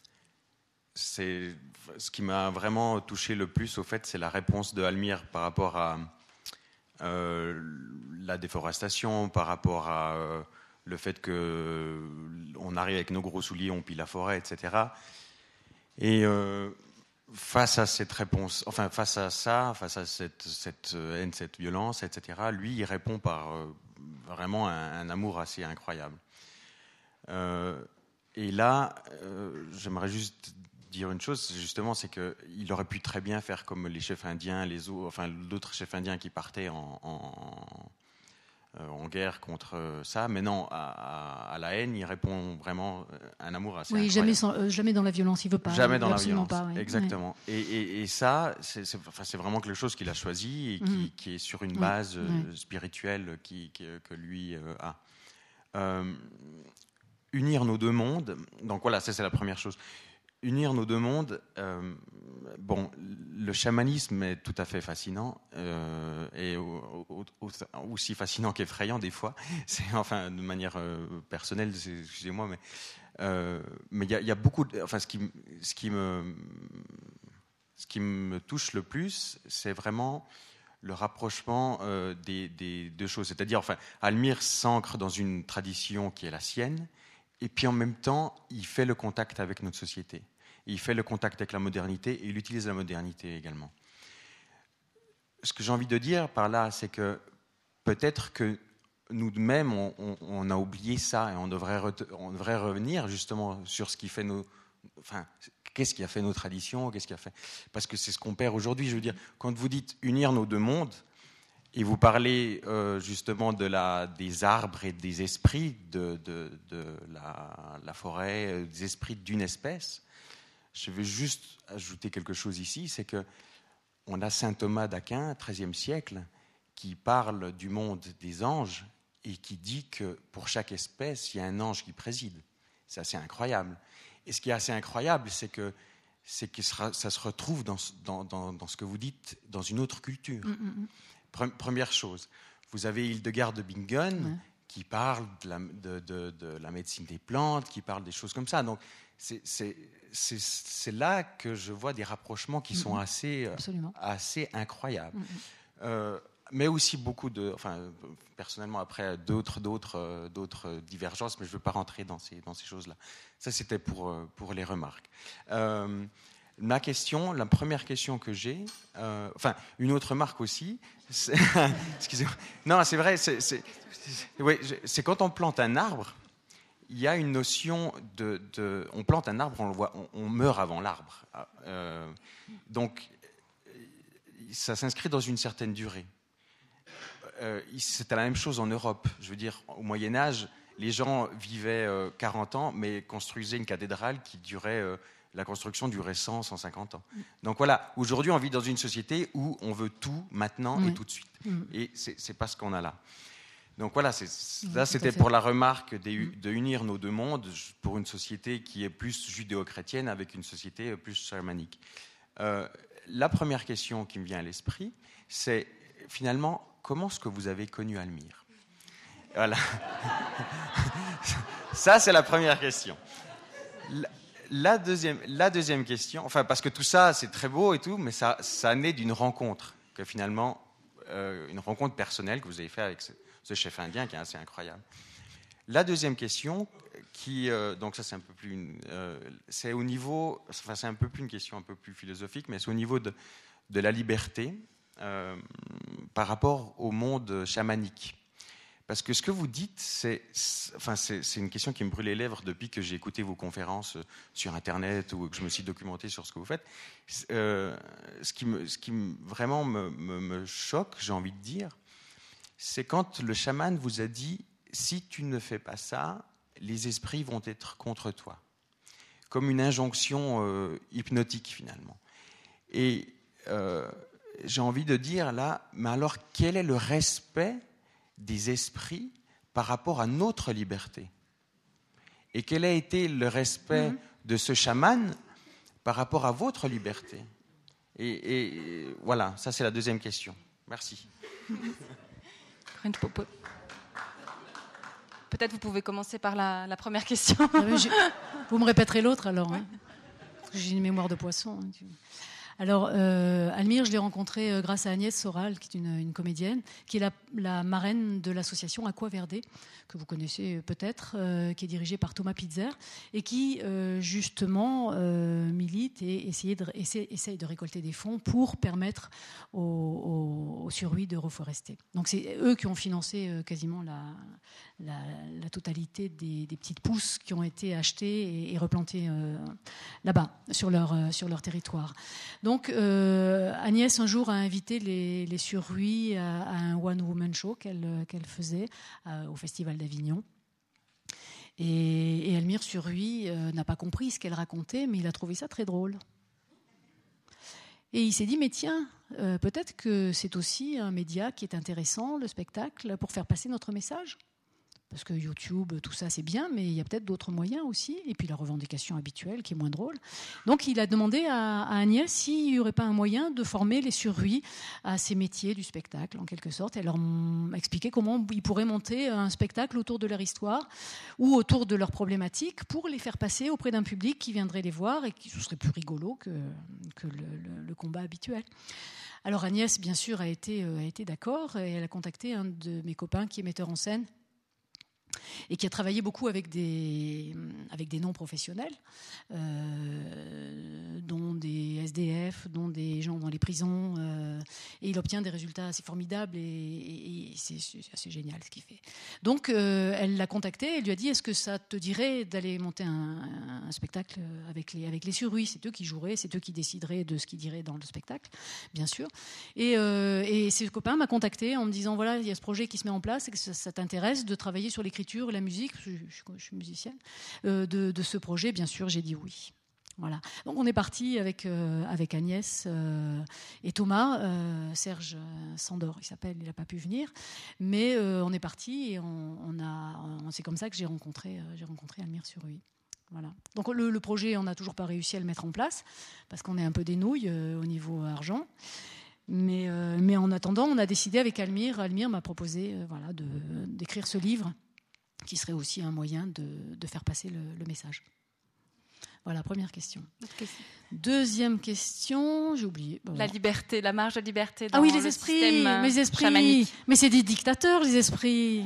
c'est, ce qui m'a vraiment touché le plus, au fait, c'est la réponse de Almir par rapport à euh, la déforestation, par rapport à euh, le fait qu'on arrive avec nos gros souliers, on pille la forêt, et cetera. Et euh, face à cette réponse, enfin face à ça, face à cette, cette haine, cette violence, et cetera, lui, il répond par euh, vraiment un, un amour assez incroyable. Euh, et là, euh, j'aimerais juste dire une chose, justement, c'est qu'il aurait pu très bien faire comme les chefs indiens, les autres, enfin d'autres chefs indiens qui partaient en, en, en guerre contre ça, mais non, à, à la haine, il répond vraiment un amour assez oui, incroyable. Jamais, sans, euh, jamais dans la violence, il veut pas. Jamais dans la violence, pas, oui. exactement. Oui. Et, et, et ça, c'est, c'est, enfin, c'est vraiment quelque chose qu'il a choisi et qui, mmh. qui est sur une base oui. euh, spirituelle qui, qui, que lui euh, a. Euh, unir nos deux mondes, donc voilà, ça c'est la première chose. Unir nos deux mondes, euh, bon, le chamanisme est tout à fait fascinant euh, et au, au, au, aussi fascinant qu'effrayant des fois. C'est enfin de manière euh, personnelle, excusez-moi, mais euh, mais il y, y a beaucoup. De, enfin, ce qui, ce qui me ce qui me touche le plus, c'est vraiment le rapprochement euh, des, des deux choses. C'est-à-dire, enfin, Almir s'ancre dans une tradition qui est la sienne, et puis en même temps, il fait le contact avec notre société. Il fait le contact avec la modernité et il utilise la modernité également. Ce que j'ai envie de dire par là, c'est que peut-être que nous-mêmes, on, on, on a oublié ça et on devrait, re- on devrait revenir justement sur ce qui fait nos... Enfin, qu'est-ce qui a fait nos traditions, qu'est-ce qui a fait... Parce que c'est ce qu'on perd aujourd'hui. Je veux dire, quand vous dites unir nos deux mondes, et vous parlez euh, justement de la, des arbres et des esprits de, de, de la, la forêt, des esprits d'une espèce, je veux juste ajouter quelque chose ici, c'est qu'on a saint Thomas d'Aquin, treizième siècle, qui parle du monde des anges et qui dit que pour chaque espèce, il y a un ange qui préside. C'est assez incroyable. Et ce qui est assez incroyable, c'est que, c'est que ça se retrouve dans, dans, dans, dans ce que vous dites, dans une autre culture. Mm-hmm. Première chose, vous avez Hildegard de Bingen ouais. qui parle de la, de, de, de la médecine des plantes, qui parle des choses comme ça. Donc, c'est, c'est, c'est, c'est là que je vois des rapprochements qui mm-hmm. sont assez, assez incroyables. Mm-hmm. Euh, mais aussi beaucoup de... Enfin, personnellement, après, d'autres, d'autres, d'autres divergences, mais je ne veux pas rentrer dans ces, dans ces choses-là. Ça, c'était pour, pour les remarques. Euh, Ma question, la première question que j'ai, euh, enfin, une autre remarque aussi, c'est, excusez-moi, non, c'est vrai, c'est, c'est, c'est, ouais, c'est quand on plante un arbre, il y a une notion de, de on plante un arbre, on le voit, on, on meurt avant l'arbre, euh, donc ça s'inscrit dans une certaine durée. Euh, c'était la même chose en Europe, je veux dire, au Moyen Âge, les gens vivaient euh, quarante ans, mais construisaient une cathédrale qui durait euh, la construction durait cent, cent cinquante ans. Donc voilà, aujourd'hui, on vit dans une société où on veut tout maintenant oui. et tout de suite. Mmh. Et c'est, c'est pas ce qu'on a là. Donc voilà, c'est, ça oui, c'était pour la remarque des, de unir nos deux mondes pour une société qui est plus judéo-chrétienne avec une société plus chamanique. Euh, la première question qui me vient à l'esprit, c'est finalement, comment est-ce que vous avez connu Almir ? Voilà. Ça, c'est la première question. La, La deuxième, la deuxième question, enfin parce que tout ça c'est très beau et tout, mais ça, ça naît d'une rencontre que finalement, euh, une rencontre personnelle que vous avez fait avec ce, ce chef indien qui est assez incroyable. La deuxième question, qui euh, donc ça c'est un peu plus, une, euh, c'est au niveau, enfin c'est un peu plus une question un peu plus philosophique, mais c'est au niveau de, de la liberté euh, par rapport au monde chamanique. Parce que ce que vous dites, c'est, enfin, c'est, c'est une question qui me brûle les lèvres depuis que j'ai écouté vos conférences sur Internet ou que je me suis documenté sur ce que vous faites. Euh, ce qui, me, ce qui me, vraiment me, me, me choque, j'ai envie de dire, c'est quand le chaman vous a dit « si tu ne fais pas ça, les esprits vont être contre toi ». Comme une injonction euh, hypnotique, finalement. Et euh, j'ai envie de dire là, mais alors quel est le respect des esprits par rapport à notre liberté? Et quel a été le respect mmh. de ce chaman par rapport à votre liberté? et, et voilà, ça c'est la deuxième question. Merci. Peut-être vous pouvez commencer par la, la première question. Vous me répéterez l'autre alors, hein, parce que j'ai une mémoire de poisson. Hein. Alors, euh, Almire, je l'ai rencontrée euh, grâce à Agnès Soral, qui est une, une comédienne, qui est la, la marraine de l'association Aqua Verde, que vous connaissez peut-être, euh, qui est dirigée par Thomas Pitzer, et qui, euh, justement, euh, milite et essaye de, essaie, essaye de récolter des fonds pour permettre aux, aux, aux surhuis de reforester. Donc, c'est eux qui ont financé euh, quasiment la, la, la totalité des, des petites pousses qui ont été achetées et, et replantées euh, là-bas, sur leur, euh, sur leur territoire. Donc, euh, Agnès, un jour, a invité les, les surhuis à, à un one-woman show qu'elle, qu'elle faisait à, au Festival d'Avignon. Et, et Almire Surhuis euh, n'a pas compris ce qu'elle racontait, mais il a trouvé ça très drôle. Et il s'est dit, mais tiens, euh, peut-être que c'est aussi un média qui est intéressant, le spectacle, pour faire passer notre message. Parce que YouTube, tout ça, c'est bien, mais il y a peut-être d'autres moyens aussi. Et puis la revendication habituelle, qui est moins drôle. Donc, il a demandé à, à Agnès s'il n'y aurait pas un moyen de former les surhuis à ces métiers du spectacle, en quelque sorte. Elle leur a expliqué comment ils pourraient monter un spectacle autour de leur histoire ou autour de leurs problématiques pour les faire passer auprès d'un public qui viendrait les voir et qui ce serait plus rigolo que, que le, le, le combat habituel. Alors, Agnès, bien sûr, a été, a été d'accord et elle a contacté un de mes copains qui est metteur en scène et qui a travaillé beaucoup avec des, avec des non-professionnels, euh, dont des S D F, dont des gens dans les prisons, euh, et il obtient des résultats assez formidables, et, et, et c'est, c'est assez génial ce qu'il fait. Donc, euh, elle l'a contacté, elle lui a dit, est-ce que ça te dirait d'aller monter un, un spectacle avec les, avec les surhuis? C'est eux qui joueraient, c'est eux qui décideraient de ce qu'ils diraient dans le spectacle, bien sûr. Et, euh, et ses copains m'a contacté en me disant, voilà, il y a ce projet qui se met en place, et que ça, ça t'intéresse de travailler sur l'écriture, la musique, je, je, je suis musicienne, euh, de, de ce projet, bien sûr, j'ai dit oui. Voilà. Donc on est parti avec, euh, avec Agnès euh, et Thomas, euh, Serge Sandor, il s'appelle, il n'a pas pu venir, mais euh, on est parti et on, on a, on, c'est comme ça que j'ai rencontré, euh, j'ai rencontré Almire Surhuis. Voilà. Donc le, le projet, on n'a toujours pas réussi à le mettre en place parce qu'on est un peu des nouilles euh, au niveau argent. Mais, euh, mais en attendant, on a décidé avec Almire, Almire m'a proposé euh, voilà, de, d'écrire ce livre qui serait aussi un moyen de, de faire passer le, le message. Voilà, première question. question. Deuxième question, j'ai oublié. Bon, la liberté, la marge de liberté dans ah oui, les le esprits, système les esprits, chamanique. Mais c'est des dictateurs, les esprits.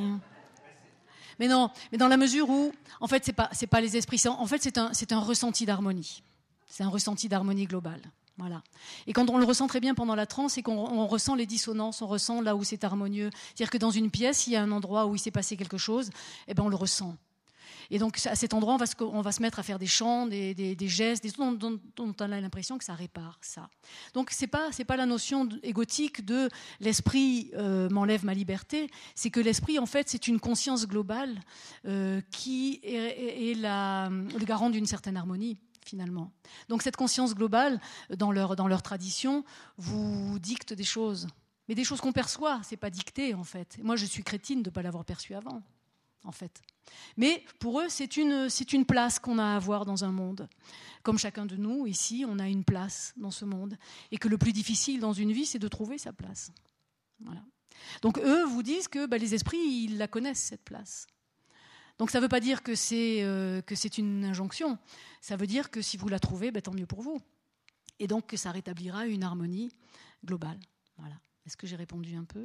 Mais non, mais dans la mesure où, en fait, c'est pas, c'est pas les esprits, c'est, en fait, c'est un, c'est un ressenti d'harmonie. C'est un ressenti d'harmonie globale. Voilà. Et quand on le ressent très bien pendant la transe, c'est qu'on on ressent les dissonances, on ressent là où c'est harmonieux. C'est-à-dire que dans une pièce, il y a un endroit où il s'est passé quelque chose, eh ben on le ressent. Et donc à cet endroit, on va se, on va se mettre à faire des chants, des, des, des gestes, des dont, dont, dont on a l'impression que ça répare ça. Donc c'est pas c'est pas la notion égotique de l'esprit euh, m'enlève ma liberté. C'est que l'esprit en fait c'est une conscience globale euh, qui est, est, est la, le garant d'une certaine harmonie. Finalement. Donc cette conscience globale, dans leur, dans leur tradition, vous dicte des choses. Mais des choses qu'on perçoit, c'est pas dicté en fait. Moi je suis crétine de ne pas l'avoir perçu avant, en fait. Mais pour eux, c'est une, c'est une place qu'on a à avoir dans un monde. Comme chacun de nous, ici, on a une place dans ce monde. Et que le plus difficile dans une vie, c'est de trouver sa place. Voilà. Donc eux vous disent que bah, les esprits, ils la connaissent, cette place. Donc ça ne veut pas dire que c'est, euh, que c'est une injonction. Ça veut dire que si vous la trouvez, ben, tant mieux pour vous. Et donc que ça rétablira une harmonie globale. Voilà. Est-ce que j'ai répondu un peu ?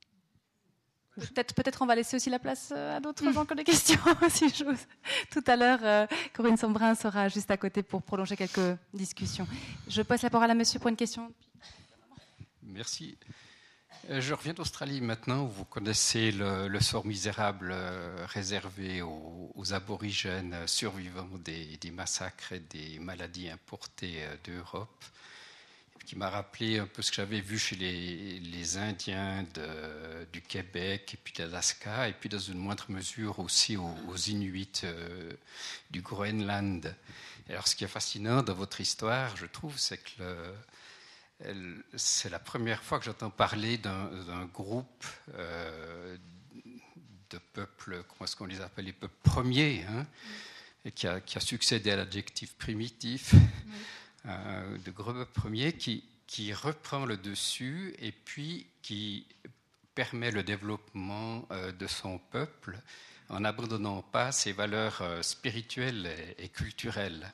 Peut-être, peut-être on va laisser aussi la place à d'autres gens que des questions. Si j'ose. Tout à l'heure, euh, Corinne Sombrin sera juste à côté pour prolonger quelques discussions. Je passe la parole à monsieur pour une question. Merci. Je reviens d'Australie maintenant, où vous connaissez le, le sort misérable réservé aux, aux aborigènes survivants des, des massacres et des maladies importées d'Europe, qui m'a rappelé un peu ce que j'avais vu chez les, les Indiens de, du Québec et puis d'Alaska, et puis dans une moindre mesure aussi aux, aux Inuits euh, du Groenland. Alors ce qui est fascinant dans votre histoire, je trouve, c'est que le, c'est la première fois que j'entends parler d'un, d'un groupe euh, de peuples, comment est-ce qu'on les appelle, les peuples premiers, hein, et qui, a, qui a succédé à l'adjectif primitif, oui. euh, de gros peuples premiers, qui, qui reprend le dessus et puis qui permet le développement euh, de son peuple en n'abandonnant pas ses valeurs euh, spirituelles et, et culturelles.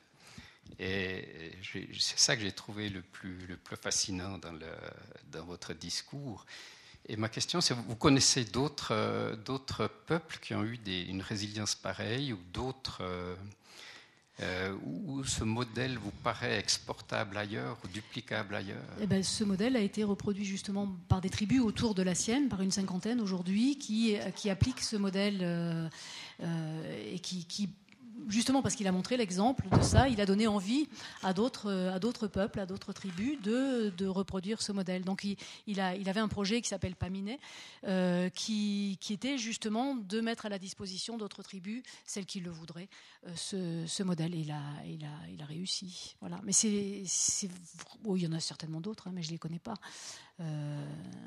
Et c'est ça que j'ai trouvé le plus, le plus fascinant dans, le, dans votre discours. Et ma question, c'est, vous connaissez d'autres, euh, d'autres peuples qui ont eu des, une résilience pareille, ou d'autres euh, euh, où ce modèle vous paraît exportable ailleurs ou duplicable ailleurs? Eh ben, ce modèle a été reproduit justement par des tribus autour de la sienne, par une cinquantaine aujourd'hui, qui, qui appliquent ce modèle euh, euh, et qui... qui justement parce qu'il a montré l'exemple de ça, il a donné envie à d'autres, à d'autres peuples, à d'autres tribus de, de reproduire ce modèle. Donc il, il, a, il avait un projet qui s'appelle Paminé, euh, qui, qui était justement de mettre à la disposition d'autres tribus, celles qui le voudraient, euh, ce, ce modèle. Et il a, il a, il a réussi. Voilà. Mais c'est, c'est, oh, il y en a certainement d'autres, hein, mais je ne les connais pas. Euh,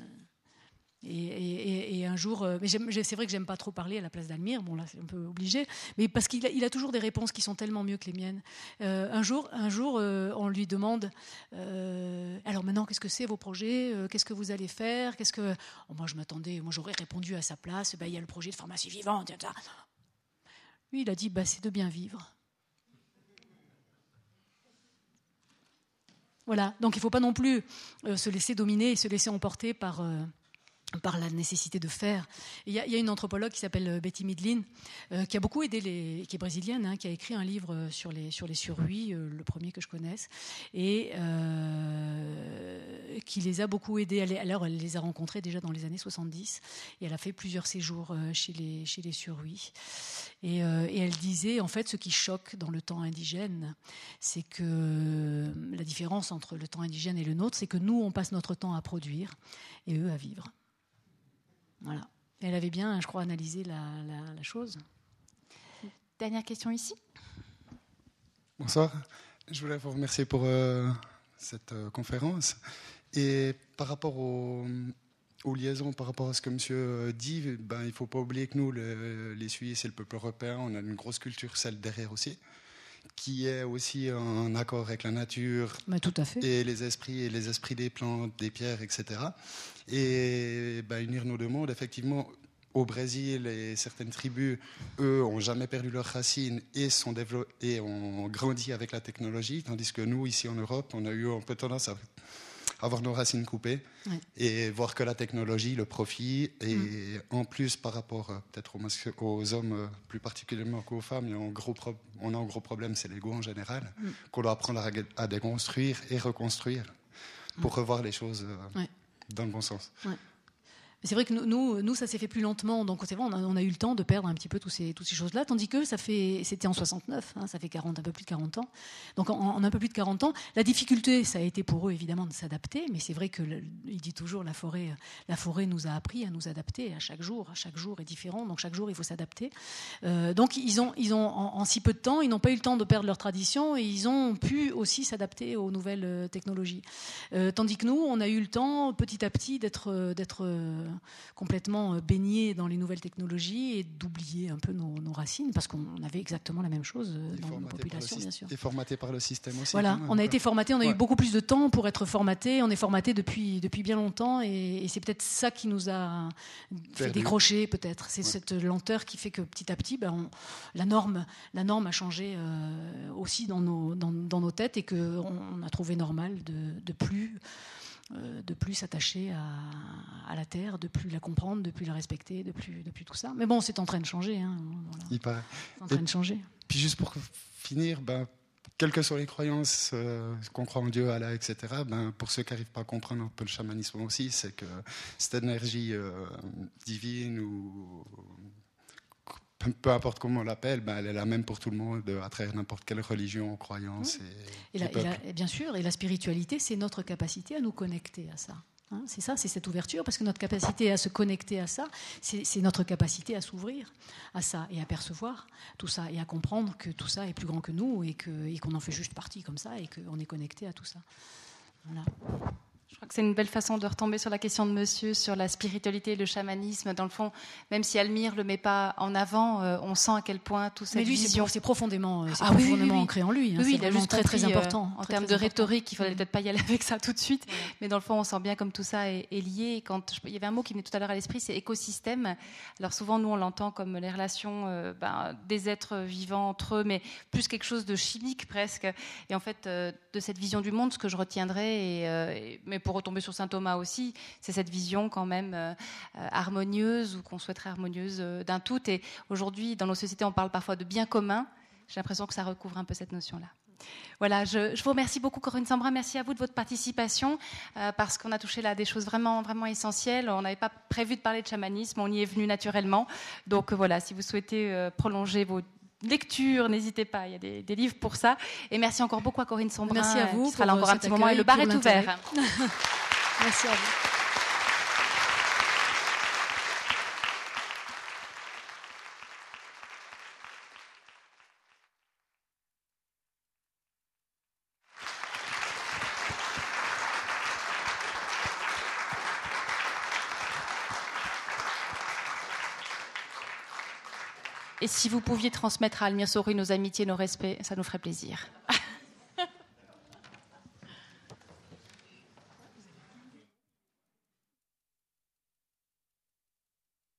Et, et, et un jour, mais j'aime, c'est vrai que j'aime pas trop parler à la place d'Almire. Bon là, c'est un peu obligé, mais parce qu'il a, il a toujours des réponses qui sont tellement mieux que les miennes. Euh, un jour, un jour, euh, on lui demande euh, alors maintenant, qu'est-ce que c'est vos projets euh, Qu'est-ce que vous allez faire Qu'est-ce que oh, moi je m'attendais, moi j'aurais répondu à sa place. Ben, il y a le projet de pharmacie vivante. Lui, il a dit bah, c'est de bien vivre. Voilà. Donc il faut pas non plus euh, se laisser dominer et se laisser emporter par euh, par la nécessité de faire. Il y, y a une anthropologue qui s'appelle Betty Midlin, euh, qui a beaucoup aidé les, qui est brésilienne, hein, qui a écrit un livre sur les sur les surhuis, euh, le premier que je connaisse, et euh, qui les a beaucoup aidés. Alors elle les a rencontrés déjà dans les années soixante-dix, et elle a fait plusieurs séjours euh, chez les chez les surhuis. Et, euh, et elle disait en fait ce qui choque dans le temps indigène, c'est que la différence entre le temps indigène et le nôtre, c'est que nous on passe notre temps à produire et eux à vivre. Voilà. Elle avait bien, je crois, analysé la, la, la chose. Dernière question ici. Bonsoir. Je voulais vous remercier pour euh, cette euh, conférence. Et par rapport aux, aux liaisons, par rapport à ce que monsieur dit, ben, il ne faut pas oublier que nous, le, les Suisses et le peuple européen, on a une grosse culture, celle derrière aussi, qui est aussi en accord avec la nature. Mais tout à fait. Et les esprits, et les esprits des plantes, des pierres, et cetera. Et ben, unir nos deux mondes, effectivement, au Brésil et certaines tribus, eux, n'ont jamais perdu leurs racines et, sont développés, et ont grandi avec la technologie, tandis que nous, ici en Europe, on a eu un peu tendance à avoir nos racines coupées, ouais. Et voir que la technologie, le profit, et mmh. en plus par rapport euh, peut-être aux, aux hommes euh, plus particulièrement qu'aux femmes, il y a un gros pro- on a un gros problème, c'est l'ego en général, mmh. qu'on doit apprendre à, à déconstruire et reconstruire pour mmh. revoir les choses euh, ouais. dans le bon sens. Ouais. C'est vrai que nous, nous, ça s'est fait plus lentement, donc c'est vrai, on a, on a eu le temps de perdre un petit peu tous ces, toutes ces choses-là, tandis que ça fait, c'était en soixante-neuf, hein, ça fait quarante, un peu plus de quarante ans. Donc en, en un peu plus de quarante ans, la difficulté, ça a été pour eux évidemment de s'adapter, mais c'est vrai que le, il dit toujours la forêt, la forêt nous a appris à nous adapter à chaque jour, à chaque jour est différent, donc chaque jour il faut s'adapter. Euh, donc ils ont, ils ont en, en si peu de temps, ils n'ont pas eu le temps de perdre leur tradition et ils ont pu aussi s'adapter aux nouvelles technologies. Euh, tandis que nous, on a eu le temps petit à petit d'être, d'être complètement baigné dans les nouvelles technologies et d'oublier un peu nos, nos racines parce qu'on avait exactement la même chose dans nos populations, bien sûr. Et formaté par le système aussi. Voilà, même, on a quoi. été formaté, on a ouais. eu beaucoup plus de temps pour être formaté. On est formaté depuis depuis bien longtemps et, et c'est peut-être ça qui nous a fait Perdu. décrocher peut-être. C'est ouais. cette lenteur qui fait que petit à petit, ben, on, la norme la norme a changé euh, aussi dans nos dans, dans nos têtes et que on a trouvé normal de de plus de plus s'attacher à, à la terre, de plus la comprendre, de plus la respecter, de plus, de plus tout ça. Mais bon, c'est en train de changer. Hein, voilà. Il paraît. C'est en train et de changer. Puis juste pour finir, ben, quelles que soient les croyances, euh, qu'on croit en Dieu, Allah, et cetera, ben, pour ceux qui n'arrivent pas à comprendre un peu le chamanisme aussi, c'est que cette énergie euh, divine, ou peu importe comment on l'appelle, ben, elle est la même pour tout le monde, à travers n'importe quelle religion, croyance. Oui. Et, et, la, et, la, et bien sûr, et la spiritualité, c'est notre capacité à nous connecter à ça. Hein, c'est ça, c'est cette ouverture, parce que notre capacité à se connecter à ça, c'est, c'est notre capacité à s'ouvrir à ça et à percevoir tout ça et à comprendre que tout ça est plus grand que nous et, que, et qu'on en fait juste partie comme ça et qu'on est connecté à tout ça. Voilà. Je crois que c'est une belle façon de retomber sur la question de monsieur, sur la spiritualité et le chamanisme. Dans le fond, même si Almir ne le met pas en avant, euh, on sent à quel point toute cette Mais lui, vision... c'est, c'est profondément, c'est ah, profondément oui, oui, oui. ancré en lui. Hein, oui, c'est il a juste très, compris, très important. Euh, en très, termes très de important. rhétorique, il ne fallait peut-être pas y aller avec ça tout de suite. Voilà. Mais dans le fond, on sent bien comme tout ça est, est lié. Et quand je, il y avait un mot qui venait tout à l'heure à l'esprit, c'est écosystème. Alors souvent, nous, on l'entend comme les relations euh, ben, des êtres vivants entre eux, mais plus quelque chose de chimique presque. Et en fait, euh, de cette vision du monde, ce que je retiendrai, et, euh, et, mais pour retomber sur saint Thomas aussi, c'est cette vision quand même euh, harmonieuse, ou qu'on souhaiterait harmonieuse euh, d'un tout. Et aujourd'hui, dans nos sociétés, on parle parfois de bien commun. J'ai l'impression que ça recouvre un peu cette notion-là. Voilà, je, je vous remercie beaucoup, Corinne Sambrin. Merci à vous de votre participation, euh, parce qu'on a touché là des choses vraiment, vraiment essentielles. On n'avait pas prévu de parler de chamanisme, on y est venu naturellement. Donc euh, voilà, si vous souhaitez euh, prolonger vos lecture, n'hésitez pas, il y a des, des livres pour ça. Et merci encore beaucoup à Corinne Sambrin. Merci à vous. Qui sera là encore un petit moment. Et le bar est ouvert. Merci à vous. Et si vous pouviez transmettre à Almir Sory nos amitiés, nos respects, ça nous ferait plaisir.